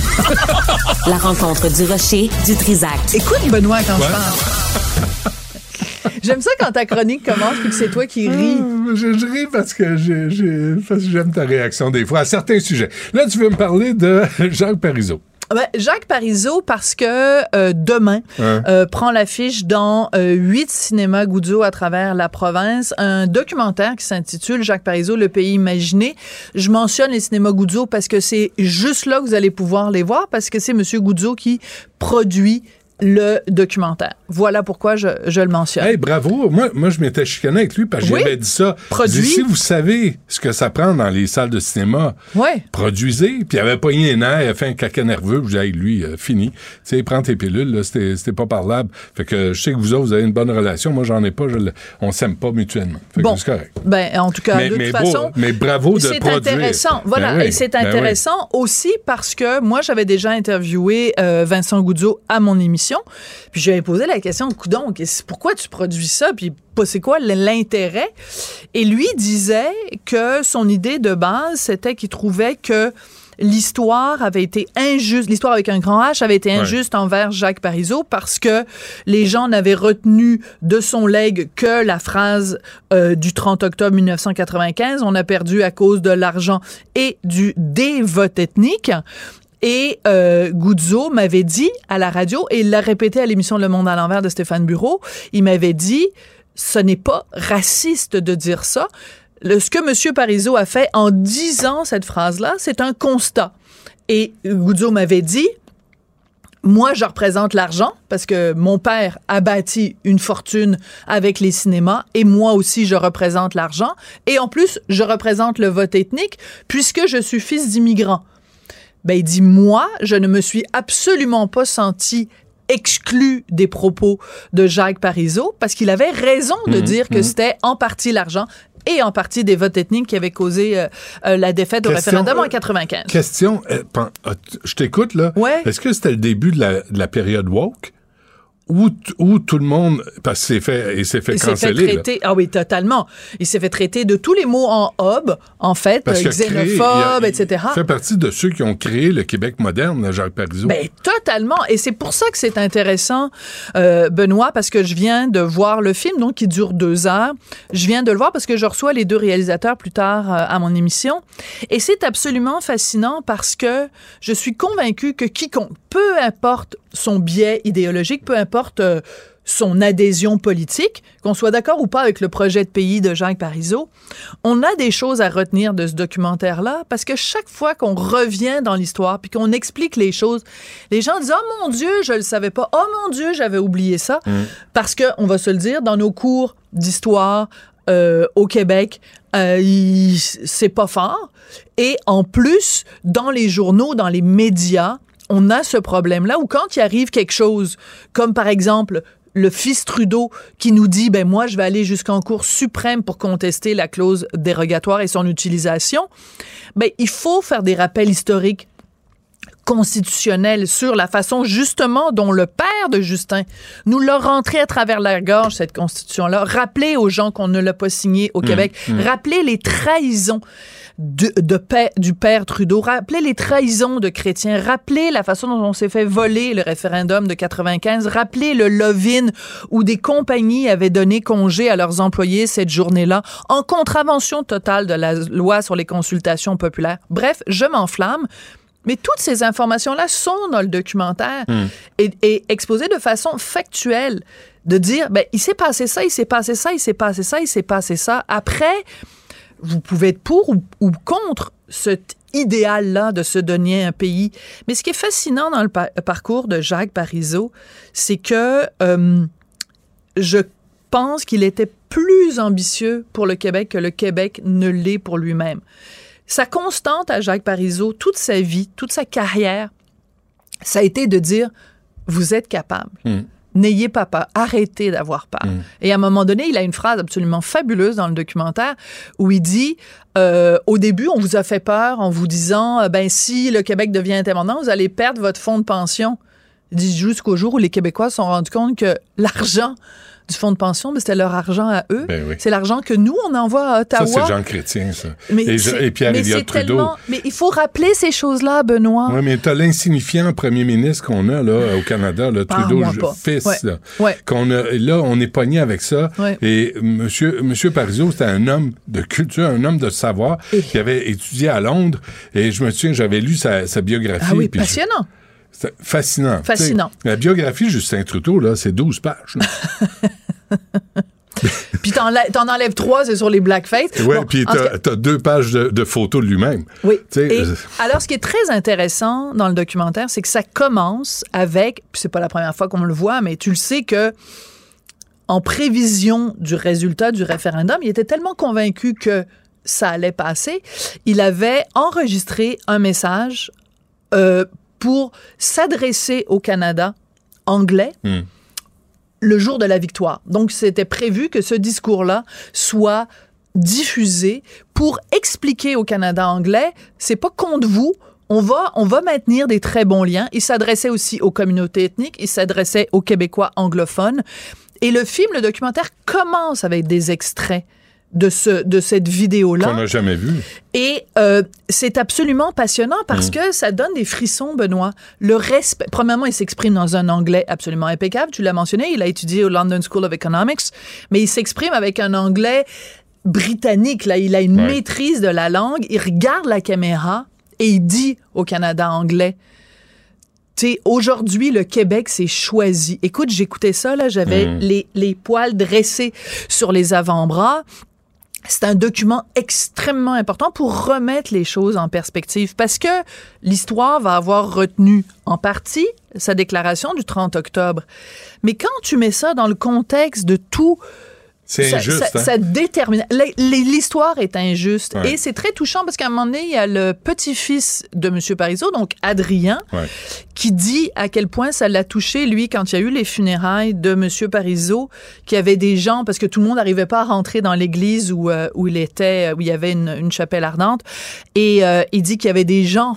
La rencontre du Rocher du Trisac. Écoute, Benoît, quand ouais. je parle. J'aime ça quand ta chronique commence puis que c'est toi qui ris. Euh, je, je ris parce que, j'ai, j'ai, parce que j'aime ta réaction des fois à certains sujets. Là, tu veux me parler de Jacques Parizeau. Ben, Jacques Parizeau, parce que euh, demain hein? euh, prend l'affiche dans euh, huit cinémas Guzzo à travers la province, un documentaire qui s'intitule Jacques Parizeau, le pays imaginé. Je mentionne les cinémas Guzzo parce que c'est juste là que vous allez pouvoir les voir, parce que c'est M. Guzzo qui produit le documentaire. Voilà pourquoi je, je le mentionne. Hey, bravo. Moi, moi, je m'étais chicané avec lui parce que oui. j'avais dit ça. Produit. Si vous savez ce que ça prend dans les salles de cinéma, ouais. produisez. Puis il avait pogné les nerfs, il a fait un caca nerveux. Puis j'ai dit, lui, euh, fini. Tu sais, prends tes pilules, là, c'était, c'était pas parlable. Fait que je sais que vous autres, vous avez une bonne relation. Moi, j'en ai pas. Je, on s'aime pas mutuellement. Fait bon. que c'est correct. Ben, en tout cas, mais, de mais toute beau, façon. Mais bravo de c'est produire. C'est intéressant. Voilà. Ben oui. Et c'est ben intéressant oui. aussi parce que moi, j'avais déjà interviewé euh, Vincent Guzzo à mon émission. Puis j'avais posé la question, coudonc, pourquoi tu produis ça? Puis c'est quoi l'intérêt? Et lui disait que son idée de base, c'était qu'il trouvait que l'histoire avait été injuste, l'histoire avec un grand H avait été injuste ouais. envers Jacques Parizeau parce que les gens n'avaient retenu de son legs que la phrase euh, du trente octobre mille neuf cent quatre-vingt-quinze, on a perdu à cause de l'argent et du des votes ethniques. Et euh, Guzzo m'avait dit à la radio, et il l'a répété à l'émission Le Monde à l'envers de Stéphane Bureau, il m'avait dit, ce n'est pas raciste de dire ça. Le, ce que M. Parizeau a fait en disant cette phrase-là, c'est un constat. Et Guzzo m'avait dit, moi, je représente l'argent parce que mon père a bâti une fortune avec les cinémas et moi aussi, je représente l'argent. Et en plus, je représente le vote ethnique puisque je suis fils d'immigrants. Ben, il dit, moi, je ne me suis absolument pas senti exclu des propos de Jacques Parizeau parce qu'il avait raison de mmh, dire que mmh. c'était en partie l'argent et en partie des votes ethniques qui avaient causé euh, euh, la défaite question, au référendum en quatre-vingt-quinze. Question, euh, je t'écoute, là. Ouais. Est-ce que c'était le début de la, de la période woke? Où, où tout le monde, parce qu'il s'est fait, il s'est fait il canceller. S'est fait traiter, ah oui, totalement. Il s'est fait traiter de tous les mots en hob, en fait, xénophobe, créé, et cetera. Il fait partie de ceux qui ont créé le Québec moderne, Jacques Parizeau. Ben, totalement. Et c'est pour ça que c'est intéressant, euh, Benoît, parce que je viens de voir le film, donc, qui dure deux heures. Je viens de le voir parce que je reçois les deux réalisateurs plus tard euh, à mon émission. Et c'est absolument fascinant parce que je suis convaincue que quiconque, peu importe son biais idéologique, peu importe euh, son adhésion politique, qu'on soit d'accord ou pas avec le projet de pays de Jacques Parizeau, on a des choses à retenir de ce documentaire-là parce que chaque fois qu'on revient dans l'histoire puis qu'on explique les choses, les gens disent « Oh mon Dieu, je le savais pas. Oh mon Dieu, j'avais oublié ça. Mmh. » Parce que, on va se le dire, dans nos cours d'histoire euh, au Québec, euh, il, c'est pas fort. Et en plus, dans les journaux, dans les médias, on a ce problème-là où quand il arrive quelque chose, comme par exemple le fils Trudeau qui nous dit « ben moi, je vais aller jusqu'en Cour suprême pour contester la clause dérogatoire et son utilisation », ben il faut faire des rappels historiques constitutionnels sur la façon justement dont le père de Justin nous l'a rentré à travers la gorge, cette constitution-là. Rappeler aux gens qu'on ne l'a pas signée au mmh, Québec. Mmh. Rappeler les trahisons de, de paix, du père Trudeau. Rappeler les trahisons de Chrétien. Rappeler la façon dont on s'est fait voler le référendum de quatre-vingt-quinze. Rappeler le Lovin où des compagnies avaient donné congé à leurs employés cette journée-là en contravention totale de la loi sur les consultations populaires. Bref, je m'enflamme. Mais toutes ces informations-là sont dans le documentaire mmh. et, et exposées de façon factuelle, de dire, ben, il s'est passé ça, il s'est passé ça, il s'est passé ça, il s'est passé ça. Après, vous pouvez être pour ou, ou contre cette idéal-là de se donner un pays. Mais ce qui est fascinant dans le pa- parcours de Jacques Parizeau, c'est que euh, je pense qu'il était plus ambitieux pour le Québec que le Québec ne l'est pour lui-même. Sa constante à Jacques Parizeau, toute sa vie, toute sa carrière, ça a été de dire « Vous êtes capable. Mm. N'ayez pas peur. Arrêtez d'avoir peur. Mm. » Et à un moment donné, il a une phrase absolument fabuleuse dans le documentaire où il dit euh, « Au début, on vous a fait peur en vous disant « Ben si le Québec devient indépendant, vous allez perdre votre fonds de pension. » Il dit jusqu'au jour où les Québécois se sont rendus compte que l'argent du fonds de pension, mais c'était leur argent à eux. Ben oui. C'est l'argent que nous, on envoie à Ottawa. Ça, c'est Jean Chrétien, ça. Mais et, et Pierre-Éliott Trudeau. Tellement... Mais il faut rappeler ces choses-là, Benoît. Oui, mais t'as l'insignifiant premier ministre qu'on a là, au Canada, là, Trudeau, ah, fils. Ouais. Là, ouais. Qu'on a, là, on est pogné avec ça. Ouais. Et monsieur, monsieur Parizeau, c'était un homme de culture, un homme de savoir, et... qui avait étudié à Londres. Et je me souviens, j'avais lu sa, sa biographie. Ah oui, passionnant. Je... C'est fascinant. Fascinant. T'sais, la biographie Justin Trudeau, là, c'est douze pages. Puis t'en, t'en enlèves trois, c'est sur les blackface. Oui, bon, puis t'as, t'as deux pages de, de photos de lui-même. Oui. Et euh... alors, ce qui est très intéressant dans le documentaire, c'est que ça commence avec, puis c'est pas la première fois qu'on le voit, mais tu le sais que en prévision du résultat du référendum, il était tellement convaincu que ça allait passer, il avait enregistré un message euh, pour s'adresser au Canada anglais mm. le jour de la victoire. Donc, c'était prévu que ce discours-là soit diffusé pour expliquer au Canada anglais, c'est pas contre vous, on va, on va maintenir des très bons liens. Il s'adressait aussi aux communautés ethniques, il s'adressait aux Québécois anglophones. Et le film, le documentaire, commence avec des extraits de, ce, de cette vidéo-là. Qu'on n'a jamais vu. Et euh, c'est absolument passionnant parce mmh. que ça donne des frissons, Benoît. Le respect... Premièrement, il s'exprime dans un anglais absolument impeccable. Tu l'as mentionné, il a étudié au London School of Economics, mais il s'exprime avec un anglais britannique. Là. Il a une ouais. maîtrise de la langue. Il regarde la caméra et il dit au Canada anglais... Tu sais, aujourd'hui, le Québec s'est choisi. Écoute, j'écoutais ça, là, j'avais mmh. les, les poils dressés sur les avant-bras. C'est un document extrêmement important pour remettre les choses en perspective parce que l'histoire va avoir retenu en partie sa déclaration du trente octobre. Mais quand tu mets ça dans le contexte de tout... C'est ça, injuste, ça, hein? ça détermine. L'histoire est injuste. Ouais. Et c'est très touchant parce qu'à un moment donné, il y a le petit-fils de M. Parizeau, donc Adrien, ouais. qui dit à quel point ça l'a touché, lui, quand il y a eu les funérailles de M. Parizeau, qu'il y avait des gens, parce que tout le monde n'arrivait pas à rentrer dans l'église où, euh, où il était, où il y avait une, une chapelle ardente. Et euh, il dit qu'il y avait des gens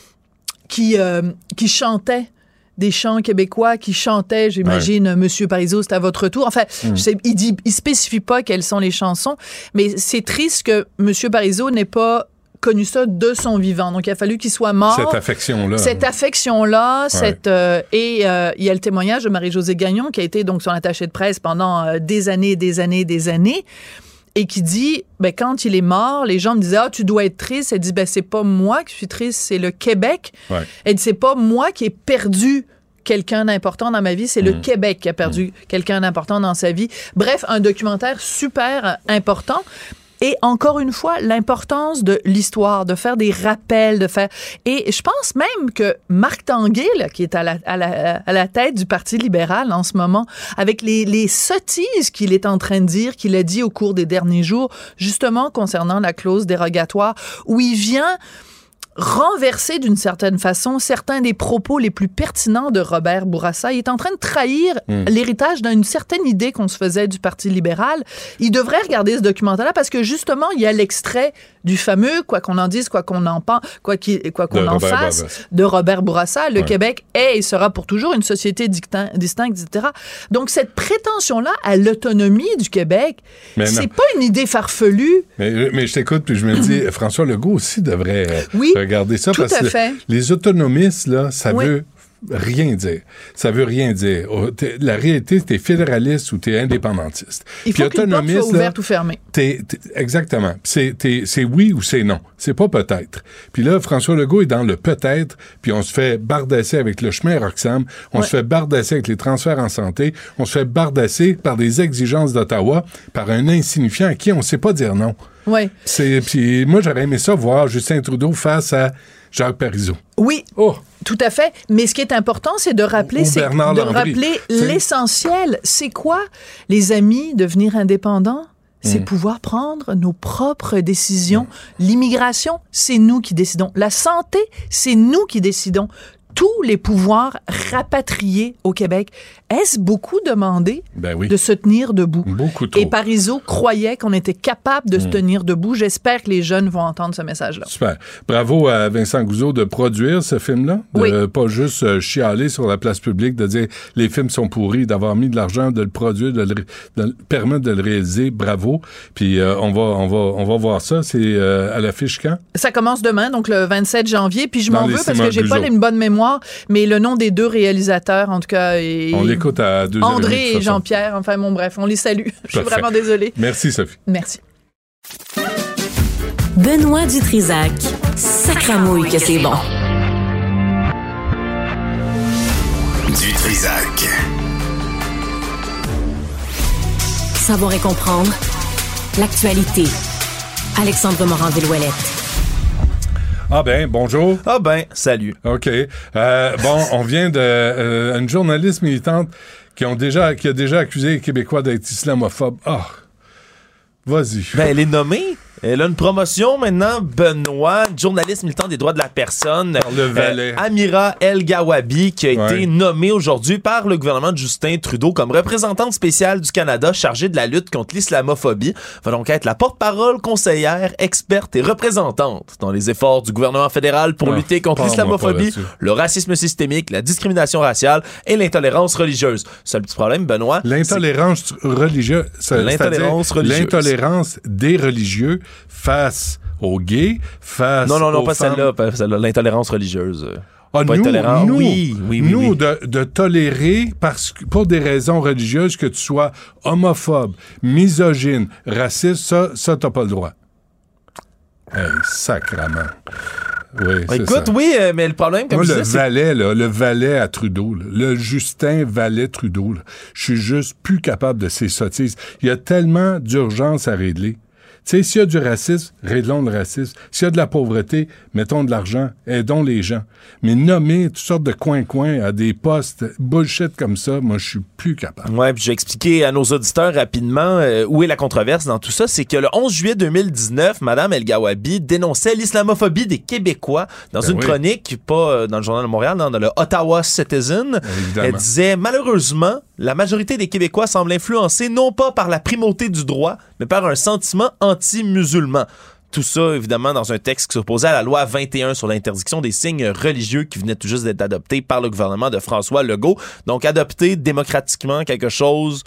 qui, euh, qui chantaient des chants québécois qui chantaient, j'imagine, ouais. Monsieur Parizeau, c'est à votre tour. Enfin, mmh. je sais, il dit, il spécifie pas quelles sont les chansons, mais c'est triste que Monsieur Parizeau n'ait pas connu ça de son vivant. Donc, il a fallu qu'il soit mort. Cette affection-là. Cette affection-là. Ouais. Cette, euh, et euh, il y a le témoignage de Marie-Josée Gagnon, qui a été donc son attachée de presse pendant euh, des années, des années, des années, et qui dit, ben, quand il est mort, les gens me disaient, ah, tu dois être triste. Elle dit, ben, c'est pas moi qui suis triste, c'est le Québec. Ouais. Elle dit, c'est pas moi qui ai perdu quelqu'un d'important dans ma vie, c'est mmh. le Québec qui a perdu mmh. quelqu'un d'important dans sa vie. Bref, un documentaire super important. Et encore une fois, l'importance de l'histoire, de faire des rappels, de faire... Et je pense même que Marc Tanguay, là, qui est à la, à, la, à la tête du Parti libéral en ce moment, avec les, les sottises qu'il est en train de dire, qu'il a dit au cours des derniers jours, justement concernant la clause dérogatoire, où il vient renverser d'une certaine façon certains des propos les plus pertinents de Robert Bourassa. Il est en train de trahir mmh. l'héritage d'une certaine idée qu'on se faisait du Parti libéral. Il devrait regarder ce documentaire-là parce que justement, il y a l'extrait du fameux, quoi qu'on en dise, quoi qu'on en pense, quoi, quoi qu'on de en Robert fasse, Bourassa. de Robert Bourassa. Le ouais. Québec est et sera pour toujours une société dictin, distincte, et cetera. Donc, cette prétention-là à l'autonomie du Québec, mais c'est non. pas une idée farfelue. Mais, mais je t'écoute, puis je me dis, François Legault aussi devrait euh, oui, regarder ça. Tout parce à que fait. Les autonomistes, là, ça oui. veut rien dire. Ça veut rien dire. La réalité, t'es fédéraliste ou t'es indépendantiste. Il faut qu'une porte soit ouverte ou fermée. T'es, t'es, exactement. C'est, t'es, c'est oui ou c'est non. C'est pas peut-être. Puis là, François Legault est dans le peut-être, puis on se fait bardasser avec le chemin Roxham, on ouais. se fait bardasser avec les transferts en santé, on se fait bardasser par des exigences d'Ottawa, par un insignifiant à qui on sait pas dire non. Oui. C'est, puis moi, j'aurais aimé ça voir Justin Trudeau face à Jacques Parizeau. Oui, oh. tout à fait. Mais ce qui est important, c'est de rappeler, Ou c'est Bernard de Landry. rappeler T'sais. l'essentiel. C'est quoi, les amis, devenir indépendants? C'est mmh. pouvoir prendre nos propres décisions. Mmh. L'immigration, c'est nous qui décidons. La santé, c'est nous qui décidons. Tous les pouvoirs rapatriés au Québec. Est-ce beaucoup demandé ben oui. de se tenir debout? Beaucoup trop. Et Parizeau croyait qu'on était capable de mmh. se tenir debout. J'espère que les jeunes vont entendre ce message-là. Super. Bravo à Vincent Gouzeau de produire ce film-là. De oui. pas juste euh, chialer sur la place publique, de dire les films sont pourris, d'avoir mis de l'argent, de le produire, de le, de le permettre de le réaliser. Bravo. Puis euh, on va on va on va voir ça. C'est euh, à l'affiche quand? Ça commence demain, donc le vingt-sept janvier. Puis je Dans m'en veux parce que j'ai pas une bonne mémoire, mais le nom des deux réalisateurs, en tout cas, est... on l'écoute à deux André et Jean-Pierre. Enfin, bon, bref, on les salue. Je suis vraiment désolée. Merci, Sophie. Merci. Benoît Dutrisac. Sacramouille que c'est bon. Dutrisac. Savoir et comprendre l'actualité. Alexandre Morand-Villouellette. Ah ben, bonjour. Ah ben, salut. OK. Euh, bon, on vient de euh, une journaliste militante qui, ont déjà, qui a déjà accusé les Québécois d'être islamophobes. Ah, oh. Vas-y. Ben, elle est nommée. Elle a une promotion maintenant, Benoît, journaliste militant des droits de la personne. Par le valet. Euh, Amira El-Gawabi, qui a été ouais. nommée aujourd'hui par le gouvernement de Justin Trudeau comme représentante spéciale du Canada chargée de la lutte contre l'islamophobie. Va donc être la porte-parole, conseillère, experte et représentante dans les efforts du gouvernement fédéral pour oh, lutter contre l'islamophobie, le racisme systémique, la discrimination raciale et l'intolérance religieuse. Seul petit problème, Benoît. L'intolérance religieuse. L'intolérance religieuse. L'intolérance des religieux face aux gays, face non, non, non, aux pas femmes. celle-là, pas celle-là, l'intolérance religieuse. Ah, pas nous, intolérant. nous, oui, oui, oui, nous oui. De, de tolérer, parce que, pour des raisons religieuses, que tu sois homophobe, misogyne, raciste, ça, ça t'as pas le droit. Hey, sacrement. Oui, c'est Écoute, ça. oui, euh, mais le problème, comme Moi, je le disais, valet, là, le valet à Trudeau, là, le Justin Valet Trudeau, je suis juste plus capable de ces sottises. Il y a tellement d'urgence à régler. Tu sais, s'il y a du racisme, réglons le racisme. S'il y a de la pauvreté, mettons de l'argent, aidons les gens. Mais nommer toutes sortes de coins-coins à des postes bullshit comme ça, moi, je suis plus capable. Ouais, puis je vais expliquer à nos auditeurs rapidement euh, où est la controverse dans tout ça. C'est que le onze juillet deux mille dix-neuf, Mme El-Gawabi dénonçait l'islamophobie des Québécois dans ben une oui. chronique, pas euh, dans le Journal de Montréal, non, dans le Ottawa Citizen. Évidemment. Elle disait, malheureusement, la majorité des Québécois semble influencée non pas par la primauté du droit, mais par un sentiment anti-musulman. Tout ça, évidemment, dans un texte qui s'opposait à la loi vingt et un sur l'interdiction des signes religieux qui venait tout juste d'être adopté par le gouvernement de François Legault. Donc, adopter démocratiquement quelque chose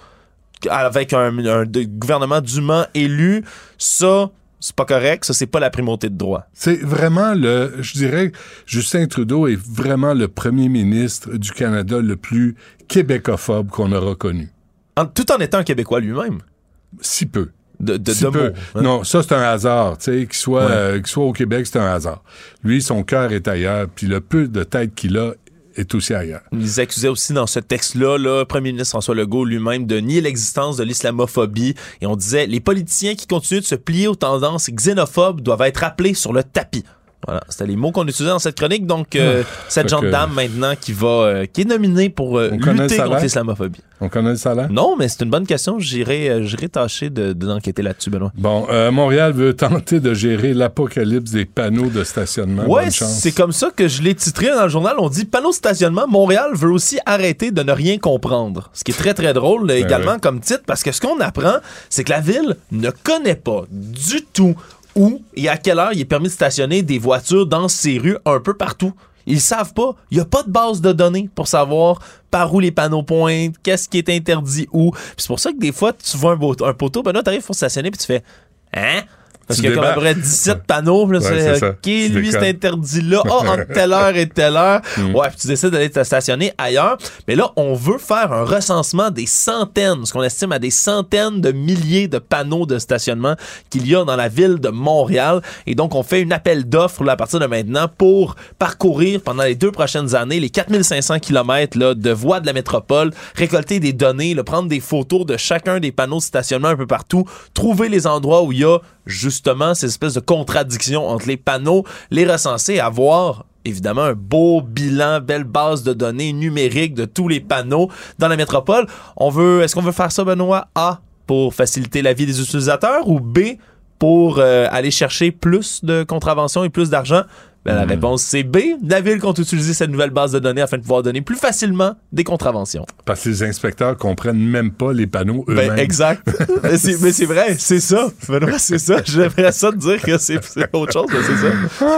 avec un, un, un gouvernement dûment élu, ça... c'est pas correct, ça, c'est pas la primauté de droit. C'est vraiment le... Je dirais que Justin Trudeau est vraiment le premier ministre du Canada le plus québécophobe qu'on aura connu. En, tout en étant un Québécois lui-même. Si peu. De, de, si de peu. mots, hein? Non, ça, c'est un hasard. Tu sais, qu'il soit, ouais. euh, qu'il soit au Québec, c'est un hasard. Lui, son cœur est ailleurs, puis le peu de tête qu'il a est aussi ailleurs. Ils accusaient aussi dans ce texte-là, le premier ministre François Legault lui-même, de nier l'existence de l'islamophobie. Et on disait, les politiciens qui continuent de se plier aux tendances xénophobes doivent être appelés sur le tapis. Voilà, c'était les mots qu'on utilisait dans cette chronique. Donc, euh, oh, cette jeune que... dame maintenant qui va, euh, qui est nominée pour euh, lutter contre l'islamophobie. On connaît le salaire? Non, mais c'est une bonne question. J'irai, euh, j'irai tâcher de, de, d'enquêter là-dessus, Benoît. Bon, euh, Montréal veut tenter de gérer l'apocalypse des panneaux de stationnement. Ouais, c'est comme ça que je l'ai titré dans le journal. On dit panneaux de stationnement. Montréal veut aussi arrêter de ne rien comprendre. Ce qui est très, très drôle ben également ouais. comme titre, parce que ce qu'on apprend, c'est que la ville ne connaît pas du tout où et à quelle heure il est permis de stationner des voitures dans ces rues un peu partout. Ils savent pas. Il n'y a pas de base de données pour savoir par où les panneaux pointent, qu'est-ce qui est interdit où. Puis c'est pour ça que des fois, tu vois un, beau, un poteau, ben là, t'arrives pour stationner, puis tu fais « Hein? » Parce qu'il y a comme à peu près dix-sept panneaux. Puis là, ouais, c'est, c'est OK, tu lui, c'est interdit là. Ah, oh, entre telle heure et telle heure. Mm. Ouais, puis tu décides d'aller te stationner ailleurs. Mais là, on veut faire un recensement des centaines, ce qu'on estime à des centaines de milliers de panneaux de stationnement qu'il y a dans la ville de Montréal. Et donc, on fait un appel d'offres là, à partir de maintenant pour parcourir pendant les deux prochaines années les quatre mille cinq cents kilomètres là, de voies de la métropole, récolter des données, là, prendre des photos de chacun des panneaux de stationnement un peu partout, trouver les endroits où il y a juste justement ces espèces de contradictions entre les panneaux, les recenser, avoir évidemment un beau bilan, belle base de données numérique de tous les panneaux dans la métropole. On veut, est-ce qu'on veut faire ça, Benoît? A, pour faciliter la vie des utilisateurs, ou B, pour euh, aller chercher plus de contraventions et plus d'argent? Ben, la mmh. réponse, c'est B. La ville compte utiliser cette nouvelle base de données afin de pouvoir donner plus facilement des contraventions. Parce que les inspecteurs comprennent même pas les panneaux eux-mêmes. Ben, exact. mais, c'est, mais c'est vrai, c'est ça. Benoît, c'est ça. J'aimerais ça te dire que c'est, c'est autre chose, mais c'est ça.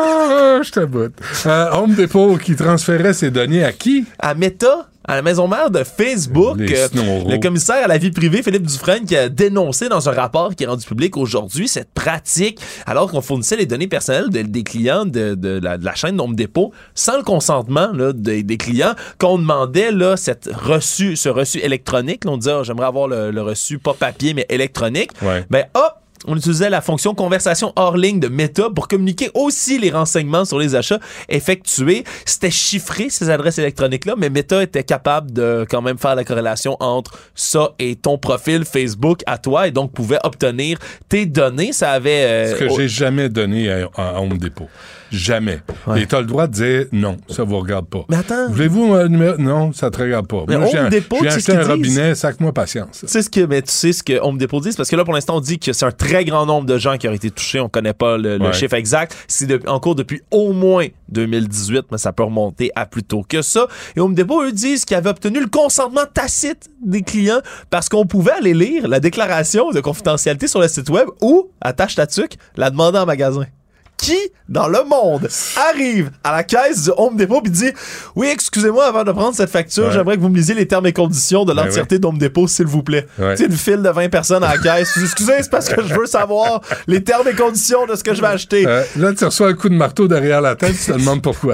Ah, je t'aboute. Euh, Home Depot qui transférait ses données à qui? À Meta. À la maison mère de Facebook, euh, le commissaire à la vie privée, Philippe Dufresne, qui a dénoncé dans un rapport qui est rendu public aujourd'hui cette pratique, alors qu'on fournissait les données personnelles de, des clients de, de, la, de la chaîne Home Depot sans le consentement là, de, des clients, qu'on demandait là, cette reçu, ce reçu électronique. Là, on disait, oh, j'aimerais avoir le, le reçu, pas papier, mais électronique. Ouais. Ben hop! On utilisait la fonction conversation hors ligne de Meta pour communiquer aussi les renseignements sur les achats effectués. C'était chiffré, ces adresses électroniques-là, mais Meta était capable de quand même faire la corrélation entre ça et ton profil Facebook à toi, et donc pouvait obtenir tes données. Ça avait... Euh, Ce que au... j'ai jamais donné à, à Home Depot. Jamais. Ouais. Et t'as le droit de dire non, ça vous regarde pas. Mais attends. Voulez-vous un numéro? Non, ça te regarde pas. Mais Moi, Home j'ai, Depot, j'ai acheté un robinet, sac-moi patience. Tu sais ce que, mais tu sais ce que Home Depot dit, parce que là, pour l'instant, on dit que c'est un très grand nombre de gens qui ont été touchés. On connaît pas le, le ouais. chiffre exact. C'est de, en cours depuis au moins deux mille dix-huit, mais ça peut remonter à plus tôt que ça. Et Home Depot, eux, disent qu'ils avaient obtenu le consentement tacite des clients parce qu'on pouvait aller lire la déclaration de confidentialité sur le site web ou, attache ta tuque, la demander en magasin. Qui, dans le monde, arrive à la caisse du Home Depot et dit « Oui, excusez-moi, avant de prendre cette facture, ouais. j'aimerais que vous me lisiez les termes et conditions de l'entièreté ben ouais. d'Home Depot, s'il vous plaît. Ouais. » Tu sais, une file de vingt personnes à la caisse. « Excusez, c'est parce que je veux savoir les termes et conditions de ce que je vais acheter. Euh, » Là, tu reçois un coup de marteau derrière la tête, tu te demandes pourquoi.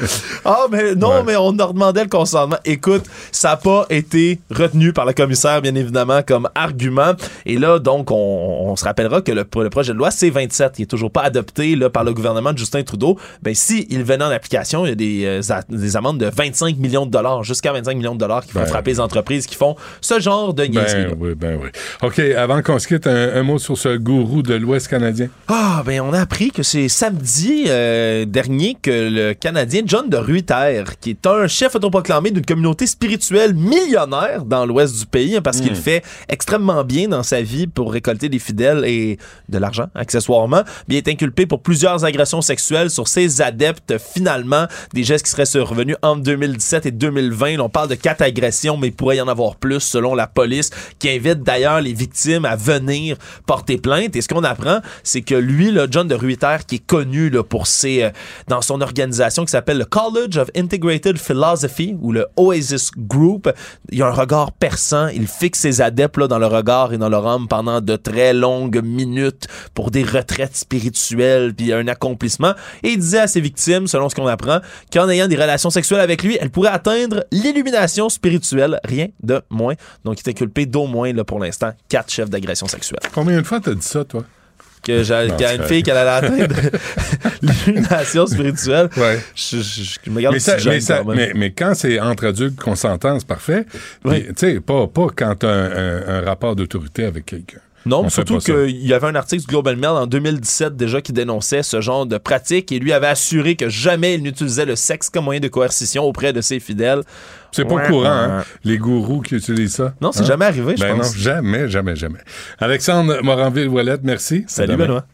Ah, mais non, ouais. mais on leur demandait le consentement. Écoute, ça n'a pas été retenu par le commissaire, bien évidemment, comme argument. Et là, donc, on, on se rappellera que le, le projet de loi C vingt-sept, qui n'est toujours pas adopté là, par le gouvernement de Justin Trudeau, ben si il venait en application, il y a des, euh, a, des amendes de vingt-cinq millions de dollars, jusqu'à vingt-cinq millions de dollars qui vont ben, frapper les entreprises qui font ce genre de niaiserie. Ben oui, ben oui. OK, avant qu'on se quitte, un, un mot sur ce gourou de l'Ouest canadien. Ah, ben on a appris que c'est samedi euh, dernier que le Canadien John de Ruyter, qui est un chef autoproclamé d'une communauté spirituelle millionnaire dans l'Ouest du pays, hein, parce mmh. qu'il fait extrêmement bien dans sa vie pour récolter des fidèles et de l'argent, accessoirement, bien est inculpé pour plusieurs agressions sexuelles sur ses adeptes, finalement, des gestes qui seraient survenus entre deux mille dix-sept et deux mille vingt. Là, on parle de quatre agressions, mais il pourrait y en avoir plus, selon la police, qui invite d'ailleurs les victimes à venir porter plainte. Et ce qu'on apprend, c'est que lui, là, John de Ruyter, qui est connu là, pour ses, euh, dans son organisation qui s'appelle le College of Integrated Philosophy, ou le Oasis Group, il a un regard perçant, il fixe ses adeptes là, dans le regard et dans leur âme pendant de très longues minutes pour des retraites spirituelles, puis un accomplissement. Et il disait à ses victimes, selon ce qu'on apprend, qu'en ayant des relations sexuelles avec lui, elles pourraient atteindre l'illumination spirituelle, rien de moins. Donc, il est inculpé d'au moins, là, pour l'instant, quatre chefs d'agression sexuelle. Combien de fois t'as dit ça, toi? Que j'ai non, qu'il y a une fille qui allait atteindre l'illumination spirituelle. Ouais. Je, je, je me garde mais, ça, jeune, mais, ça, quand même. mais, mais quand c'est entre adultes consentants, c'est parfait. Oui. Tu sais, pas, pas quand t'as un, un, un rapport d'autorité avec quelqu'un. Non, surtout qu'il y avait un article du Global Mail en deux mille dix-sept déjà qui dénonçait ce genre de pratique et lui avait assuré que jamais il n'utilisait le sexe comme moyen de coercition auprès de ses fidèles. C'est pas ouais, courant, hein, les gourous qui utilisent ça. Non, c'est hein? jamais arrivé, je ben pense. Non, jamais, jamais, jamais. Alexandre Moranville-Ouellette, merci. Salut, Benoît.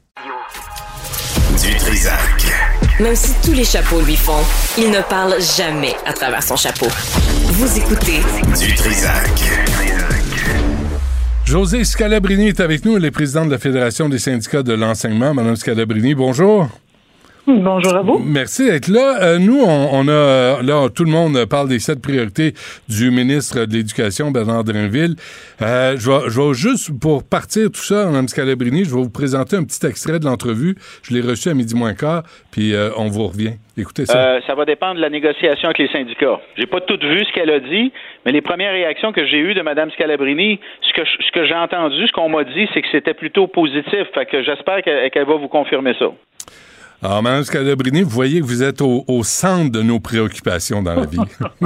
Du Trisac. Même si tous les chapeaux lui font, il ne parle jamais à travers son chapeau. Vous écoutez Du Trisac. Josée Scalabrini est avec nous, elle est présidente de la Fédération des syndicats de l'enseignement. Madame Scalabrini, bonjour. Bonjour à vous. Merci d'être là. Euh, nous, on, on a, là, tout le monde parle des sept priorités du ministre de l'Éducation, Bernard Drinville. Euh, je vais, je vais juste, pour partir tout ça, Mme Scalabrini, je vais vous présenter un petit extrait de l'entrevue. Je l'ai reçu à midi moins quart, puis euh, on vous revient. Écoutez ça. Euh, ça va dépendre de la négociation avec les syndicats. J'ai pas tout vu ce qu'elle a dit, mais les premières réactions que j'ai eues de Mme Scalabrini, ce que, ce que j'ai entendu, ce qu'on m'a dit, c'est que c'était plutôt positif. Fait que j'espère qu'elle, qu'elle va vous confirmer ça. Alors, Mme Scalabrini, vous voyez que vous êtes au, au centre de nos préoccupations dans la vie.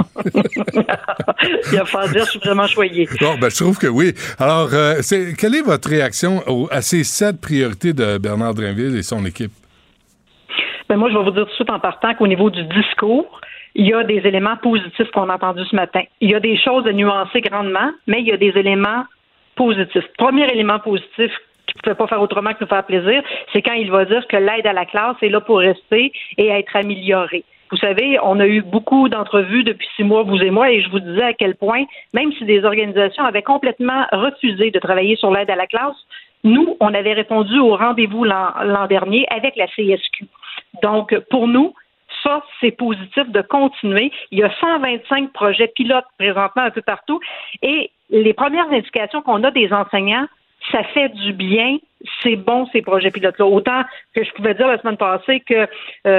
Il a pas à dire, je suis vraiment choyée. Bon, ben, je trouve que oui. Alors, euh, c'est, quelle est votre réaction au, à ces sept priorités de Bernard Drinville et son équipe? Ben moi, je vais vous dire tout de suite en partant qu'au niveau du discours, il y a des éléments positifs qu'on a entendus ce matin. Il y a des choses à nuancer grandement, mais il y a des éléments positifs. Premier élément positif qui ne pouvait pas faire autrement que nous faire plaisir, c'est quand il va dire que l'aide à la classe est là pour rester et être améliorée. Vous savez, on a eu beaucoup d'entrevues depuis six mois, vous et moi, et je vous disais à quel point, même si des organisations avaient complètement refusé de travailler sur l'aide à la classe, nous, on avait répondu au rendez-vous l'an, l'an dernier avec la C S Q. Donc, pour nous, ça, c'est positif de continuer. Il y a cent vingt-cinq projets pilotes présentement un peu partout et les premières indications qu'on a des enseignants, ça fait du bien, c'est bon ces projets pilotes-là. Autant que je pouvais dire la semaine passée que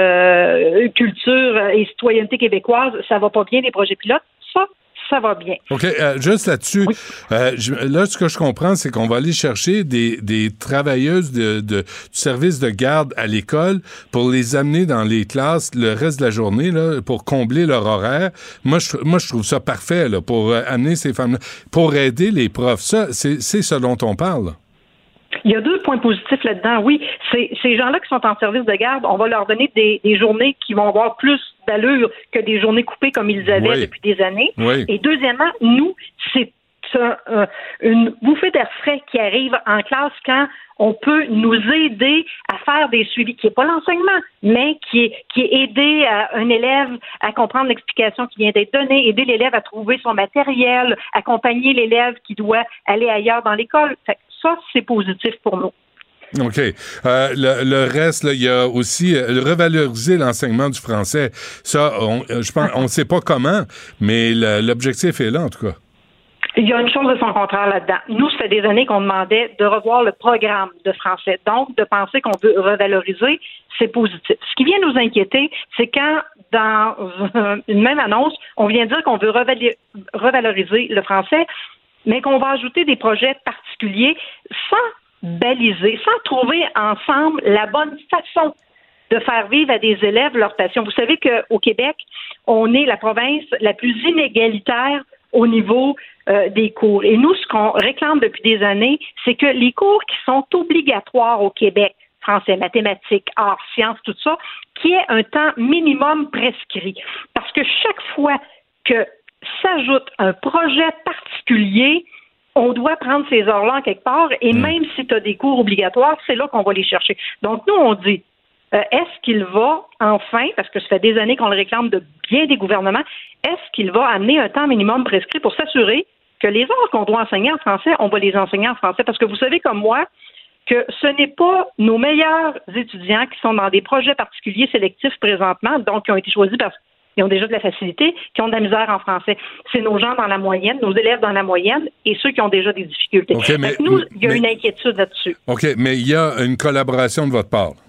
euh, culture et citoyenneté québécoise, ça va pas bien les projets pilotes. Ça, ça va bien. OK, euh, juste là-dessus, oui. euh, je, là, ce que je comprends, c'est qu'on va aller chercher des, des travailleuses de, de, du service de garde à l'école pour les amener dans les classes le reste de la journée, là, pour combler leur horaire. Moi, je, moi, je trouve ça parfait, là, pour euh, amener ces femmes-là, pour aider les profs. Ça, c'est, c'est ce dont on parle. Il y a deux points positifs là-dedans. Oui, c'est, ces gens-là qui sont en service de garde, on va leur donner des, des journées qui vont avoir plus d'allure que des journées coupées comme ils avaient oui. depuis des années. Oui. Et deuxièmement, nous, c'est un, euh, une bouffée d'air frais qui arrive en classe quand on peut nous aider à faire des suivis, qui n'est pas l'enseignement, mais qui est, qui est aider à un élève à comprendre l'explication qui vient d'être donnée, aider l'élève à trouver son matériel, accompagner l'élève qui doit aller ailleurs dans l'école. Fait, ça, c'est positif pour nous. OK. Euh, le, le reste, il y a aussi euh, revaloriser l'enseignement du français. Ça, on, je pense, on ne sait pas comment, mais le, l'objectif est là, en tout cas. Il y a une chose de son contraire là-dedans. Nous, ça fait des années qu'on demandait de revoir le programme de français. Donc, de penser qu'on veut revaloriser, c'est positif. Ce qui vient nous inquiéter, c'est quand, dans une même annonce, on vient dire qu'on veut revaloriser le français, mais qu'on va ajouter des projets particuliers sans baliser, sans trouver ensemble la bonne façon de faire vivre à des élèves leur passion. Vous savez qu'au Québec, on est la province la plus inégalitaire au niveau euh, des cours. Et nous, ce qu'on réclame depuis des années, c'est que les cours qui sont obligatoires au Québec, français, mathématiques, arts, sciences, tout ça, qu'il y ait un temps minimum prescrit. Parce que chaque fois que s'ajoute un projet particulier, on doit prendre ces heures-là en quelque part, et mmh. même si tu as des cours obligatoires, c'est là qu'on va les chercher. Donc, nous, on dit, euh, est-ce qu'il va enfin, parce que ça fait des années qu'on le réclame de bien des gouvernements, est-ce qu'il va amener un temps minimum prescrit pour s'assurer que les heures qu'on doit enseigner en français, on va les enseigner en français? Parce que vous savez comme moi que ce n'est pas nos meilleurs étudiants qui sont dans des projets particuliers sélectifs présentement, donc qui ont été choisis parce qu'ils ont déjà de la facilité, qui ont de la misère en français. C'est nos gens dans la moyenne, nos élèves dans la moyenne et ceux qui ont déjà des difficultés. Okay, mais, nous, il y a mais, une inquiétude là-dessus. OK, mais il y a une collaboration de votre part.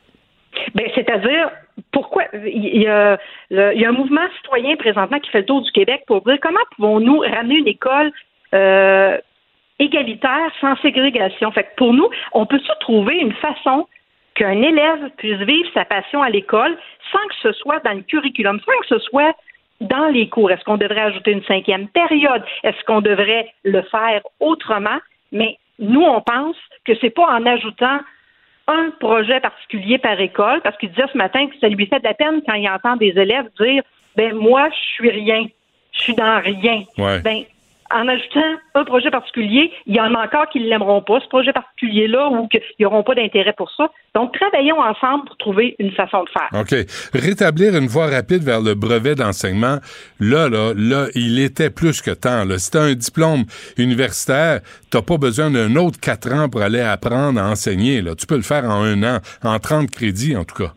Ben, c'est-à-dire, pourquoi il y, a, le, il y a un mouvement citoyen présentement qui fait le tour du Québec pour dire comment pouvons-nous ramener une école euh, égalitaire sans ségrégation. Fait que pour nous, on peut-tu trouver une façon qu'un élève puisse vivre sa passion à l'école sans que ce soit dans le curriculum, sans que ce soit dans les cours. Est-ce qu'on devrait ajouter une cinquième période? Est-ce qu'on devrait le faire autrement? Mais nous, on pense que c'est pas en ajoutant un projet particulier par école, parce qu'il disait ce matin que ça lui fait de la peine quand il entend des élèves dire « ben moi, je suis rien, je suis dans rien ouais. ». Ben, en ajoutant un projet particulier, il y en a encore qui ne l'aimeront pas, ce projet particulier-là, ou qu'ils n'auront pas d'intérêt pour ça. Donc, travaillons ensemble pour trouver une façon de faire. OK. Rétablir une voie rapide vers le brevet d'enseignement, là, là, là, il était plus que temps. Là. Si tu as un diplôme universitaire, tu n'as pas besoin d'un autre quatre ans pour aller apprendre à enseigner. Là. Tu peux le faire en un an, en trente crédits, en tout cas.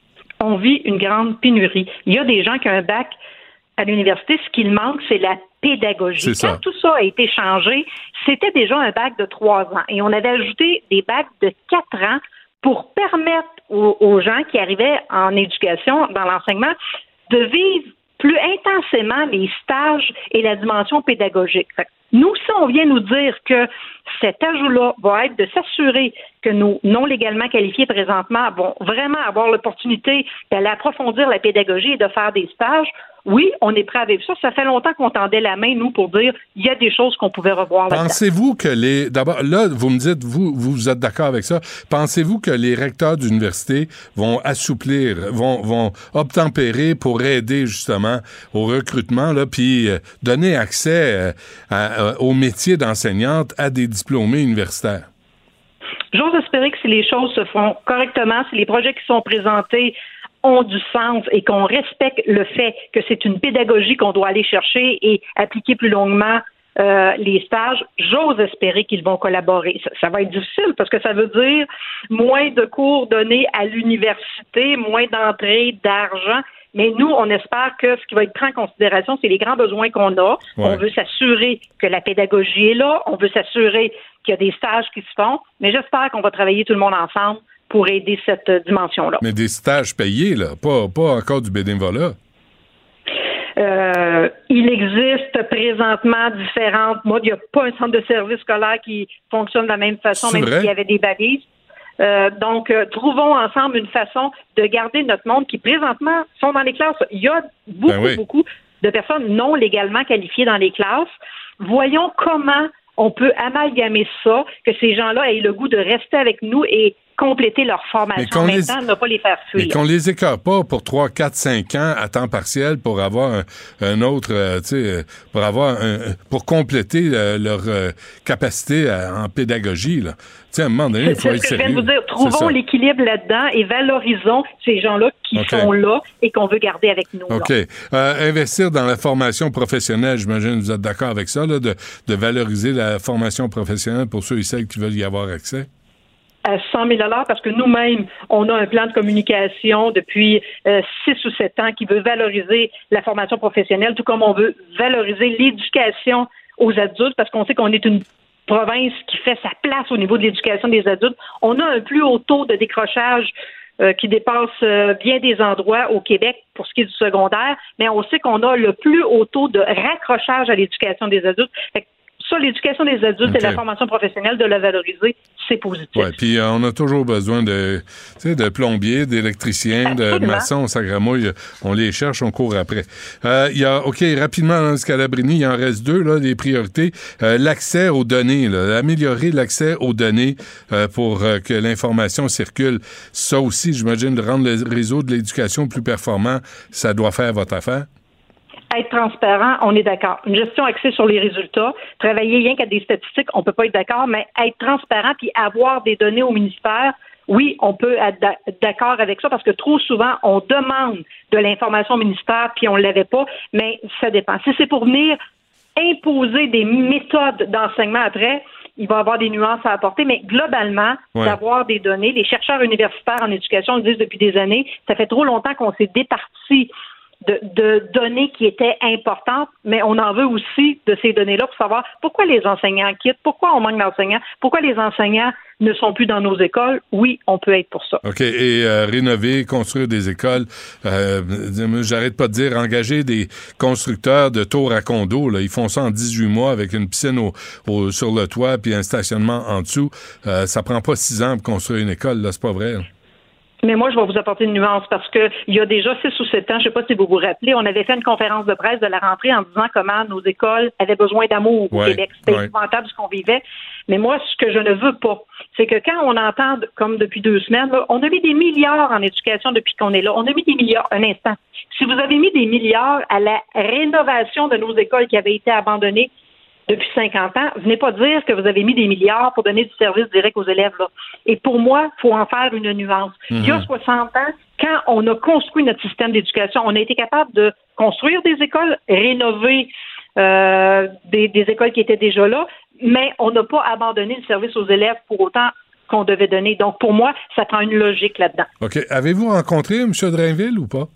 On vit une grande pénurie. Il y a des gens qui ont un bac à l'université, ce qu'il manque, c'est la pédagogie. C'est Quand ça. tout ça a été changé, c'était déjà un bac de trois ans. Et on avait ajouté des bacs de quatre ans pour permettre aux, aux gens qui arrivaient en éducation, dans l'enseignement, de vivre plus intensément les stages et la dimension pédagogique. Fait, Nous, si on vient nous dire que cet ajout-là va être de s'assurer que nos non légalement qualifiés présentement vont vraiment avoir l'opportunité d'aller approfondir la pédagogie et de faire des stages, oui, on est prêt à vivre ça. Ça fait longtemps qu'on tendait la main, nous, pour dire il y a des choses qu'on pouvait revoir là-dedans. Pensez-vous que les... D'abord, là, vous me dites, vous, vous êtes d'accord avec ça. Pensez-vous que les recteurs d'université vont assouplir, vont, vont obtempérer pour aider, justement, au recrutement, là, puis euh, donner accès euh, à, à, au métier d'enseignante à des diplômés universitaires? J'ose espérer que si les choses se font correctement, si les projets qui sont présentés ont du sens et qu'on respecte le fait que c'est une pédagogie qu'on doit aller chercher et appliquer plus longuement euh, les stages, j'ose espérer qu'ils vont collaborer. Ça, ça va être difficile parce que ça veut dire moins de cours donnés à l'université, moins d'entrées, d'argent. Mais nous, on espère que ce qui va être pris en considération, c'est les grands besoins qu'on a. Ouais. On veut s'assurer que la pédagogie est là. On veut s'assurer qu'il y a des stages qui se font. Mais j'espère qu'on va travailler tout le monde ensemble pour aider cette dimension-là. Mais des stages payés, là, pas, pas encore du bénévolat. Euh, il existe présentement différentes modes. Il n'y a pas un centre de service scolaire qui fonctionne de la même façon, c'est même vrai? S'il y avait des balises. Euh, donc, euh, trouvons ensemble une façon de garder notre monde qui, présentement, sont dans les classes. Il y a beaucoup, ben oui. beaucoup de personnes non légalement qualifiées dans les classes. Voyons comment on peut amalgamer ça, que ces gens-là aient le goût de rester avec nous et compléter leur formation en même temps, ne pas les faire fuir. Et qu'on les écarte pas pour trois, quatre, cinq ans à temps partiel pour avoir un, un autre, euh, tu sais, pour avoir un, pour compléter euh, leur euh, capacité à, en pédagogie, là. Tu sais, à un moment donné, il faut c'est être ce que sérieux. Je viens de vous dire. Trouvons l'équilibre là-dedans et valorisons ces gens-là qui okay. sont là et qu'on veut garder avec nous. OK. Euh, investir dans la formation professionnelle, j'imagine que vous êtes d'accord avec ça, là, de, de valoriser la formation professionnelle pour ceux et celles qui veulent y avoir accès? À cent mille dollars parce que nous-mêmes, on a un plan de communication depuis euh, six ou sept ans qui veut valoriser la formation professionnelle, tout comme on veut valoriser l'éducation aux adultes, parce qu'on sait qu'on est une province qui fait sa place au niveau de l'éducation des adultes. On a un plus haut taux de décrochage euh, qui dépasse euh, bien des endroits au Québec pour ce qui est du secondaire, mais on sait qu'on a le plus haut taux de raccrochage à l'éducation des adultes. Fait que ça, l'éducation des adultes okay. et la formation professionnelle, de la valoriser, c'est positif. Oui, puis euh, on a toujours besoin de, tu sais, de plombiers, d'électriciens, de maçons, ça gramouille, on les cherche, on court après. Euh, il y a, OK, rapidement, dans ce Scalabrini, il en reste deux, là, les priorités. Euh, l'accès aux données, là, améliorer l'accès aux données euh, pour euh, que l'information circule. Ça aussi, j'imagine, de rendre le réseau de l'éducation plus performant, ça doit faire votre affaire. Être transparent, on est d'accord. Une gestion axée sur les résultats, travailler rien qu'à des statistiques, on peut pas être d'accord, mais être transparent puis avoir des données au ministère, oui, on peut être d'accord avec ça parce que trop souvent, on demande de l'information au ministère puis on l'avait pas, mais ça dépend. Si c'est pour venir imposer des méthodes d'enseignement après, il va y avoir des nuances à apporter, mais globalement, ouais. d'avoir des données, les chercheurs universitaires en éducation le disent depuis des années, ça fait trop longtemps qu'on s'est départi De, de données qui étaient importantes, mais on en veut aussi de ces données-là pour savoir pourquoi les enseignants quittent, pourquoi on manque d'enseignants, pourquoi les enseignants ne sont plus dans nos écoles. Oui, on peut être pour ça. OK. Et euh, rénover, construire des écoles, euh, j'arrête pas de dire, engager des constructeurs de tours à condos, là, ils font ça en dix-huit mois avec une piscine au, au, sur le toit puis un stationnement en dessous. Euh, ça prend pas six ans pour construire une école, là, c'est pas vrai, là. Mais moi, je vais vous apporter une nuance parce que il y a déjà six ou sept ans, je ne sais pas si vous vous rappelez, on avait fait une conférence de presse de la rentrée en disant comment nos écoles avaient besoin d'amour au ouais, Québec. C'était ouais. épouvantable ce qu'on vivait. Mais moi, ce que je ne veux pas, c'est que quand on entend, comme depuis deux semaines, là, on a mis des milliards en éducation depuis qu'on est là. On a mis des milliards, un instant. Si vous avez mis des milliards à la rénovation de nos écoles qui avaient été abandonnées depuis cinquante ans, venez pas dire que vous avez mis des milliards pour donner du service direct aux élèves, là. Et pour moi, il faut en faire une nuance. Mm-hmm. Il y a soixante ans, quand on a construit notre système d'éducation, on a été capable de construire des écoles, rénover euh, des, des écoles qui étaient déjà là, mais on n'a pas abandonné le service aux élèves pour autant qu'on devait donner. Donc, pour moi, ça prend une logique là-dedans. OK. Avez-vous rencontré M. Drainville ou pas?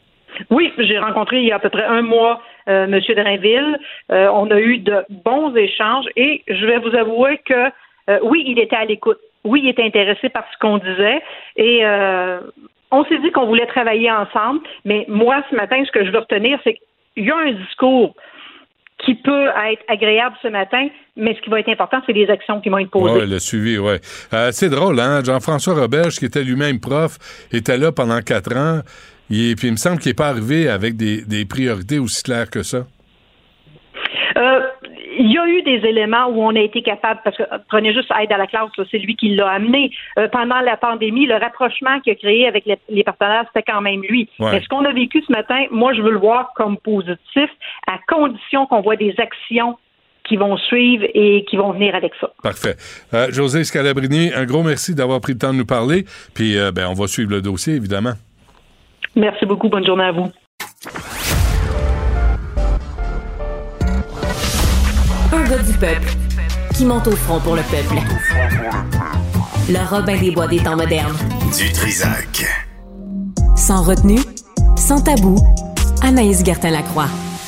Oui, j'ai rencontré il y a à peu près un mois euh, M. Drainville. Euh, on a eu de bons échanges et je vais vous avouer que euh, oui, il était à l'écoute. Oui, il était intéressé par ce qu'on disait et euh, on s'est dit qu'on voulait travailler ensemble. Mais moi, ce matin, ce que je veux retenir, c'est qu'il y a un discours qui peut être agréable ce matin, mais ce qui va être important, c'est les actions qui vont être posées. Oui, le suivi, oui. Euh, c'est drôle, hein? Jean-François Roberge, qui était lui-même prof, était là pendant quatre ans, et puis il me semble qu'il n'est pas arrivé avec des, des priorités aussi claires que ça. Euh, il y a eu des éléments où on a été capable, parce que prenez juste Aide à la classe, là, c'est lui qui l'a amené. Euh, pendant la pandémie, le rapprochement qu'il a créé avec les, les partenaires, c'était quand même lui. Ouais. Mais ce qu'on a vécu ce matin, moi, je veux le voir comme positif, à condition qu'on voit des actions qui vont suivre et qui vont venir avec ça. Parfait. Euh, Josée Scalabrini, un gros merci d'avoir pris le temps de nous parler, puis euh, ben, on va suivre le dossier, évidemment. Merci beaucoup. Bonne journée à vous. Un gars du peuple qui monte au front pour le peuple. Le Robin des Bois des temps modernes. Du Trisac. Sans retenue, sans tabou, Anaïs Gertin-Lacroix.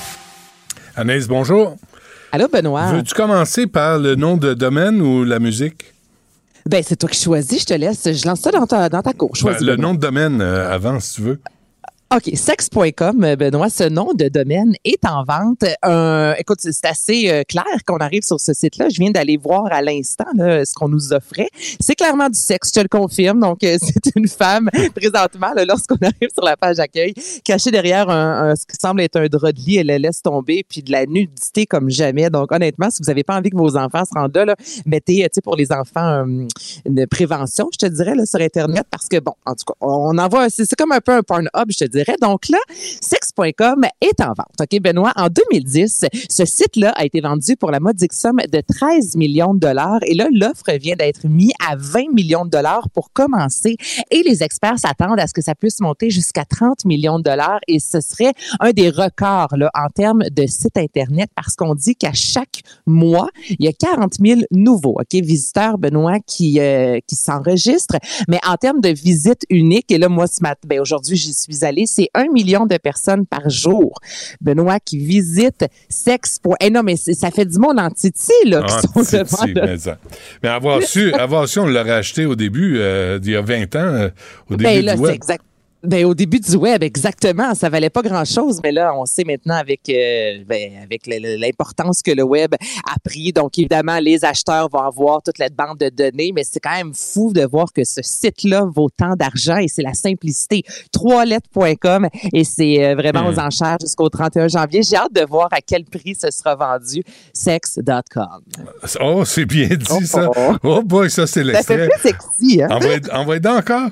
Anaïs, bonjour. Allô, Benoît. Veux-tu commencer par le nom de domaine ou la musique? Ben, c'est toi qui choisis, je te laisse. Je lance ça dans ta, dans ta cour. Ben, le nom de domaine euh, avant, si tu veux. OK, sexe point com, Benoît, ce nom de domaine est en vente. Euh, écoute, c'est assez euh, clair qu'on arrive sur ce site-là. Je viens d'aller voir à l'instant là, ce qu'on nous offrait. C'est clairement du sexe, je te le confirme. Donc, euh, c'est une femme, présentement, là, lorsqu'on arrive sur la page accueil, cachée derrière un, un, ce qui semble être un drap de lit, elle la laisse tomber, puis de la nudité comme jamais. Donc, honnêtement, si vous n'avez pas envie que vos enfants se rendent là, là mettez, tu sais, pour les enfants, euh, une prévention, je te dirais, là, sur Internet, parce que, bon, en tout cas, on en voit, c'est, c'est comme un peu un Pornhub, je te dirais. Donc là, sexe point com est en vente. OK, Benoît, en deux mille dix, ce site-là a été vendu pour la modique somme de treize millions de dollars. Et là, l'offre vient d'être mise à vingt millions de dollars pour commencer. Et les experts s'attendent à ce que ça puisse monter jusqu'à trente millions de dollars. Et ce serait un des records là, en termes de site Internet parce qu'on dit qu'à chaque mois, il y a quarante mille nouveaux OK, visiteurs, Benoît, qui, euh, qui s'enregistrent. Mais en termes de visites uniques, et là, moi, ce matin, ben, aujourd'hui, j'y suis allée, c'est un million de personnes par jour, Benoît, qui visitent sexe. Eh non, mais ça fait du monde en titi, là, qui ah, sont titi, devant. Mais, ça. mais avoir su, avoir su, on l'aurait acheté au début, euh, il y a vingt ans, euh, au début ben, là, du web. C'est exact. Ben, au début du web, exactement. Ça valait pas grand-chose, mais là, on sait maintenant avec euh, ben, avec l'importance que le web a pris. Donc, évidemment, les acheteurs vont avoir toute la bande de données, mais c'est quand même fou de voir que ce site-là vaut tant d'argent et c'est la simplicité. trois lettres point com et c'est euh, vraiment mmh. aux enchères jusqu'au trente et un janvier. J'ai hâte de voir à quel prix ce sera vendu. sex point com. Oh, c'est bien dit, oh, ça. Oh, oh boy, ça, c'est l'extrait. Ça fait plus sexy, hein? Envoyez donc encore.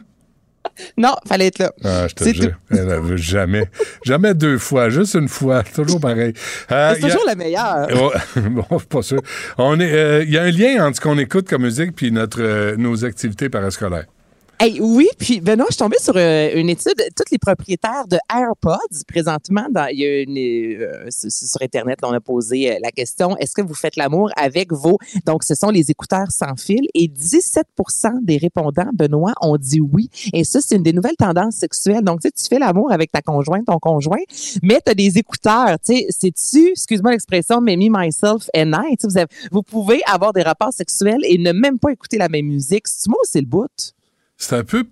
Non, fallait être là. Ah, je te c'est jure. Tout. Elle ne veut jamais. Jamais deux fois, juste une fois. Toujours pareil. Euh, c'est toujours a... la meilleure. Oh, bon, pas sûr. Il euh, y a un lien entre ce qu'on écoute comme musique et notre, euh, nos activités parascolaires. Hey, oui, puis Benoît, je suis tombée sur euh, une étude. Tous les propriétaires de AirPods, présentement, dans, il y a une, euh, sur Internet, là, on a posé euh, la question, est-ce que vous faites l'amour avec vos... Donc, ce sont les écouteurs sans fil. Et dix-sept pour cent des répondants, Benoît, ont dit oui. Et ça, c'est une des nouvelles tendances sexuelles. Donc, tu sais, tu fais l'amour avec ta conjointe, ton conjoint, mais tu as des écouteurs. Tu sais, c'est-tu, excuse-moi l'expression, mais me, myself and I. Vous, avez, vous pouvez avoir des rapports sexuels et ne même pas écouter la même musique. C'est-tu moi ou c'est le bout? C'est un peu...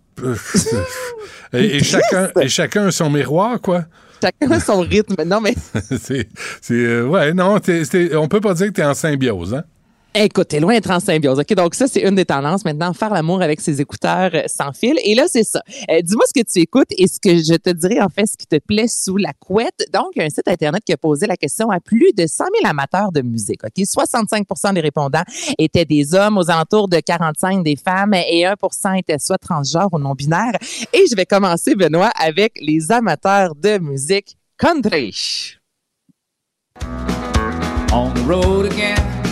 et, et, chacun, et chacun a son miroir, quoi. Chacun a son rythme. Non, mais... c'est... c'est euh, ouais, non, t'es, t'es, on peut pas dire que t'es en symbiose, hein? Écoute, t'es loin d'être en symbiose. OK, donc ça, c'est une des tendances. Maintenant, faire l'amour avec ses écouteurs sans fil. Et là, c'est ça. Euh, dis-moi ce que tu écoutes et ce que je te dirai, en fait, ce qui te plaît sous la couette. Donc, il y a un site Internet qui a posé la question à plus de cent mille amateurs de musique. OK, soixante-cinq pour cent des répondants étaient des hommes, aux alentours de quarante-cinq des femmes et un pour cent étaient soit transgenres ou non-binaires. Et je vais commencer, Benoît, avec les amateurs de musique country. On the road again.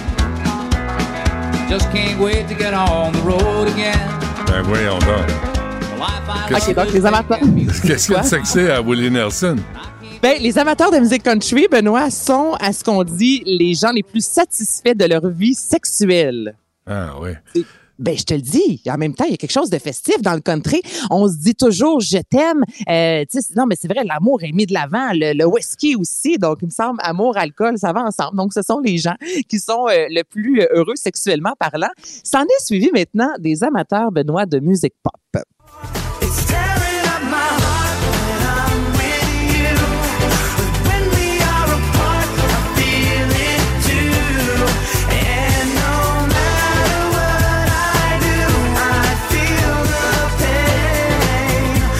Just can't wait to get on the road again. Ben voyons donc. Qu'est-ce, OK, donc les amateurs... Qu'est-ce qu'il y a de sexy à Willie Nelson? Ben, les amateurs de musique country, Benoît, sont, à ce qu'on dit, les gens les plus satisfaits de leur vie sexuelle. Ah oui. C'est... Ben, je te le dis. En même temps, il y a quelque chose de festif dans le country. On se dit toujours, je t'aime. Euh, tu sais, non, mais c'est vrai, l'amour est mis de l'avant. Le, le whisky aussi. Donc, il me semble, amour, alcool, ça va ensemble. Donc, ce sont les gens qui sont euh, le plus heureux sexuellement parlant. S'en est suivi maintenant des amateurs, Benoît, de musique pop.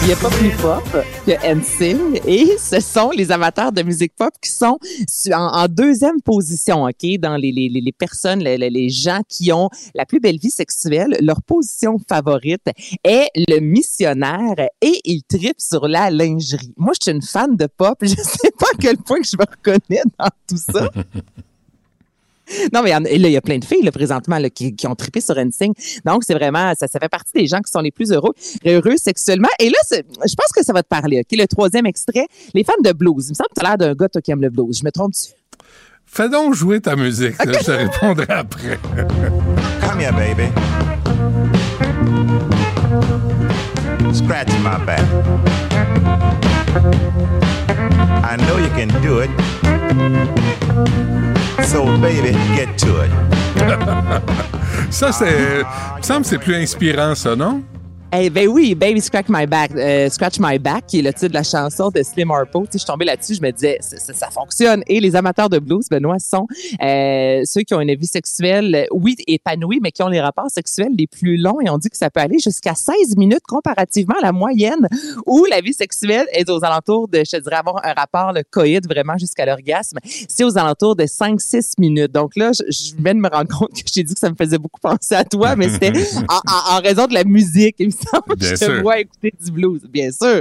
Il n'y a pas plus pop que N Sync et ce sont les amateurs de musique pop qui sont en, en deuxième position, OK, dans les, les, les personnes, les, les gens qui ont la plus belle vie sexuelle. Leur position favorite est le missionnaire et ils trippent sur la lingerie. Moi, je suis une fan de pop. Je sais pas à quel point que je me reconnais dans tout ça. Non, mais il y, y a plein de filles là, présentement là, qui, qui ont trippé sur N Sync. Donc, c'est vraiment, ça, ça fait partie des gens qui sont les plus heureux, heureux sexuellement. Et là, c'est, je pense que ça va te parler. OK, le troisième extrait, les fans de blues. Il me semble que tu as l'air d'un gars toi, qui aime le blues. Je me trompe-tu? Fais donc jouer ta musique. Okay. Là, je te répondrai après. Come here, baby. Scratch my back. I know you can do it. So, baby, get to it. Ça, c'est... Il me semble que c'est plus inspirant, ça, non? Eh ben oui, Baby Scratch My Back, euh, Scratch My Back, qui est le titre de la chanson de Slim Harpo. Tu sais, je suis tombée là-dessus, je me disais, ça, ça, ça fonctionne. Et les amateurs de blues, Benoît, sont euh, ceux qui ont une vie sexuelle, oui, épanouie, mais qui ont les rapports sexuels les plus longs. Et on dit que ça peut aller jusqu'à seize minutes comparativement à la moyenne, où la vie sexuelle est aux alentours de, je te dirais, avoir un rapport, le coït, vraiment jusqu'à l'orgasme. C'est aux alentours de cinq six minutes. Donc là, je, je viens de me rendre compte que je t'ai dit que ça me faisait beaucoup penser à toi, mais c'était en, en, en raison de la musique. Il me semble Bien je sûr. te vois écouter du blues, bien sûr.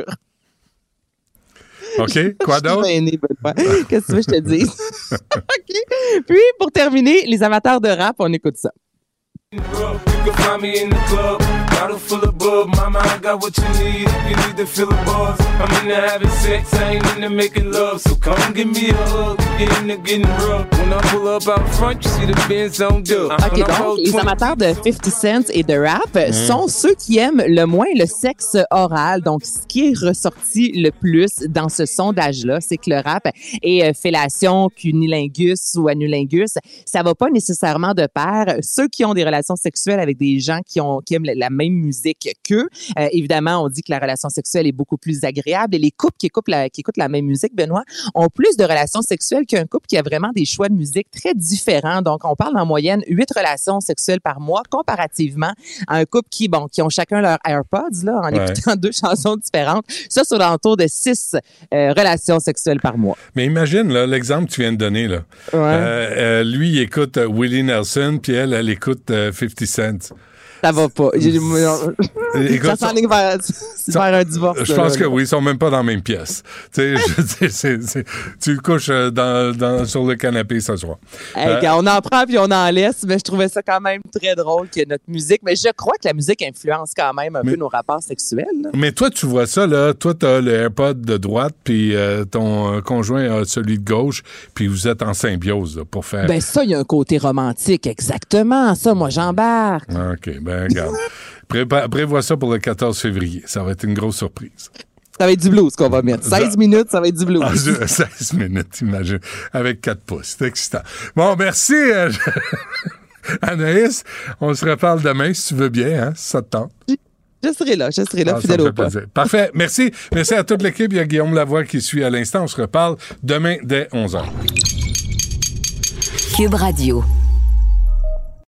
OK, quoi d'autre? Je suis gênée, Benoît. Qu'est-ce que tu veux que je te dise? OK. Puis, pour terminer, les amateurs de rap, on écoute ça. You can find me in the club, bottle full of bub. Mama, I got what you need if you need to feel the buzz. I'm into having sex, I ain't into making love. So come give me a hug, get into getting rough. When I pull up out front, you see the Benz on dub. OK, donc, les amateurs de fifty cent et de rap mmh. sont ceux qui aiment le moins le sexe oral. Donc, ce qui est ressorti le plus dans ce sondage-là, c'est que le rap et euh, fellation, cunilingus ou anulingus, ça va pas nécessairement de pair. Ceux qui ont des relations sexuelles avec des gens qui ont qui aiment la même musique qu'eux, euh, évidemment, on dit que la relation sexuelle est beaucoup plus agréable. Et les couples qui écoutent la, qui écoutent la même musique, Benoît, ont plus de relations sexuelles qu'un couple qui a vraiment des choix de musique très différents. Donc, on parle en moyenne huit relations sexuelles par mois, comparativement à un couple qui, bon, qui ont chacun leur AirPods, là, en ouais. écoutant deux chansons différentes. Ça, c'est autour de six euh, relations sexuelles par mois. Mais imagine, là, l'exemple que tu viens de donner, là. Ouais. Euh, euh, lui, il écoute euh, Willie Nelson, puis elle, elle écoute euh, fifty cent. Ça va pas. Écoute, ça s'enligne vers, vers un divorce. Je pense là, que là. Oui, ils sont même pas dans la même pièce. Tu sais, c'est, c'est, c'est, tu couches dans, dans, sur le canapé ce soir. Hey, euh, on en prend puis on en laisse, mais je trouvais ça quand même très drôle que notre musique. Mais je crois que la musique influence quand même un mais, peu nos rapports sexuels. Là. Mais toi, tu vois ça, là. Toi, t'as le AirPod de droite, puis euh, ton conjoint a celui de gauche, puis vous êtes en symbiose là, pour faire. Ben ça, il y a un côté romantique, exactement. Ça, moi, j'embarque. OK, ben regarde. Prépa- prévois ça pour le quatorze février. Ça va être une grosse surprise. Ça va être du blues qu'on va mettre. seize ça... minutes, ça va être du blues. Ah, seize minutes, imagine. Avec quatre pouces. C'est excitant. Bon, merci, euh, Anaïs. On se reparle demain, si tu veux bien, hein, si ça te tente. Je serai là, je serai là, ah, fidèle au pas. Parfait. Merci. Merci à toute l'équipe. Il y a Guillaume Lavoie qui suit à l'instant. On se reparle demain dès onze heures. Cube Radio.